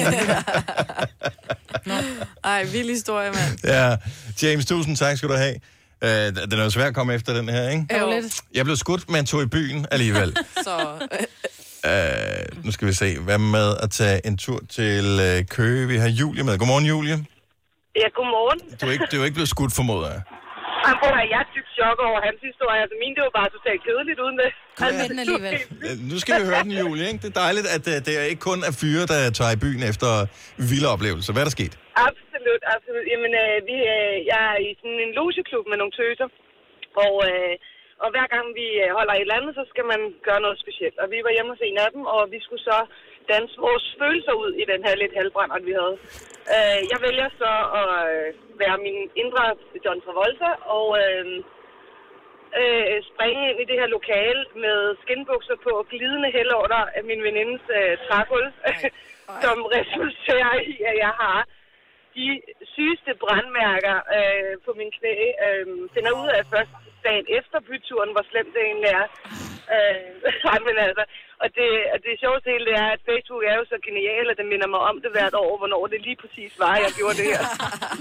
[SPEAKER 4] Ej, vild historie, mand.
[SPEAKER 1] Ja, James, tusind tak skal du have. Uh, den er jo svært at komme efter den her, ikke?
[SPEAKER 4] Jo.
[SPEAKER 1] Jeg blev skudt, men tog i byen alligevel.
[SPEAKER 4] Så...
[SPEAKER 1] Uh, nu skal vi se. Hvad med at tage en tur til uh, Køge? Vi har Julie med. Godmorgen, Julie.
[SPEAKER 10] Ja, godmorgen.
[SPEAKER 1] Du er ikke, du er ikke blevet skudt, formoder jeg.
[SPEAKER 10] Ej, prøv at høre, jeg er dybt chok over hans historie. Altså, min, det var bare totalt kedeligt uden det.
[SPEAKER 2] Altså, den alligevel.
[SPEAKER 1] Uh, nu skal vi høre den, Julie, ikke? Det er dejligt, at uh, det er ikke kun er fyre, der tager i byen efter vilde oplevelser. Hvad er der sket?
[SPEAKER 10] Absolut, absolut. Jamen, øh, vi, øh, jeg er i sådan en logeklub med nogle tøser.
[SPEAKER 12] Og, øh, og hver gang vi holder et eller andet, så skal man gøre noget specielt. Og vi var hjemme hos en af dem, og vi skulle så danse vores følelser ud i den her lidt halvbrændert, vi havde. Øh, jeg vælger så at være min indre John Travolta, og øh, øh, springe ind i det her lokale med skinbukser på og glidende hælorter af min venindes øh, trægulv, som resulterer i, at jeg har de sygeste brandmærker øh, på mine knæ. Øh, finder ud af først dagen efter byturen, hvor slemt det egentlig er. Øh, men altså, og det, det sjoveste hele det er, at Facebook er jo så genial, at det minder mig om det hvert år, hvornår det lige præcis var, jeg gjorde det her.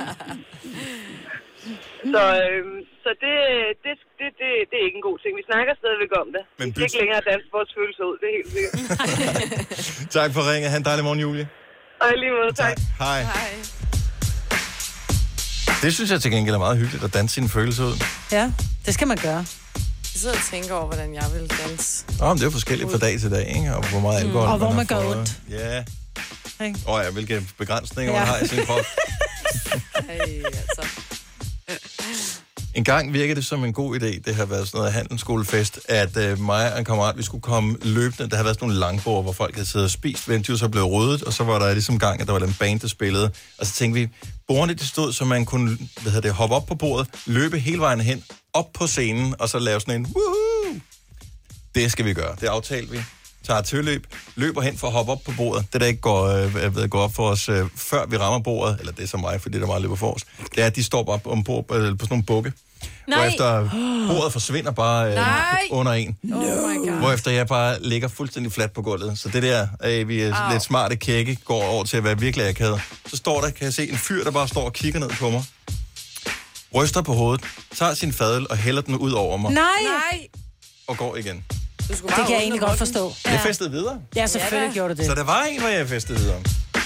[SPEAKER 12] Så, øh, så det, det, det, det, det er ikke en god ting. Vi snakker stadigvæk om det. Men vi skal ikke længere danse vores følelser ud, det er helt sikkert.
[SPEAKER 1] Tak for ringet. Ha' en dejlig morgen, Julie.
[SPEAKER 12] Og lige måde, tak. tak.
[SPEAKER 1] Hej. Hej. Det synes jeg til gengæld er meget hyggeligt, at danse sine følelser ud.
[SPEAKER 3] Ja, det skal man gøre.
[SPEAKER 4] Jeg sidder og tænker over, hvordan jeg vil danse.
[SPEAKER 1] Åh, oh, det er jo forskelligt fra dag til dag, ikke? Og hvor meget alkohol
[SPEAKER 3] mm. Og hvor man,
[SPEAKER 1] man
[SPEAKER 3] gør ondt.
[SPEAKER 1] Ja. Åh oh, ja, hvilke begrænsninger ja. man har i sin krop.
[SPEAKER 4] Ej, altså.
[SPEAKER 1] En gang virkede det som en god idé, det har været sådan noget handelsskolefest, at øh, mig og en kammerat, vi skulle komme løbende. Der havde været sådan nogle langbord, hvor folk havde siddet og spist, vendte jo så blev ryddet, og så var der ligesom gang, at der var den band, der spillede. Og så tænkte vi, bordene de stod, så man kunne hvad hedder det, hoppe op på bordet, løbe hele vejen hen, op på scenen, og så lave sådan en woohoo! Det skal vi gøre, det aftalte vi. Tager tilløb, løber hen for at hoppe op på bordet. Det, der ikke går, øh, ved, går op for os, øh, før vi rammer bordet, eller det er så mig, fordi der meget løber for os, det er, at de står op om bord, øh, på sådan nogle bukke. Hvorefter bordet forsvinder bare øh, under en.
[SPEAKER 4] Oh
[SPEAKER 1] Hvorefter jeg bare ligger fuldstændig fladt på gulvet. Så det der, øh, vi er Au. lidt smarte kække, går over til at være virkelig akavet. Så står der, kan jeg se, en fyr, der bare står og kigger ned på mig. Ryster på hovedet, tager sin fadøl og hælder den ud over mig.
[SPEAKER 3] Nej!
[SPEAKER 4] Nej.
[SPEAKER 1] Og går igen.
[SPEAKER 3] Det kan jeg egentlig godt forstå.
[SPEAKER 1] Ja. Jeg festede videre.
[SPEAKER 3] Ja, selvfølgelig ja, gjorde du det.
[SPEAKER 1] Så der var en, hvor jeg festede videre.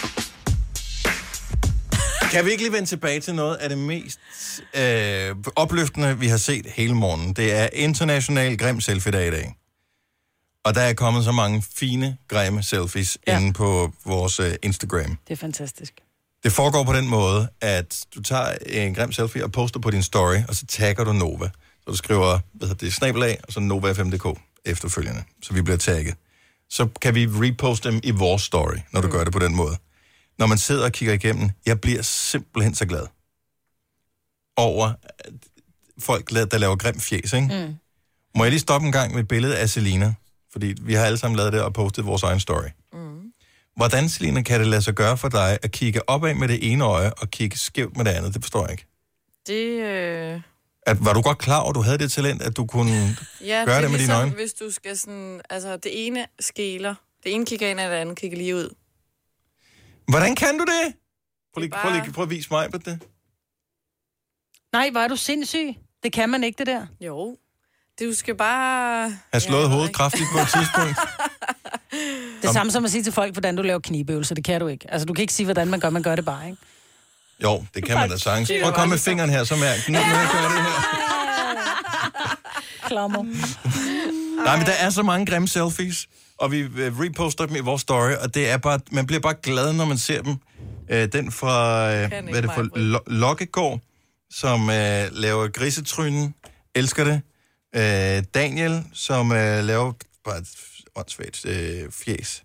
[SPEAKER 1] Kan vi ikke lige vende tilbage til noget af det mest øh, opløftende, vi har set hele morgenen? Det er international grim selfie-dag i dag. Og der er kommet så mange fine, grimme selfies ja. inde på vores øh, Instagram.
[SPEAKER 3] Det er fantastisk.
[SPEAKER 1] Det foregår på den måde, at du tager en grim selfie og poster på din story, og så tagger du Nova. Så du skriver, hvad hedder det, snabelag, og så Nova F M punktum d k efterfølgende. Så vi bliver tagget. Så kan vi reposte dem i vores story, når du mm. gør det på den måde. Når man sidder og kigger igennem, jeg bliver simpelthen så glad over folk, der laver grim fjes, ikke? Mm. Må jeg lige stoppe en gang med et billede af Selina? Fordi vi har alle sammen lavet det og postet vores egen story. Mm. Hvordan, Selina, kan det lade sig gøre for dig at kigge opad med det ene øje og kigge skævt med det andet? Det forstår jeg ikke.
[SPEAKER 4] Det... Øh...
[SPEAKER 1] At, var du godt klar over, at du havde det talent, at du kunne
[SPEAKER 4] ja,
[SPEAKER 1] gøre det,
[SPEAKER 4] det
[SPEAKER 1] med
[SPEAKER 4] ligesom,
[SPEAKER 1] dine øjne?
[SPEAKER 4] Hvis du skal sådan... Altså, det ene skæler. Det ene kigger ind, og det andet kigger lige ud.
[SPEAKER 1] Hvordan kan du det? Prøv lige,
[SPEAKER 4] bare...
[SPEAKER 1] prøv lige, prøv at vise mig på det.
[SPEAKER 3] Nej, hvor er du sindssyg. Det kan man ikke, det der.
[SPEAKER 4] Jo. Du skal bare...
[SPEAKER 1] Har slået ja, hovedet kraftigt på et tidspunkt.
[SPEAKER 3] Det er samme som at sige til folk, hvordan du laver knibøvelser. Det kan du ikke. Altså, du kan ikke sige, hvordan man gør. Man gør det bare, ikke?
[SPEAKER 1] Jo, det kan man da sagtens. Prøv at komme med fingeren her, så mærk. Nu, nu jeg gør det her.
[SPEAKER 3] Klammer.
[SPEAKER 1] Nej, men der er så mange grimme selfies, og vi reposter dem i vores story, og det er bare, man bliver bare glad, når man ser dem. Øh, den fra, øh, hvad er det for, Lo- Lokkegård, som øh, laver grisetrynen, elsker det. Øh, Daniel, som øh, laver bare et åndssvagt øh, fjes.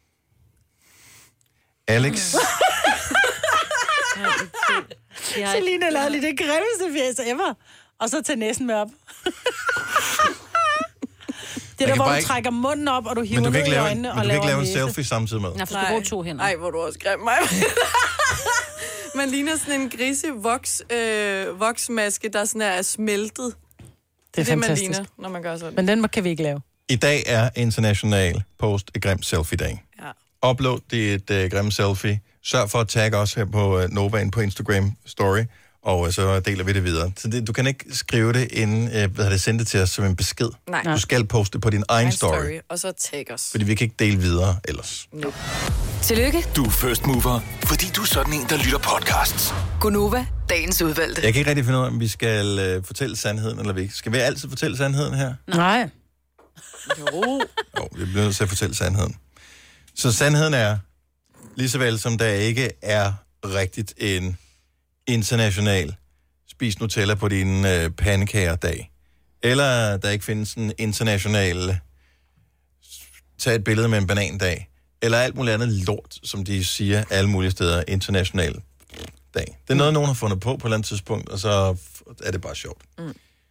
[SPEAKER 1] Alex.
[SPEAKER 3] Selina lavede lige det grimmeste fjes ever. Og så til næsen med op. Det er der, hvor du ikke... trækker munden op, og du hiver ned i øjnene og laver en
[SPEAKER 1] Men du kan ikke lave en selfie samtidig med.
[SPEAKER 2] Nej, for du bruger to hænder.
[SPEAKER 4] Nej, hvor du også grim mig. Man ligner sådan en grise voks, øh, voksmaske, der sådan er smeltet.
[SPEAKER 3] Det er det, fantastisk.
[SPEAKER 4] Man ligner, når man gør sådan.
[SPEAKER 3] Men den kan vi ikke lave.
[SPEAKER 1] I dag er international post et grimt selfie-dag. Ja. Upload det et uh, grimt selfie. Sørg for at tagge os her på uh, Novaen på Instagram Story, og uh, så deler vi det videre. Så det, du kan ikke skrive det inden, uh, hvad har det sendt det til os som en besked.
[SPEAKER 4] Nej.
[SPEAKER 1] Du skal poste det på din egen story. story.
[SPEAKER 4] Og så tag os.
[SPEAKER 1] Fordi vi kan ikke dele videre ellers.
[SPEAKER 4] No.
[SPEAKER 6] Tillykke.
[SPEAKER 7] Du er first mover, fordi du er sådan en, der lytter podcasts.
[SPEAKER 6] Gunova, dagens udvalgte.
[SPEAKER 1] Jeg kan ikke rigtig finde ud af, om vi skal uh, fortælle sandheden, eller vi skal vi altid fortælle sandheden her?
[SPEAKER 3] Nej.
[SPEAKER 4] Jo.
[SPEAKER 1] Jo, vi bliver nødt til at fortælle sandheden. Så sandheden er, lige så vel som der ikke er rigtigt en international spis Nutella på din øh, pandekager-dag, eller der ikke findes en international tag et billede med en banandag, eller alt muligt andet lort, som de siger alle mulige steder, international dag. Det er noget, nogen har fundet på på et eller andet tidspunkt, og så er det bare sjovt. Mm.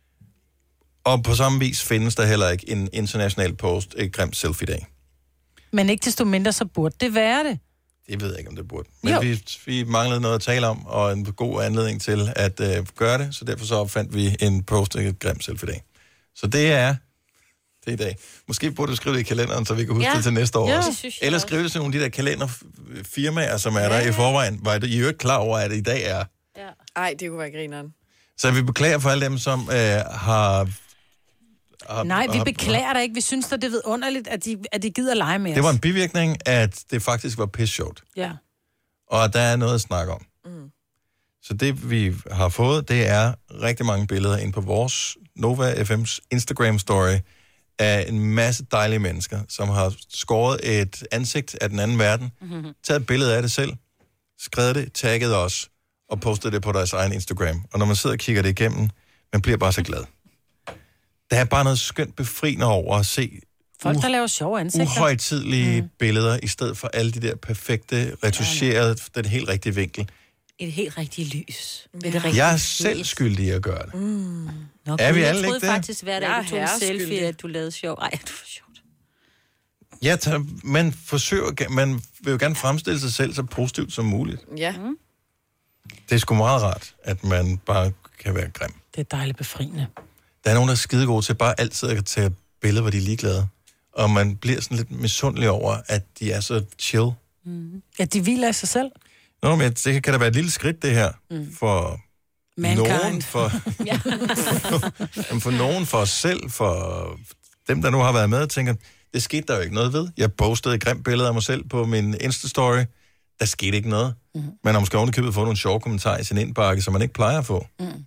[SPEAKER 1] Og på samme vis findes der heller ikke en international post, et grimt selfie-dag.
[SPEAKER 3] Men ikke desto mindre, så burde det være det.
[SPEAKER 1] Det ved jeg ikke, om det burde. Men vi, vi manglede noget at tale om, og en god anledning til at øh, gøre det, så derfor så opfandt vi en post, et grimt selfie-dag. Så det er det i dag. Måske burde du skrive det i kalenderen, så vi kan huske ja. det til næste år
[SPEAKER 2] ja,
[SPEAKER 1] også.
[SPEAKER 2] det
[SPEAKER 1] Eller skrive det til nogle af de der kalenderfirmaer, som er ja. der i forvejen. Var I jo ikke klar over, at det i dag er?
[SPEAKER 4] Ja. Ej, det kunne være grineren.
[SPEAKER 1] Så vi beklager for alle dem, som øh, har... har...
[SPEAKER 3] Nej, vi
[SPEAKER 1] har,
[SPEAKER 3] beklager dig ikke. Vi synes, at det er vidunderligt, at de, at de gider lege med os.
[SPEAKER 1] Det var en bivirkning, at det faktisk var pisse sjovt.
[SPEAKER 3] Ja.
[SPEAKER 1] Og der er noget at snakke om. Mm. Så det, vi har fået, det er rigtig mange billeder ind på vores Nova F M's Instagram-story af en masse dejlige mennesker, som har skåret et ansigt af den anden verden, mm-hmm. taget et billede af det selv, skrevet det, tagget os, og postet det på deres egen Instagram. Og når man sidder og kigger det igennem, man bliver bare så glad. Der er bare noget skønt befriende over at se
[SPEAKER 3] folk, der laver sjove ansigter.
[SPEAKER 1] Uhøjtidlige mm. billeder, i stedet for alle de der perfekte, retuscherede, den helt rigtige vinkel.
[SPEAKER 2] Et helt rigtigt lys.
[SPEAKER 1] Ja. Det jeg er selv skyldig i at gøre det. Mm.
[SPEAKER 2] Nå,
[SPEAKER 1] er vi
[SPEAKER 2] jeg
[SPEAKER 1] alle
[SPEAKER 2] troede
[SPEAKER 1] ikke det?
[SPEAKER 2] faktisk hver dag, du tog en selfie, at du lavede sjov. Ej, du var sjovt.
[SPEAKER 1] Ja, tager, man forsøger, man vil jo gerne fremstille sig selv så positivt som muligt.
[SPEAKER 4] Ja. Mm.
[SPEAKER 1] Det er sgu meget rart, at man bare kan være grim.
[SPEAKER 3] Det er dejligt befriende.
[SPEAKER 1] Der er nogen, der er skide gode til bare altid at tage billeder, hvor de er ligeglade. Og man bliver sådan lidt misundelig over, at de er så chill.
[SPEAKER 3] Mm. Ja, de hviler i sig selv.
[SPEAKER 1] Nå, men det kan da være et lille skridt, det her, mm. for
[SPEAKER 3] Mankind.
[SPEAKER 1] nogen, for, for nogen, for os selv, for dem, der nu har været med, og tænker, det skete der jo ikke noget ved. Jeg postede et grimt billede af mig selv på min Insta-story. Der skete ikke noget. Mm. Man har måske ovenikøbet fået nogle sjove kommentarer i sin indbakke, som man ikke plejer at få. Mm.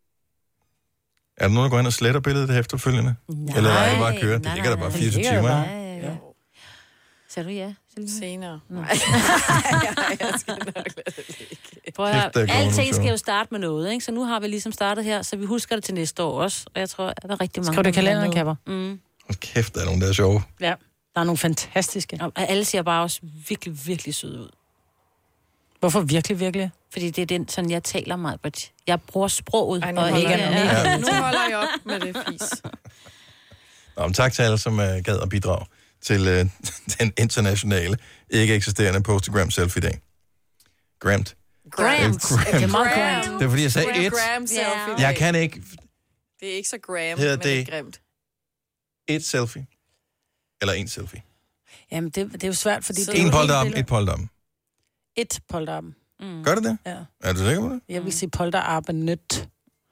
[SPEAKER 1] Er der nogen, der går ind og sletter billedet efterfølgende? Nej, Eller er det bare at køre? Nej, det ligger der bare fireogtyve timer.
[SPEAKER 2] Nej, ja. Sagde du ja?
[SPEAKER 4] Senere.
[SPEAKER 2] Nej,
[SPEAKER 4] jeg skal nok lade det ligge.
[SPEAKER 2] Prøv at høre, alting skal jo starte med noget, ikke? Så nu har vi ligesom startet her, så vi husker det til næste år også. Og jeg tror, at der er rigtig mange...
[SPEAKER 3] Skriv det i kalenderen, Kapper.
[SPEAKER 2] Mm.
[SPEAKER 1] Hold kæft, der er nogen, der er sjove.
[SPEAKER 3] Ja, der er nogle fantastiske.
[SPEAKER 2] Og alle ser bare også virkelig, virkelig søde ud.
[SPEAKER 3] Hvorfor virkelig, virkelig?
[SPEAKER 2] Fordi det er den, sådan jeg taler meget, but jeg bruger sproget.
[SPEAKER 4] Ej, nu,
[SPEAKER 2] og
[SPEAKER 4] holder
[SPEAKER 2] ikke
[SPEAKER 4] jeg, ja. nu holder jeg op med det fis.
[SPEAKER 1] Nå, men tak til alle, som uh, gad at bidrage til uh, den internationale, ikke eksisterende Postagram selfie-dag. Gramt.
[SPEAKER 4] Gramt.
[SPEAKER 1] Det er meget gramt. Det er fordi, jeg sagde et.
[SPEAKER 4] Yeah.
[SPEAKER 1] Jeg kan ikke...
[SPEAKER 4] Det er ikke så gram,
[SPEAKER 1] Hedder
[SPEAKER 4] men
[SPEAKER 1] det
[SPEAKER 4] det er grimt.
[SPEAKER 1] Et selfie. Eller en selfie.
[SPEAKER 3] Jamen, det, det er jo svært, fordi...
[SPEAKER 1] Så en polterarm, et polterarm.
[SPEAKER 3] Et polterarm.
[SPEAKER 1] Mm. Gør det det?
[SPEAKER 3] Ja.
[SPEAKER 1] Er du sikker på det?
[SPEAKER 3] Jeg vil sige polterarmen nødt.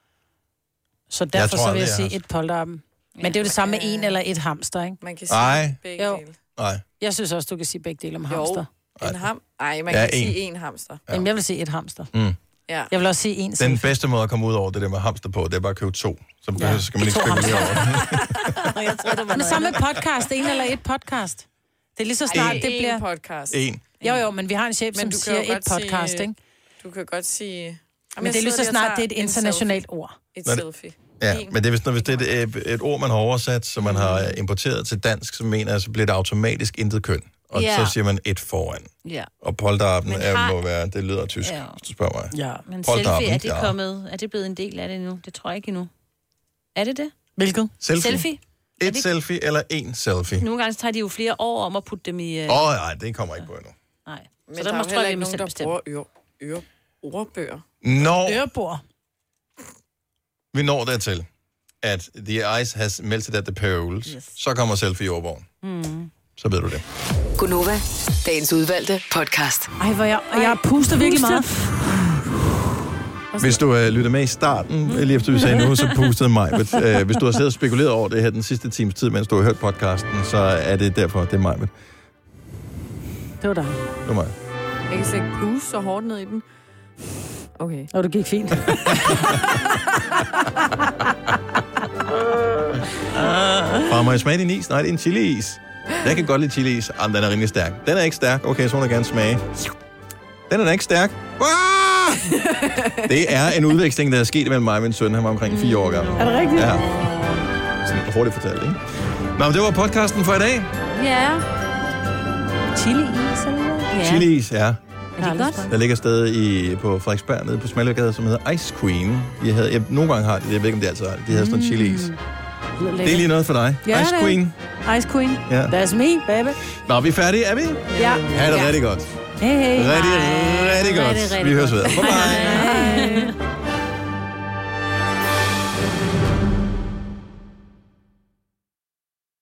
[SPEAKER 3] Så derfor tror, så vil jeg, jeg sige et polterarm. Men det er jo det samme med en eller et hamster, ikke?
[SPEAKER 4] Man kan sige
[SPEAKER 1] Ej.
[SPEAKER 4] begge
[SPEAKER 3] jo.
[SPEAKER 4] dele.
[SPEAKER 1] Nej.
[SPEAKER 3] Jeg synes også, du kan sige begge dele om
[SPEAKER 4] jo.
[SPEAKER 3] hamster.
[SPEAKER 4] En ham? Ej, man
[SPEAKER 1] ja,
[SPEAKER 4] kan
[SPEAKER 1] en.
[SPEAKER 4] sige en hamster.
[SPEAKER 3] Ja. Jamen, jeg vil sige et hamster.
[SPEAKER 1] Mm.
[SPEAKER 4] Ja.
[SPEAKER 3] Jeg vil også sige en
[SPEAKER 1] Den
[SPEAKER 3] selfie.
[SPEAKER 1] bedste måde at komme ud over det der med hamster på, det er bare at købe to. Så
[SPEAKER 3] ja.
[SPEAKER 1] skal man ikke spekulere over det.
[SPEAKER 3] jeg tror, det var Men samme podcast, en eller et podcast. Det er lige så snart,
[SPEAKER 4] Ej,
[SPEAKER 3] det bliver...
[SPEAKER 4] En podcast.
[SPEAKER 1] En.
[SPEAKER 3] Jo, jo, men vi har en chef, som siger et podcast, sige... ikke?
[SPEAKER 4] Du kan godt sige...
[SPEAKER 3] Jamen, men det er lige så snart, det er et internationalt ord.
[SPEAKER 4] Et selfie.
[SPEAKER 1] Ja, men det er, hvis, når, hvis det er et, et ord, man har oversat, som man mm. har importeret til dansk, så mener jeg, så bliver det automatisk intet køn. Og yeah. så siger man et foran.
[SPEAKER 2] Ja.
[SPEAKER 1] Og polterarben
[SPEAKER 2] har...
[SPEAKER 1] er, må være, det lyder tysk,
[SPEAKER 2] ja.
[SPEAKER 1] hvis du spørger mig.
[SPEAKER 2] Ja, men selfie, er det ja. kommet, er det blevet en del af det nu? Det tror jeg ikke endnu. Er det det?
[SPEAKER 3] Hvilket?
[SPEAKER 1] Selfie.
[SPEAKER 2] Selfie?
[SPEAKER 1] Et det... selfie eller en selfie?
[SPEAKER 2] Nogle gange tager de jo flere år om at putte dem i...
[SPEAKER 1] Åh, uh... oh, nej, det kommer ikke på endnu.
[SPEAKER 2] Nej.
[SPEAKER 4] Men så der, der er jo heller ikke nogen, der bruger øre, øre, ordbøger.
[SPEAKER 1] Når
[SPEAKER 3] Ørebord.
[SPEAKER 1] vi når dertil, at the ice has melted at the pearls, yes. så kommer selfie i ordbogen. Mm. Så ved du det.
[SPEAKER 6] Gunova, dagens udvalgte podcast.
[SPEAKER 3] Ej, hvor jeg, og jeg puster virkelig meget.
[SPEAKER 1] Hvis du uh, lytter med i starten, lige efter vi sagde nu, så pustede mig. Uh, hvis du har siddet og spekuleret over det her den sidste times tid, mens du har hørt podcasten, så er det derfor, det er mig.
[SPEAKER 3] Det var dig.
[SPEAKER 1] Det var mig.
[SPEAKER 4] Jeg kan slet ikke puste så hårdt ned i den. Okay.
[SPEAKER 3] Og det gik fint.
[SPEAKER 1] Far, må jeg smage din is? Nej, det er en chili-is. Jeg kan godt lide chili-is. Jamen, den er rimelig stærk. Den er ikke stærk. Okay, så må jeg gerne smage. Den er da ikke stærk. Det er en udveksling, der er sket mellem mig og min søn. Han var omkring fire år gammel.
[SPEAKER 3] Er det rigtigt?
[SPEAKER 1] Ja. hurtigt fortalt, ikke? Nå, men det var podcasten for i dag.
[SPEAKER 2] Ja. Chili-is, eller hvad? Ja.
[SPEAKER 1] Chili-is, ja.
[SPEAKER 2] Er det godt?
[SPEAKER 1] Der ligger et sted i, på Frederiksberg, nede på Smallegade, som hedder Ice Queen. De havde, jeg, nogle gange har de det, jeg ved ikke, om de altid har det. De havde sådan en chili-is. Det er lige noget for dig.
[SPEAKER 3] Ja,
[SPEAKER 1] Ice
[SPEAKER 3] det.
[SPEAKER 1] Queen.
[SPEAKER 3] Ice Queen.
[SPEAKER 1] Ja.
[SPEAKER 3] That's me, baby.
[SPEAKER 1] Nå, vi er færdige, er vi?
[SPEAKER 3] Ja.
[SPEAKER 1] Ha' det
[SPEAKER 3] ja.
[SPEAKER 1] rigtig godt.
[SPEAKER 3] Hey, hey.
[SPEAKER 1] Rigtig, rigtig godt.
[SPEAKER 2] Rigtig, rigtig
[SPEAKER 1] Vi høres
[SPEAKER 2] godt.
[SPEAKER 1] ved. Bye bye.
[SPEAKER 3] Hej.